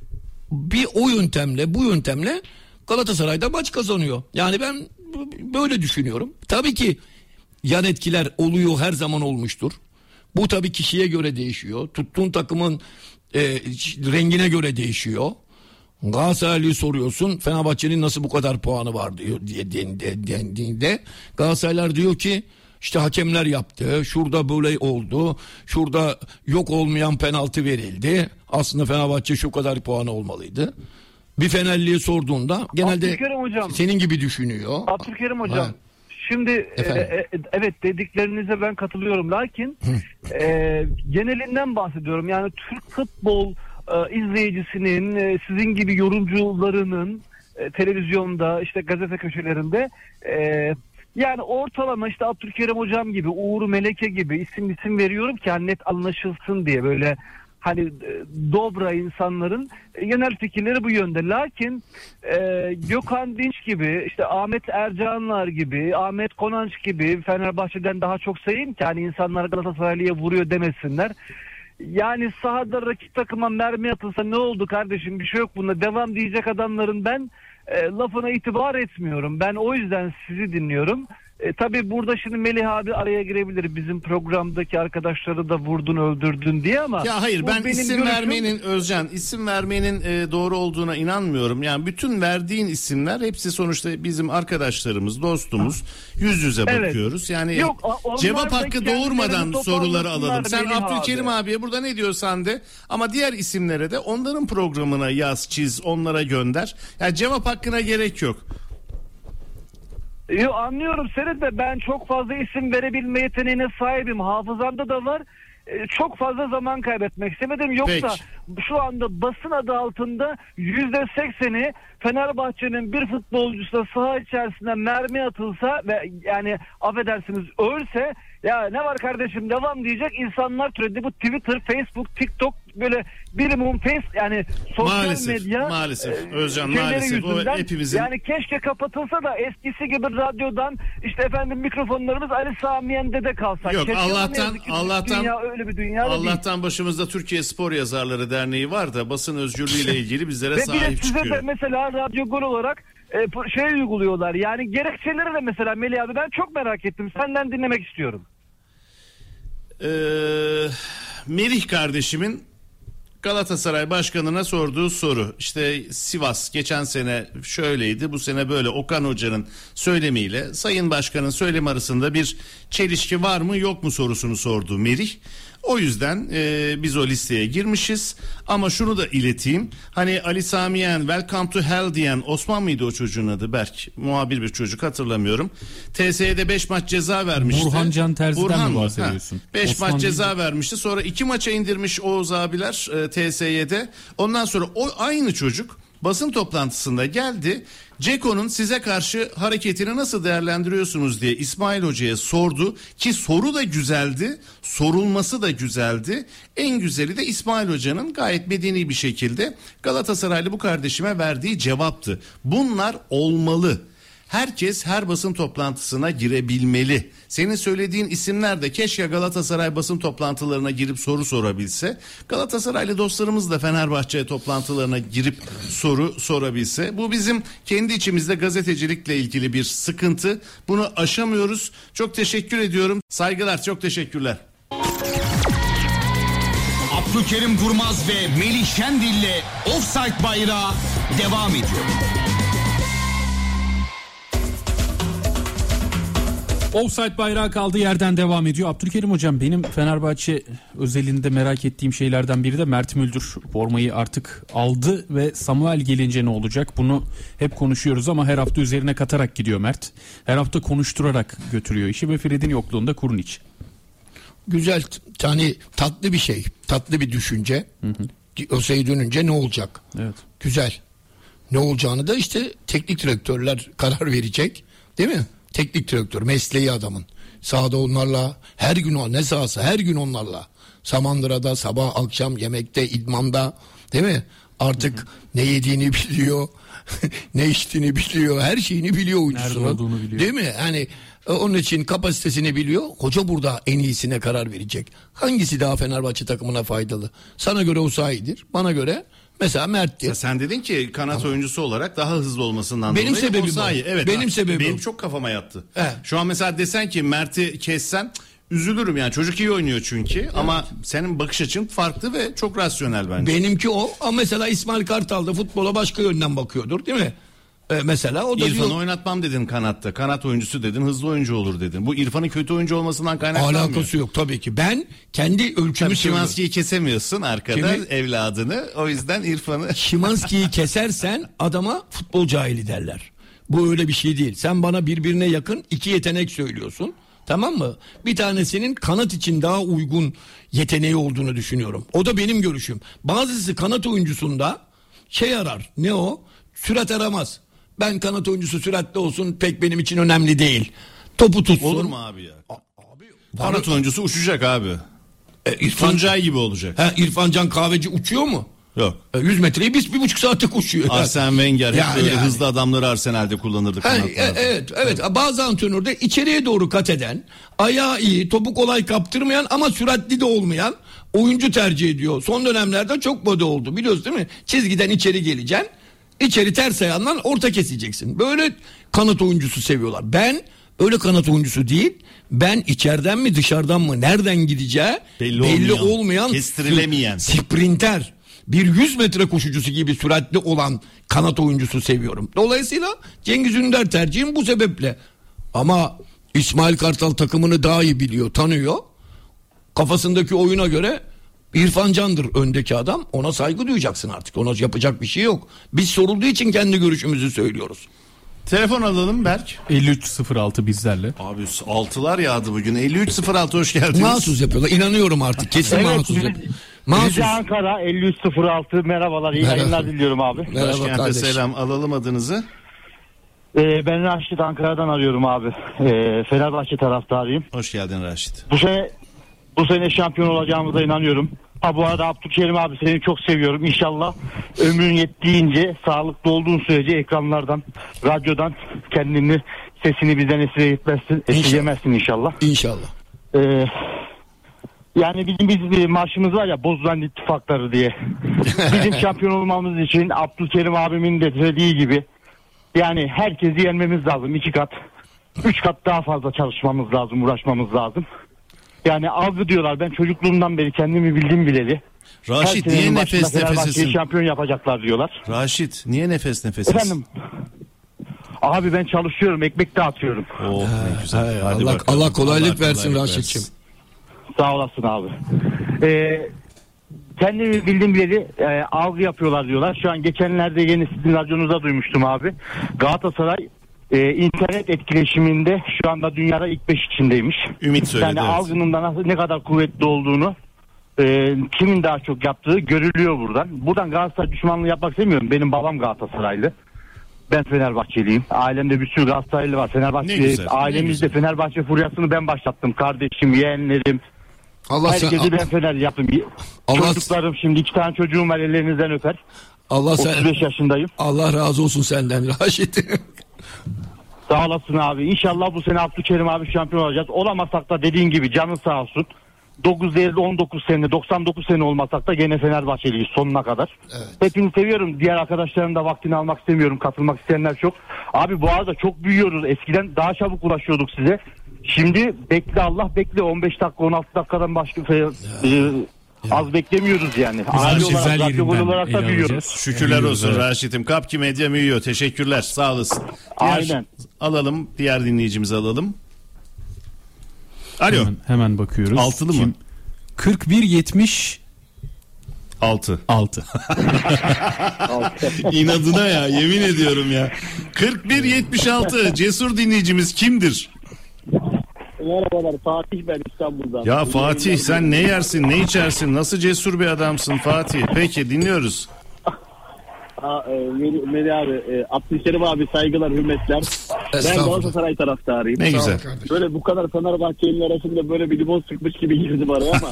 o yöntemle Galatasaray'da maç kazanıyor. Yani ben böyle düşünüyorum. Tabii ki yan etkiler oluyor, her zaman olmuştur. Bu tabii kişiye göre değişiyor. Tuttuğun takımın rengine göre değişiyor. Galatasaraylı'yı soruyorsun, Fenerbahçe'nin nasıl bu kadar puanı var diyor dendiğinde Galatasaraylar diyor ki işte hakemler yaptı, şurada böyle oldu, şurada yok olmayan penaltı verildi. Aslında Fenerbahçe şu kadar puanı olmalıydı. Bir Fenerli'ye sorduğunda genelde senin gibi düşünüyor. Abdülkerim hocam. Ha. Şimdi evet dediklerinize ben katılıyorum. Lakin genelinden bahsediyorum. Yani Türk futbol izleyicisinin, sizin gibi yorumcularının televizyonda, işte gazete köşelerinde yani ortalama işte Abdülkerim hocam gibi, Uğur Meleke gibi isim veriyorum ki hani net anlaşılsın diye, böyle hani dobra insanların genel fikirleri bu yönde. Lakin Gökhan Dinç gibi, işte Ahmet Ercanlar gibi, Ahmet Konanç gibi, Fenerbahçe'den daha çok sayayım ki hani insanlar Galatasaraylı'ya vuruyor demesinler. Yani sahada rakip takıma mermi atılsa ne oldu kardeşim, bir şey yok bunda, devam diyecek adamların ben lafına itibar etmiyorum. Ben o yüzden sizi dinliyorum. Tabii burada şimdi Melih abi araya girebilir, bizim programdaki arkadaşları da vurdun öldürdün diye, ama ya hayır, ben isim vermenin, Özcan, isim vermenin doğru olduğuna inanmıyorum. Yani bütün verdiğin isimler hepsi sonuçta bizim arkadaşlarımız, dostumuz, yüz yüze bakıyoruz. Yani yok, cevap hakkı doğurmadan soruları alalım. Sen Abdülkerim abiye burada ne diyorsan de, ama diğer isimlere de onların programına yaz, çiz, onlara gönder. Yani cevap hakkına gerek yok. Yo, anlıyorum seni de, ben çok fazla isim verebilme yeteneğine sahibim. Hafızamda da var. Çok fazla zaman kaybetmek istemedim. Yoksa şu anda basın adı altında %80'i Fenerbahçe'nin bir futbolcusuna saha içerisinde mermi atılsa ve yani affedersiniz ölse, ya ne var kardeşim devam diyecek insanlar türedi. Bu Twitter, Facebook, TikTok, böyle birimum yani sosyal medya maalesef Özcan, maalesef o hepimizin. Yani keşke kapatılsa da eskisi gibi radyodan işte efendim mikrofonlarımız Ali Sami Yen'de kalsak. Yok, keşke Allah'tan dünya öyle bir dünya Allah'tan başımızda Türkiye Spor Yazarları Derneği var da basın özgürlüğüyle ilgili bizlere sahip çıkıyor. Ve size de mesela Radyo Gol olarak uyguluyorlar. Yani gerekçeleri de mesela Melih abi ben çok merak ettim. Senden dinlemek istiyorum. Melih kardeşimin Galatasaray Başkanı'na sorduğu soru, işte Sivas geçen sene şöyleydi, bu sene böyle, Okan Hoca'nın söylemiyle Sayın Başkan'ın söylemi arasında bir çelişki var mı yok mu sorusunu sordu Melih. O yüzden biz o listeye girmişiz. Ama şunu da ileteyim. Hani Ali Sami Yen, Welcome to Hell diyen Osman mıydı o çocuğun adı? Berk. Muhabir bir çocuk, hatırlamıyorum. TSE'de 5 maç ceza vermişti. Burhan Can Terzi'den mi bahsediyorsun? 5 maç ceza vermişti. Sonra 2 maça indirmiş Oğuz abiler TSE'de. Ondan sonra o aynı çocuk basın toplantısında geldi. Ceko'nun size karşı hareketini nasıl değerlendiriyorsunuz diye İsmail Hoca'ya sordu ki soru da güzeldi, sorulması da güzeldi. En güzeli de İsmail Hoca'nın gayet medeni bir şekilde Galatasaraylı bu kardeşime verdiği cevaptı. Bunlar olmalı. Herkes her basın toplantısına girebilmeli. Senin söylediğin isimler de keşke Galatasaray basın toplantılarına girip soru sorabilse. Galatasaraylı dostlarımız da Fenerbahçe toplantılarına girip soru sorabilse. Bu bizim kendi içimizde gazetecilikle ilgili bir sıkıntı. Bunu aşamıyoruz. Çok teşekkür ediyorum. Saygılar, çok teşekkürler. Abdülkerim Durmaz ve Melih Şendil'le Offside Bayrağı devam ediyor. Offside bayrağı kaldığı yerden devam ediyor. Abdülkerim hocam, benim Fenerbahçe özelinde merak ettiğim şeylerden biri de Mert Müldür formayı artık aldı ve Samuel gelince ne olacak? Bunu hep konuşuyoruz ama her hafta üzerine katarak gidiyor Mert. Her hafta konuşturarak götürüyor işi ve Fred'in yokluğunda Kurnic. Güzel, yani tatlı bir şey, tatlı bir düşünce. Osayi dönünce ne olacak? Evet. Güzel. Ne olacağını da işte teknik direktörler karar verecek, değil mi? Teknik direktör, mesleği adamın. Sahada onlarla, her gün o, ne sahası, her gün onlarla. Samandıra'da, sabah, akşam, yemekte, idmanda, değil mi? Artık ne yediğini biliyor, ne içtiğini biliyor, her şeyini biliyor oyuncusunun. Nerede olduğunu biliyor. Değil mi? Hani onun için kapasitesini biliyor. Hoca burada en iyisine karar verecek. Hangisi daha Fenerbahçe takımına faydalı? Sana göre Osayi'dir, bana göre mesela Mert'tir. Sen dedin ki kanat oyuncusu olarak daha hızlı olmasından Benim dolayı sebebim Osayi. o. Evet, Benim sebebim benim o. çok kafama yattı. Evet. Şu an mesela desen ki Mert'i kessen üzülürüm yani. Çocuk iyi oynuyor çünkü. Evet. Ama senin bakış açın farklı ve çok rasyonel bence. Benimki o. Ama mesela İsmail Kartal da futbola başka yönden bakıyordur, değil mi? Mesela o da İrfan'ı diyor, oynatmam dedin kanatta. Kanat oyuncusu dedin, hızlı oyuncu olur dedin. Bu İrfan'ın kötü oyuncu olmasından kaynaklanmıyor. alakası yok tabii ki. Ben kendi ölçümü söylüyorum. Szymański'yi kesemiyorsun arkada Kimi? evladını. O yüzden İrfan'ı... Szymański'yi kesersen adama futbol cahili derler. Bu öyle bir şey değil. Sen bana birbirine yakın iki yetenek söylüyorsun. Tamam mı? Bir tanesinin kanat için daha uygun yeteneği olduğunu düşünüyorum. O da benim görüşüm. Bazısı kanat oyuncusunda arar. Ne o? Sürat aramaz. Ben kanat oyuncusu süratli olsun pek benim için önemli değil. Topu tutsun. Olur mu abi ya? Kanat oyuncusu uçacak abi. Tuncay gibi olacak. İrfan Can Kahveci uçuyor mu? Yok. 100 metreyi biz 1,5 saatte koşuyor. Arsene Wenger hep böyle hızlı adamları Arsenal'de kullanırdı kanatlarda. Evet. Bazı antrenör de içeriye doğru kat eden, ayağı iyi, topu kolay kaptırmayan ama süratli de olmayan oyuncu tercih ediyor. Son dönemlerde çok moda oldu, biliyorsun değil mi? Çizgiden içeri geleceksin. İçeri ters ayağından orta keseceksin. Böyle kanat oyuncusu seviyorlar. Ben öyle kanat oyuncusu değil. Ben içeriden mi dışarıdan mı nereden gideceği belli olmayan kestirilemeyen sprinter, bir 100 metre koşucusu gibi süratli olan kanat oyuncusu seviyorum. Dolayısıyla Cengiz Ünder tercihim bu sebeple. Ama İsmail Kartal takımını daha iyi biliyor, tanıyor. Kafasındaki oyuna göre İrfan Can'dır öndeki adam. Ona saygı duyacaksın artık. Ona yapacak bir şey yok. Biz sorulduğu için kendi görüşümüzü söylüyoruz. Telefon alalım Berk. 5306 bizlerle. Abi 6'lar yağdı bugün. 5306 hoş geldiniz. Mahsus yapıyorlar. İnanıyorum artık. Kesin evet, mahsus yapıyorlar. Mahsus. Ankara 5306 merhabalar. İyi yayınlar diliyorum abi. Merhaba kardeşim. Selam. Alalım adınızı. Ben Raşit, Ankara'dan arıyorum abi. Fenerbahçe taraftarıyım. Hoş geldin Raşit. Bu sene şampiyon olacağımıza inanıyorum. Bu arada Abdülkerim abi seni çok seviyorum. İnşallah ömrün yettiğince sağlıklı olduğun sürece ekranlardan, radyodan kendini, sesini bizden esirgemezsin inşallah. İnşallah. Yani bizim bir marşımız var ya, bozulan ittifakları diye. Bizim şampiyon olmamız için Abdülkerim abimin de dediği gibi yani herkesi yenmemiz lazım 2 kat. 3 kat daha fazla çalışmamız lazım, uğraşmamız lazım. Yani algı diyorlar. Ben çocukluğumdan beri kendimi bildim bileli. Raşit niye nefes nefesesin? Şampiyon yapacaklar diyorlar. Raşit niye nefes nefesesin? Efendim? Abi ben çalışıyorum, ekmek dağıtıyorum. Oh ne güzel. Hadi Allah kolaylık versin Raşit'ciğim. Sağ olasın abi. Kendimi bildim bileli algı yapıyorlar diyorlar. Şu an geçenlerde yeni sizin radyonuzda duymuştum abi. Galatasaray internet etkileşiminde şu anda dünyada ilk 5 içindeymiş. Ümit söyledi. Yani algının da ne kadar kuvvetli olduğunu, kimin daha çok yaptığı görülüyor buradan. Buradan Galatasaray düşmanlığı yapmak istemiyorum. Benim babam Galatasaraylı. Ben Fenerbahçeliyim. Ailemde bir sürü Galatasaraylı var. Ailemizde Fenerbahçe furyasını ben başlattım. Kardeşim, yeğenlerim. Herkesi ben Fener yaptım. Çocuklarım, şimdi 2 tane çocuğum var, ellerinizden öper. 35 yaşındayım. Allah razı olsun senden Raşit. Sağ olasın abi. İnşallah bu sene Abdülkerim abi şampiyon olacağız. Olamasak da dediğin gibi canın sağ olsun. 9 değil 19 sene, 99 sene olmasak da gene Fenerbahçeliyiz sonuna kadar. Evet. Hepinizi seviyorum. Diğer arkadaşlarım da vaktini almak istemiyorum. Katılmak isteyenler çok. Abi bu arada çok büyüyoruz. Eskiden daha çabuk ulaşıyorduk size. Şimdi bekle Allah bekle. 15 dakika 16 dakikadan başka az beklemiyoruz yani. Aile olarak, radyo olarak da büyüyoruz. Şükürler olsun Raşit'im. Kapki Medya büyüyor. Teşekkürler. Sağ olasın. Aynen. Alalım. Diğer dinleyicimizi alalım. Alo. Hemen bakıyoruz. Altılı mı? 41-70 6. Altı. İnadına ya, yemin ediyorum ya. 41-76 cesur dinleyicimiz kimdir? Merhabalar, Fatih ben İstanbul'dan. Ya Fatih sen ne yersin ne içersin, nasıl cesur bir adamsın Fatih. Peki dinliyoruz. Melih abi, Abdülkerim abi saygılar hürmetler. Ben Galatasaray taraftarıyım. Ne güzel. Böyle bu kadar Fenerbahçeli'nin arasında böyle bir limon sıkmış gibi girdim araya ama.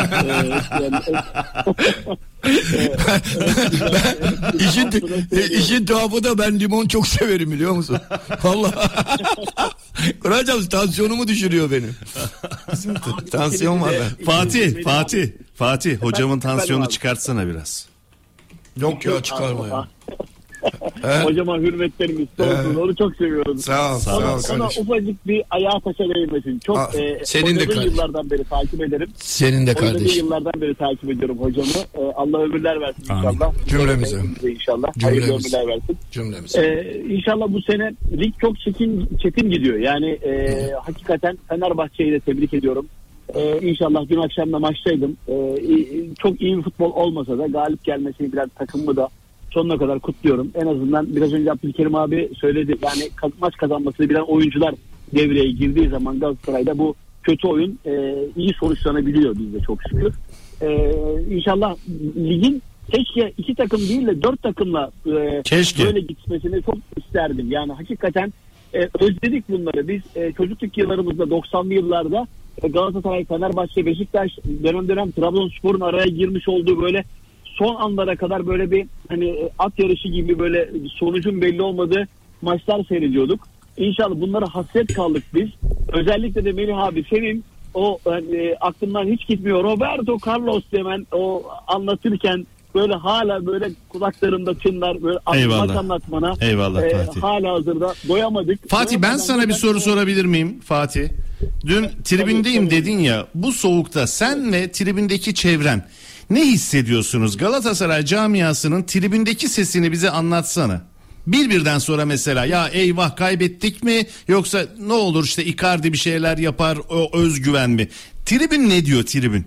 İşin tuhafı da ben limon çok severim, biliyor musun? Vallahi. Kuracağım, tansiyonumu düşürüyor benim. Tansiyon var ben. Fatih hocamın tansiyonunu çıkartsana biraz. Yok ya, çıkarma ya. Hocama hürmetlerimiz olsun. Onu çok seviyorum. Sağ ol Ona ufacık bir ayağa taşa değmesin. Çok senin de kardeşim. Yıllardan beri takip ederim. Senin de kardeşim. Yıllardan beri takip ediyorum hocamı. Allah ömürler versin inşallah. Cümlemize. İnşallah. Hayırlı ömürler versin. İnşallah bu sene lig çok çetin gidiyor. Yani hakikaten Fenerbahçe'yi de tebrik ediyorum. İnşallah dün akşam da maçtaydım. Çok iyi bir futbol olmasa da galip gelmesini bilen takımımı da sonuna kadar kutluyorum. En azından biraz önce Abdülkerim abi söyledi. Yani maç kazanmasını bilen oyuncular devreye girdiği zaman Galatasaray'da bu kötü oyun iyi sonuçlanabiliyor bizde çok şükür. İnşallah ligin keşke 2 takım değil de 4 takımla böyle gitmesini çok isterdim. Yani hakikaten özledik bunları. Biz çocukluk yıllarımızda 90'lı yıllarda Galatasaray, Fenerbahçe, Beşiktaş dönem Trabzonspor'un araya girmiş olduğu böyle son anlara kadar böyle bir hani at yarışı gibi böyle sonucun belli olmadığı maçlar seyrediyorduk. İnşallah bunlara hasret kaldık biz. Özellikle de Melih abi senin o aklımdan hiç gitmiyor. Roberto Carlos demen o anlatırken böyle hala böyle kulaklarımda çınlar böyle maç anlatmana. Eyvallah Fatih. Hala hazırda doyamadık. Fatih ben sana bir soru sorabilir miyim Fatih? Dün tribündeyim dedin ya, bu soğukta sen ve tribündeki çevren ne hissediyorsunuz? Galatasaray camiasının tribündeki sesini bize anlatsana. Birden sonra mesela ya eyvah kaybettik mi, yoksa ne olur işte Icardi bir şeyler yapar, o özgüven mi? Tribün ne diyor tribün?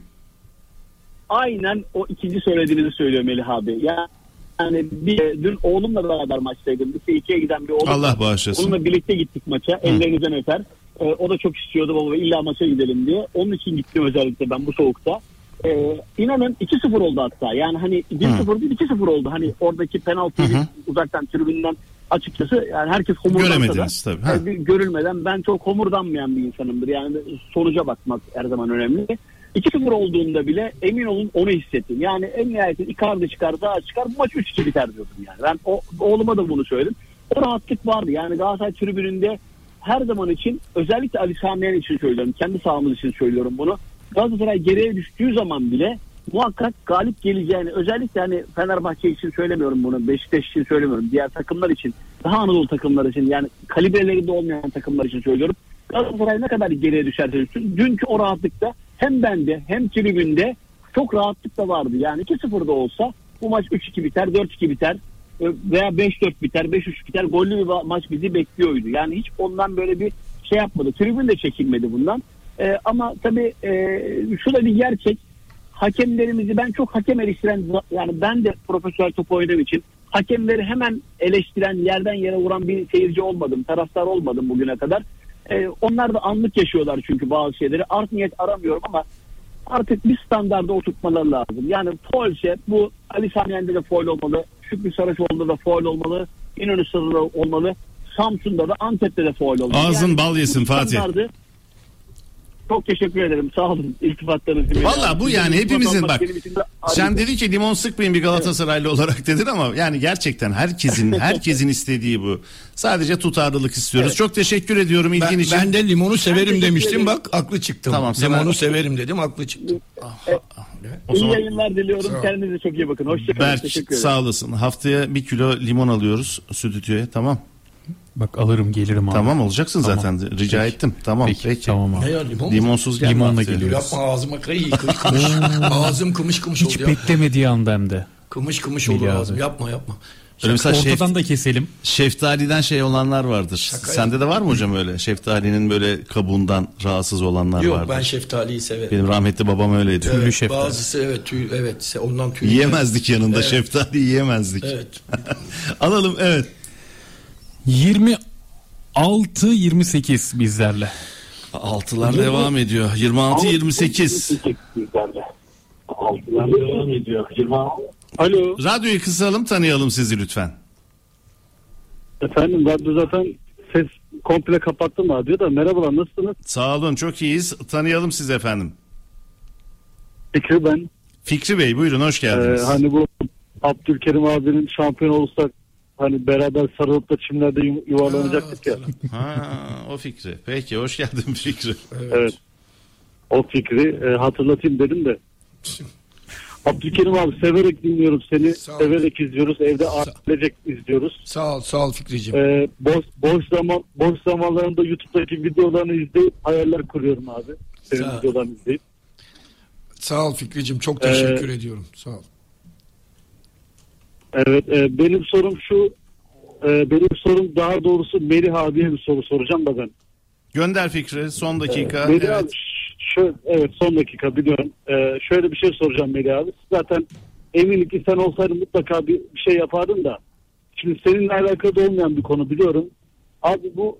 Aynen o ikinci söylediğinizi söylüyor Melih abi. Yani dün oğlumla beraber maçtaydım. Lise 2'ye giden bir oğlum. Allah bağışlasın. Onunla birlikte gittik maça. Ellerinizden öper. O da çok istiyordu baba illa maça gidelim diye. Onun için gittim özellikle ben bu soğukta. İnanın 2-0 oldu hatta. Yani hani 1-0 değil 2-0 oldu. Hani oradaki penaltıyı uzaktan tribünden açıkçası yani herkes homurdansa da tabii. Görülmeden ben çok homurdanmayan bir insanımdır. Yani sonuca bakmak her zaman önemli. 2-0 olduğunda bile emin olun onu hissettim. Yani en nihayetinde Icardi çıkar, daha çıkar, bu maç 3-2 biter diyordum yani. Ben oğluma da bunu söyledim. O rahatlık vardı. Yani Galatasaray tribününde her zaman için, özellikle Ali Samiyen için söylüyorum. Kendi sahamız için söylüyorum bunu. Galatasaray geriye düştüğü zaman bile muhakkak galip geleceğini, özellikle hani Fenerbahçe için söylemiyorum bunu, Beşiktaş için söylemiyorum, diğer takımlar için, daha Anadolu takımlar için, yani kalibrelerinde olmayan takımlar için söylüyorum. Galatasaray ne kadar geriye düşerse düşsün, dünkü o rahatlıkta hem bende hem tribünde çok rahatlık da vardı. Yani 2-0 da olsa bu maç 3-2 biter, 4-2 biter veya 5-4 biter, 5-3 biter, gollü bir maç bizi bekliyordu. Yani hiç ondan böyle bir şey yapmadı. Tribün de çekinmedi bundan. Ama tabii şu da bir gerçek. Hakemlerimizi ben çok hakem eleştiren, yani ben de profesyonel top oynadığım için hakemleri hemen eleştiren, yerden yere vuran bir seyirci olmadım, taraftar olmadım bugüne kadar. Onlar da anlık yaşıyorlar çünkü bazı şeyleri. Art niyet aramıyorum ama artık bir standarda oturtmaları lazım. Yani faulse bu Ali Samiyen'de de faul olmalı, Şükrü Saraçoğlu'nda da faul olmalı, İnönü Sarı'da olmalı, Samsun'da da, Antep'te de faul olmalı. Ağzın yani bal yesin Fatih. Çok teşekkür ederim. Sağ olun iltifatlarınız için. Valla bu yani hepimizin bak. Sen dedi ki limon sıkmayın bir Galatasaraylı olarak dedin ama yani gerçekten herkesin istediği bu. Sadece tutarlılık istiyoruz. Evet. Çok teşekkür ediyorum ilgin için. Ben de limonu severim demiştim, bak haklı çıktım. Tamam, limonu severim dedim, haklı çıktım. İyi yayınlar diliyorum. Kendinize çok iyi bakın. Hoşçakalın. Teşekkür ederim. Sağ olasın. Haftaya 1 kilo limon alıyoruz stüdyoya, tamam. Bak alırım gelirim abi. Tamam olacaksın tamam. Zaten rica ettim. Tamam peki. Tamam abi. Limonsuz gelme. Limonla geliyoruz. Yapma ağzıma kayı kımış. Ağzım kımış oluyor. Hiç beklemediği anda hem de. Kımış olur ağzım. Yapma. Öyle mesela ortadan da keselim. Şeftaliden şey olanlar vardır. Sende de var mı hocam öyle? Şeftalinin böyle kabuğundan rahatsız olanlar vardır. Yok ben şeftaliyi severim. Benim rahmetli babam öyleydi. Evet, tüylü şeftali. Bazısı evet ondan tüylü. Yiyemezdik yanında şeftali yiyemezdik. Evet. Alalım evet. 26-28 bizlerle. Altılar devam ediyor. 26-28. Altılar devam ediyor. Alo. Radyoyu kısalım, tanıyalım sizi lütfen. Efendim radyo zaten ses komple kapattım radyoyu da. Merhabalar, nasılsınız? Sağ olun, çok iyiyiz. Tanıyalım sizi efendim. Fikri ben. Fikri Bey, buyurun, hoş geldiniz. Hani bu Abdülkerim abinin şampiyon olursak hani beraber sarılıp da çimlerde yuvarlanacaktık ya. O Fikri. Peki, hoş geldin Fikri. Evet. O Fikri hatırlatayım dedim de. Abdülkerim abi, severek dinliyorum seni. Severek izliyoruz. Evde ailecek izliyoruz. Sağ ol Fikriciğim. Boş zamanlarında YouTube'daki videolarını izleyip hayaller kuruyorum abi. Senin videolarını izleyip. Sağ ol Fikriciğim, çok teşekkür ediyorum. Sağ ol. Evet, benim sorum şu. Benim sorum daha doğrusu Melih abiye bir soru soracağım da ben. Gönder Fikri, son dakika. Melih abi, son dakika biliyorum. Şöyle bir şey soracağım Melih abi. Zaten eminim ki sen olsaydın mutlaka bir şey yapardın da. Şimdi seninle alakalı olmayan bir konu biliyorum. Abi bu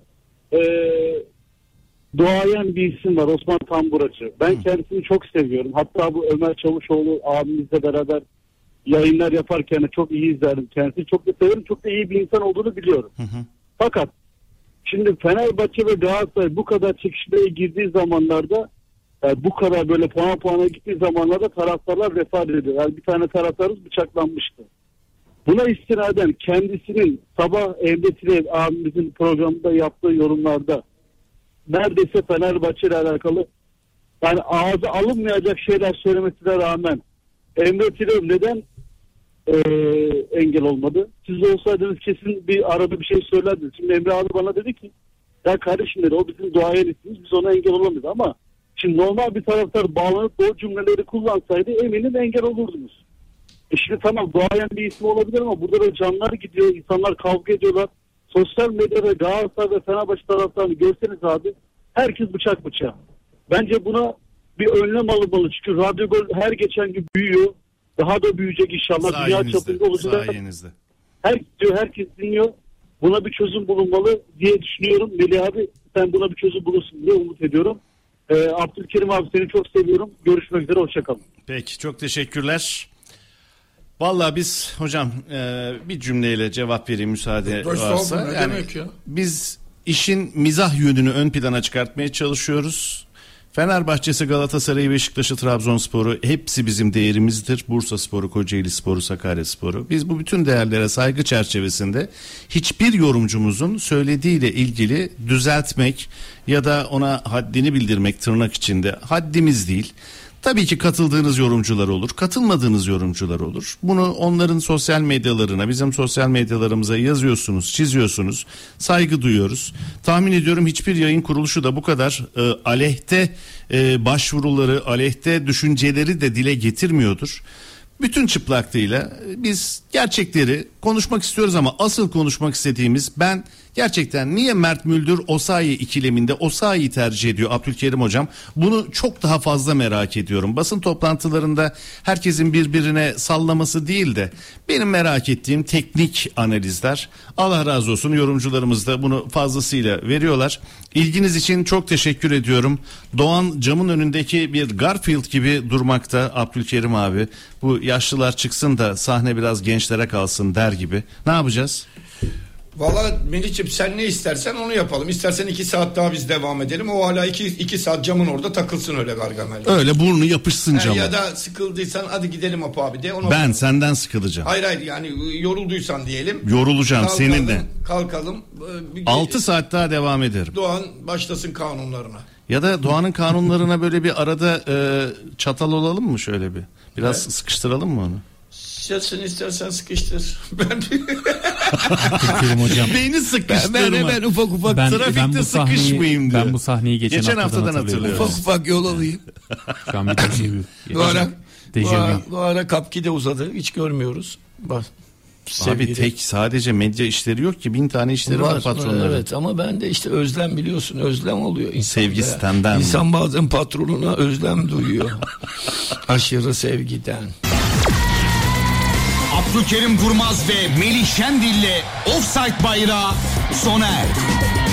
doğayan bir isim var, Osman Tamburacı. Ben kendisini çok seviyorum. Hatta bu Ömer Çavuşoğlu abimizle beraber yayınlar yaparken çok iyi izlerim kendisini. Çok da severim. Çok da iyi bir insan olduğunu biliyorum. Fakat şimdi Fenerbahçe ve Galatasaray bu kadar çekişmeye girdiği zamanlarda, bu kadar böyle puana gittiği zamanlarda taraftarlar vefat ediyor. Yani bir tane taraftarımız bıçaklanmıştı. Buna istinaden kendisinin sabah Emre Tilev abimizin programında yaptığı yorumlarda neredeyse Fenerbahçe ile alakalı yani ağza alınmayacak şeyler söylemesine rağmen Emre Tilev neden engel olmadı? Siz olsaydınız kesin bir arada bir şey söylerdiniz. Şimdi Emre abi bana dedi ki ya kardeşim dedi, o bizim duayen ismimiz, biz ona engel olamayız ama şimdi normal bir taraftar bağlanıp o cümleleri kullansaydı eminim engel olurdunuz. Şimdi tamam, duayen bir ismi olabilir ama burada da canlar gidiyor, insanlar kavga ediyorlar. Sosyal medyada Galatasaray ve Fenerbahçe taraftarını görseniz abi herkes bıçak bıçağı. Bence buna bir önlem alınmalı çünkü Radyo Gol her geçen gün büyüyor. Daha da büyüyecek inşallah. Dünya çapında olacak. Herkes dinliyor. Buna bir çözüm bulunmalı diye düşünüyorum. Melih abi, sen buna bir çözüm bulursun diye umut ediyorum. Abdülkerim abi, seni çok seviyorum. Görüşmek üzere, hoşçakalın. Peki, çok teşekkürler. Vallahi biz hocam bir cümleyle cevap vereyim müsaade varsa. Ne yani, demek ya? Biz işin mizah yönünü ön plana çıkartmaya çalışıyoruz. Fenerbahçe'si, Galatasaray'ı, Beşiktaş'ı, Trabzonspor'u hepsi bizim değerimizdir. Bursaspor'u, Kocaelispor'u, Sakaryaspor'u. Biz bu bütün değerlere saygı çerçevesinde hiçbir yorumcumuzun söylediğiyle ilgili düzeltmek ya da ona haddini bildirmek tırnak içinde haddimiz değil. Tabii ki katıldığınız yorumcular olur, katılmadığınız yorumcular olur. Bunu onların sosyal medyalarına, bizim sosyal medyalarımıza yazıyorsunuz, çiziyorsunuz. Saygı duyuyoruz. Tahmin ediyorum hiçbir yayın kuruluşu da bu kadar aleyhte başvuruları, aleyhte düşünceleri de dile getirmiyordur. Bütün çıplaklığıyla biz gerçekleri konuşmak istiyoruz ama asıl konuşmak istediğimiz, ben gerçekten niye Mert Müldür Osayi ikileminde Osayi'yi tercih ediyor Abdülkerim hocam? Bunu çok daha fazla merak ediyorum. Basın toplantılarında herkesin birbirine sallaması değil de benim merak ettiğim teknik analizler. Allah razı olsun, yorumcularımız da bunu fazlasıyla veriyorlar. İlginiz için çok teşekkür ediyorum. Doğan camın önündeki bir Garfield gibi durmakta Abdülkerim abi. Bu yaşlılar çıksın da sahne biraz gençlere kalsın der gibi. Ne yapacağız? Valla Melih'ciğim, sen ne istersen onu yapalım. İstersen 2 saat daha biz devam edelim. O hala 2 saat camın orada takılsın öyle Gargamel. Öyle burnu yapışsın cama. Ya da sıkıldıysan hadi gidelim Apo abi de. Ben senden sıkılacağım. Hayır yani yorulduysan diyelim. Yorulacağım kalkalım, seninle. Kalkalım. 6 saat daha devam ederim. Doğan başlasın kanunlarına. Ya da Doğan'ın kanunlarına böyle bir arada çatal olalım mı şöyle bir? Biraz sıkıştıralım mı onu? Sen istersen sıkıştır. hocam. Beyni sıkıştırma. Ben ufak trafikte sıkışmayayım diyor. Ben bu sahneyi geçen haftadan hatırlıyorum. Ufak yol alayım. Şu an bir dejavu. Bu ara kapki de uzadı. Hiç görmüyoruz. Bak. Abi tek sadece medya işleri yok ki, 1000 tane işleri var patronların. Evet, ama ben de işte özlem, biliyorsun, özlem oluyor insan. Sevgi sistemden. İnsan bazen patronuna özlem duyuyor. Aşırı sevgiden. Abdülkerim Durmaz ve Melih Şendil'le Offside Bayrağı sona erdi.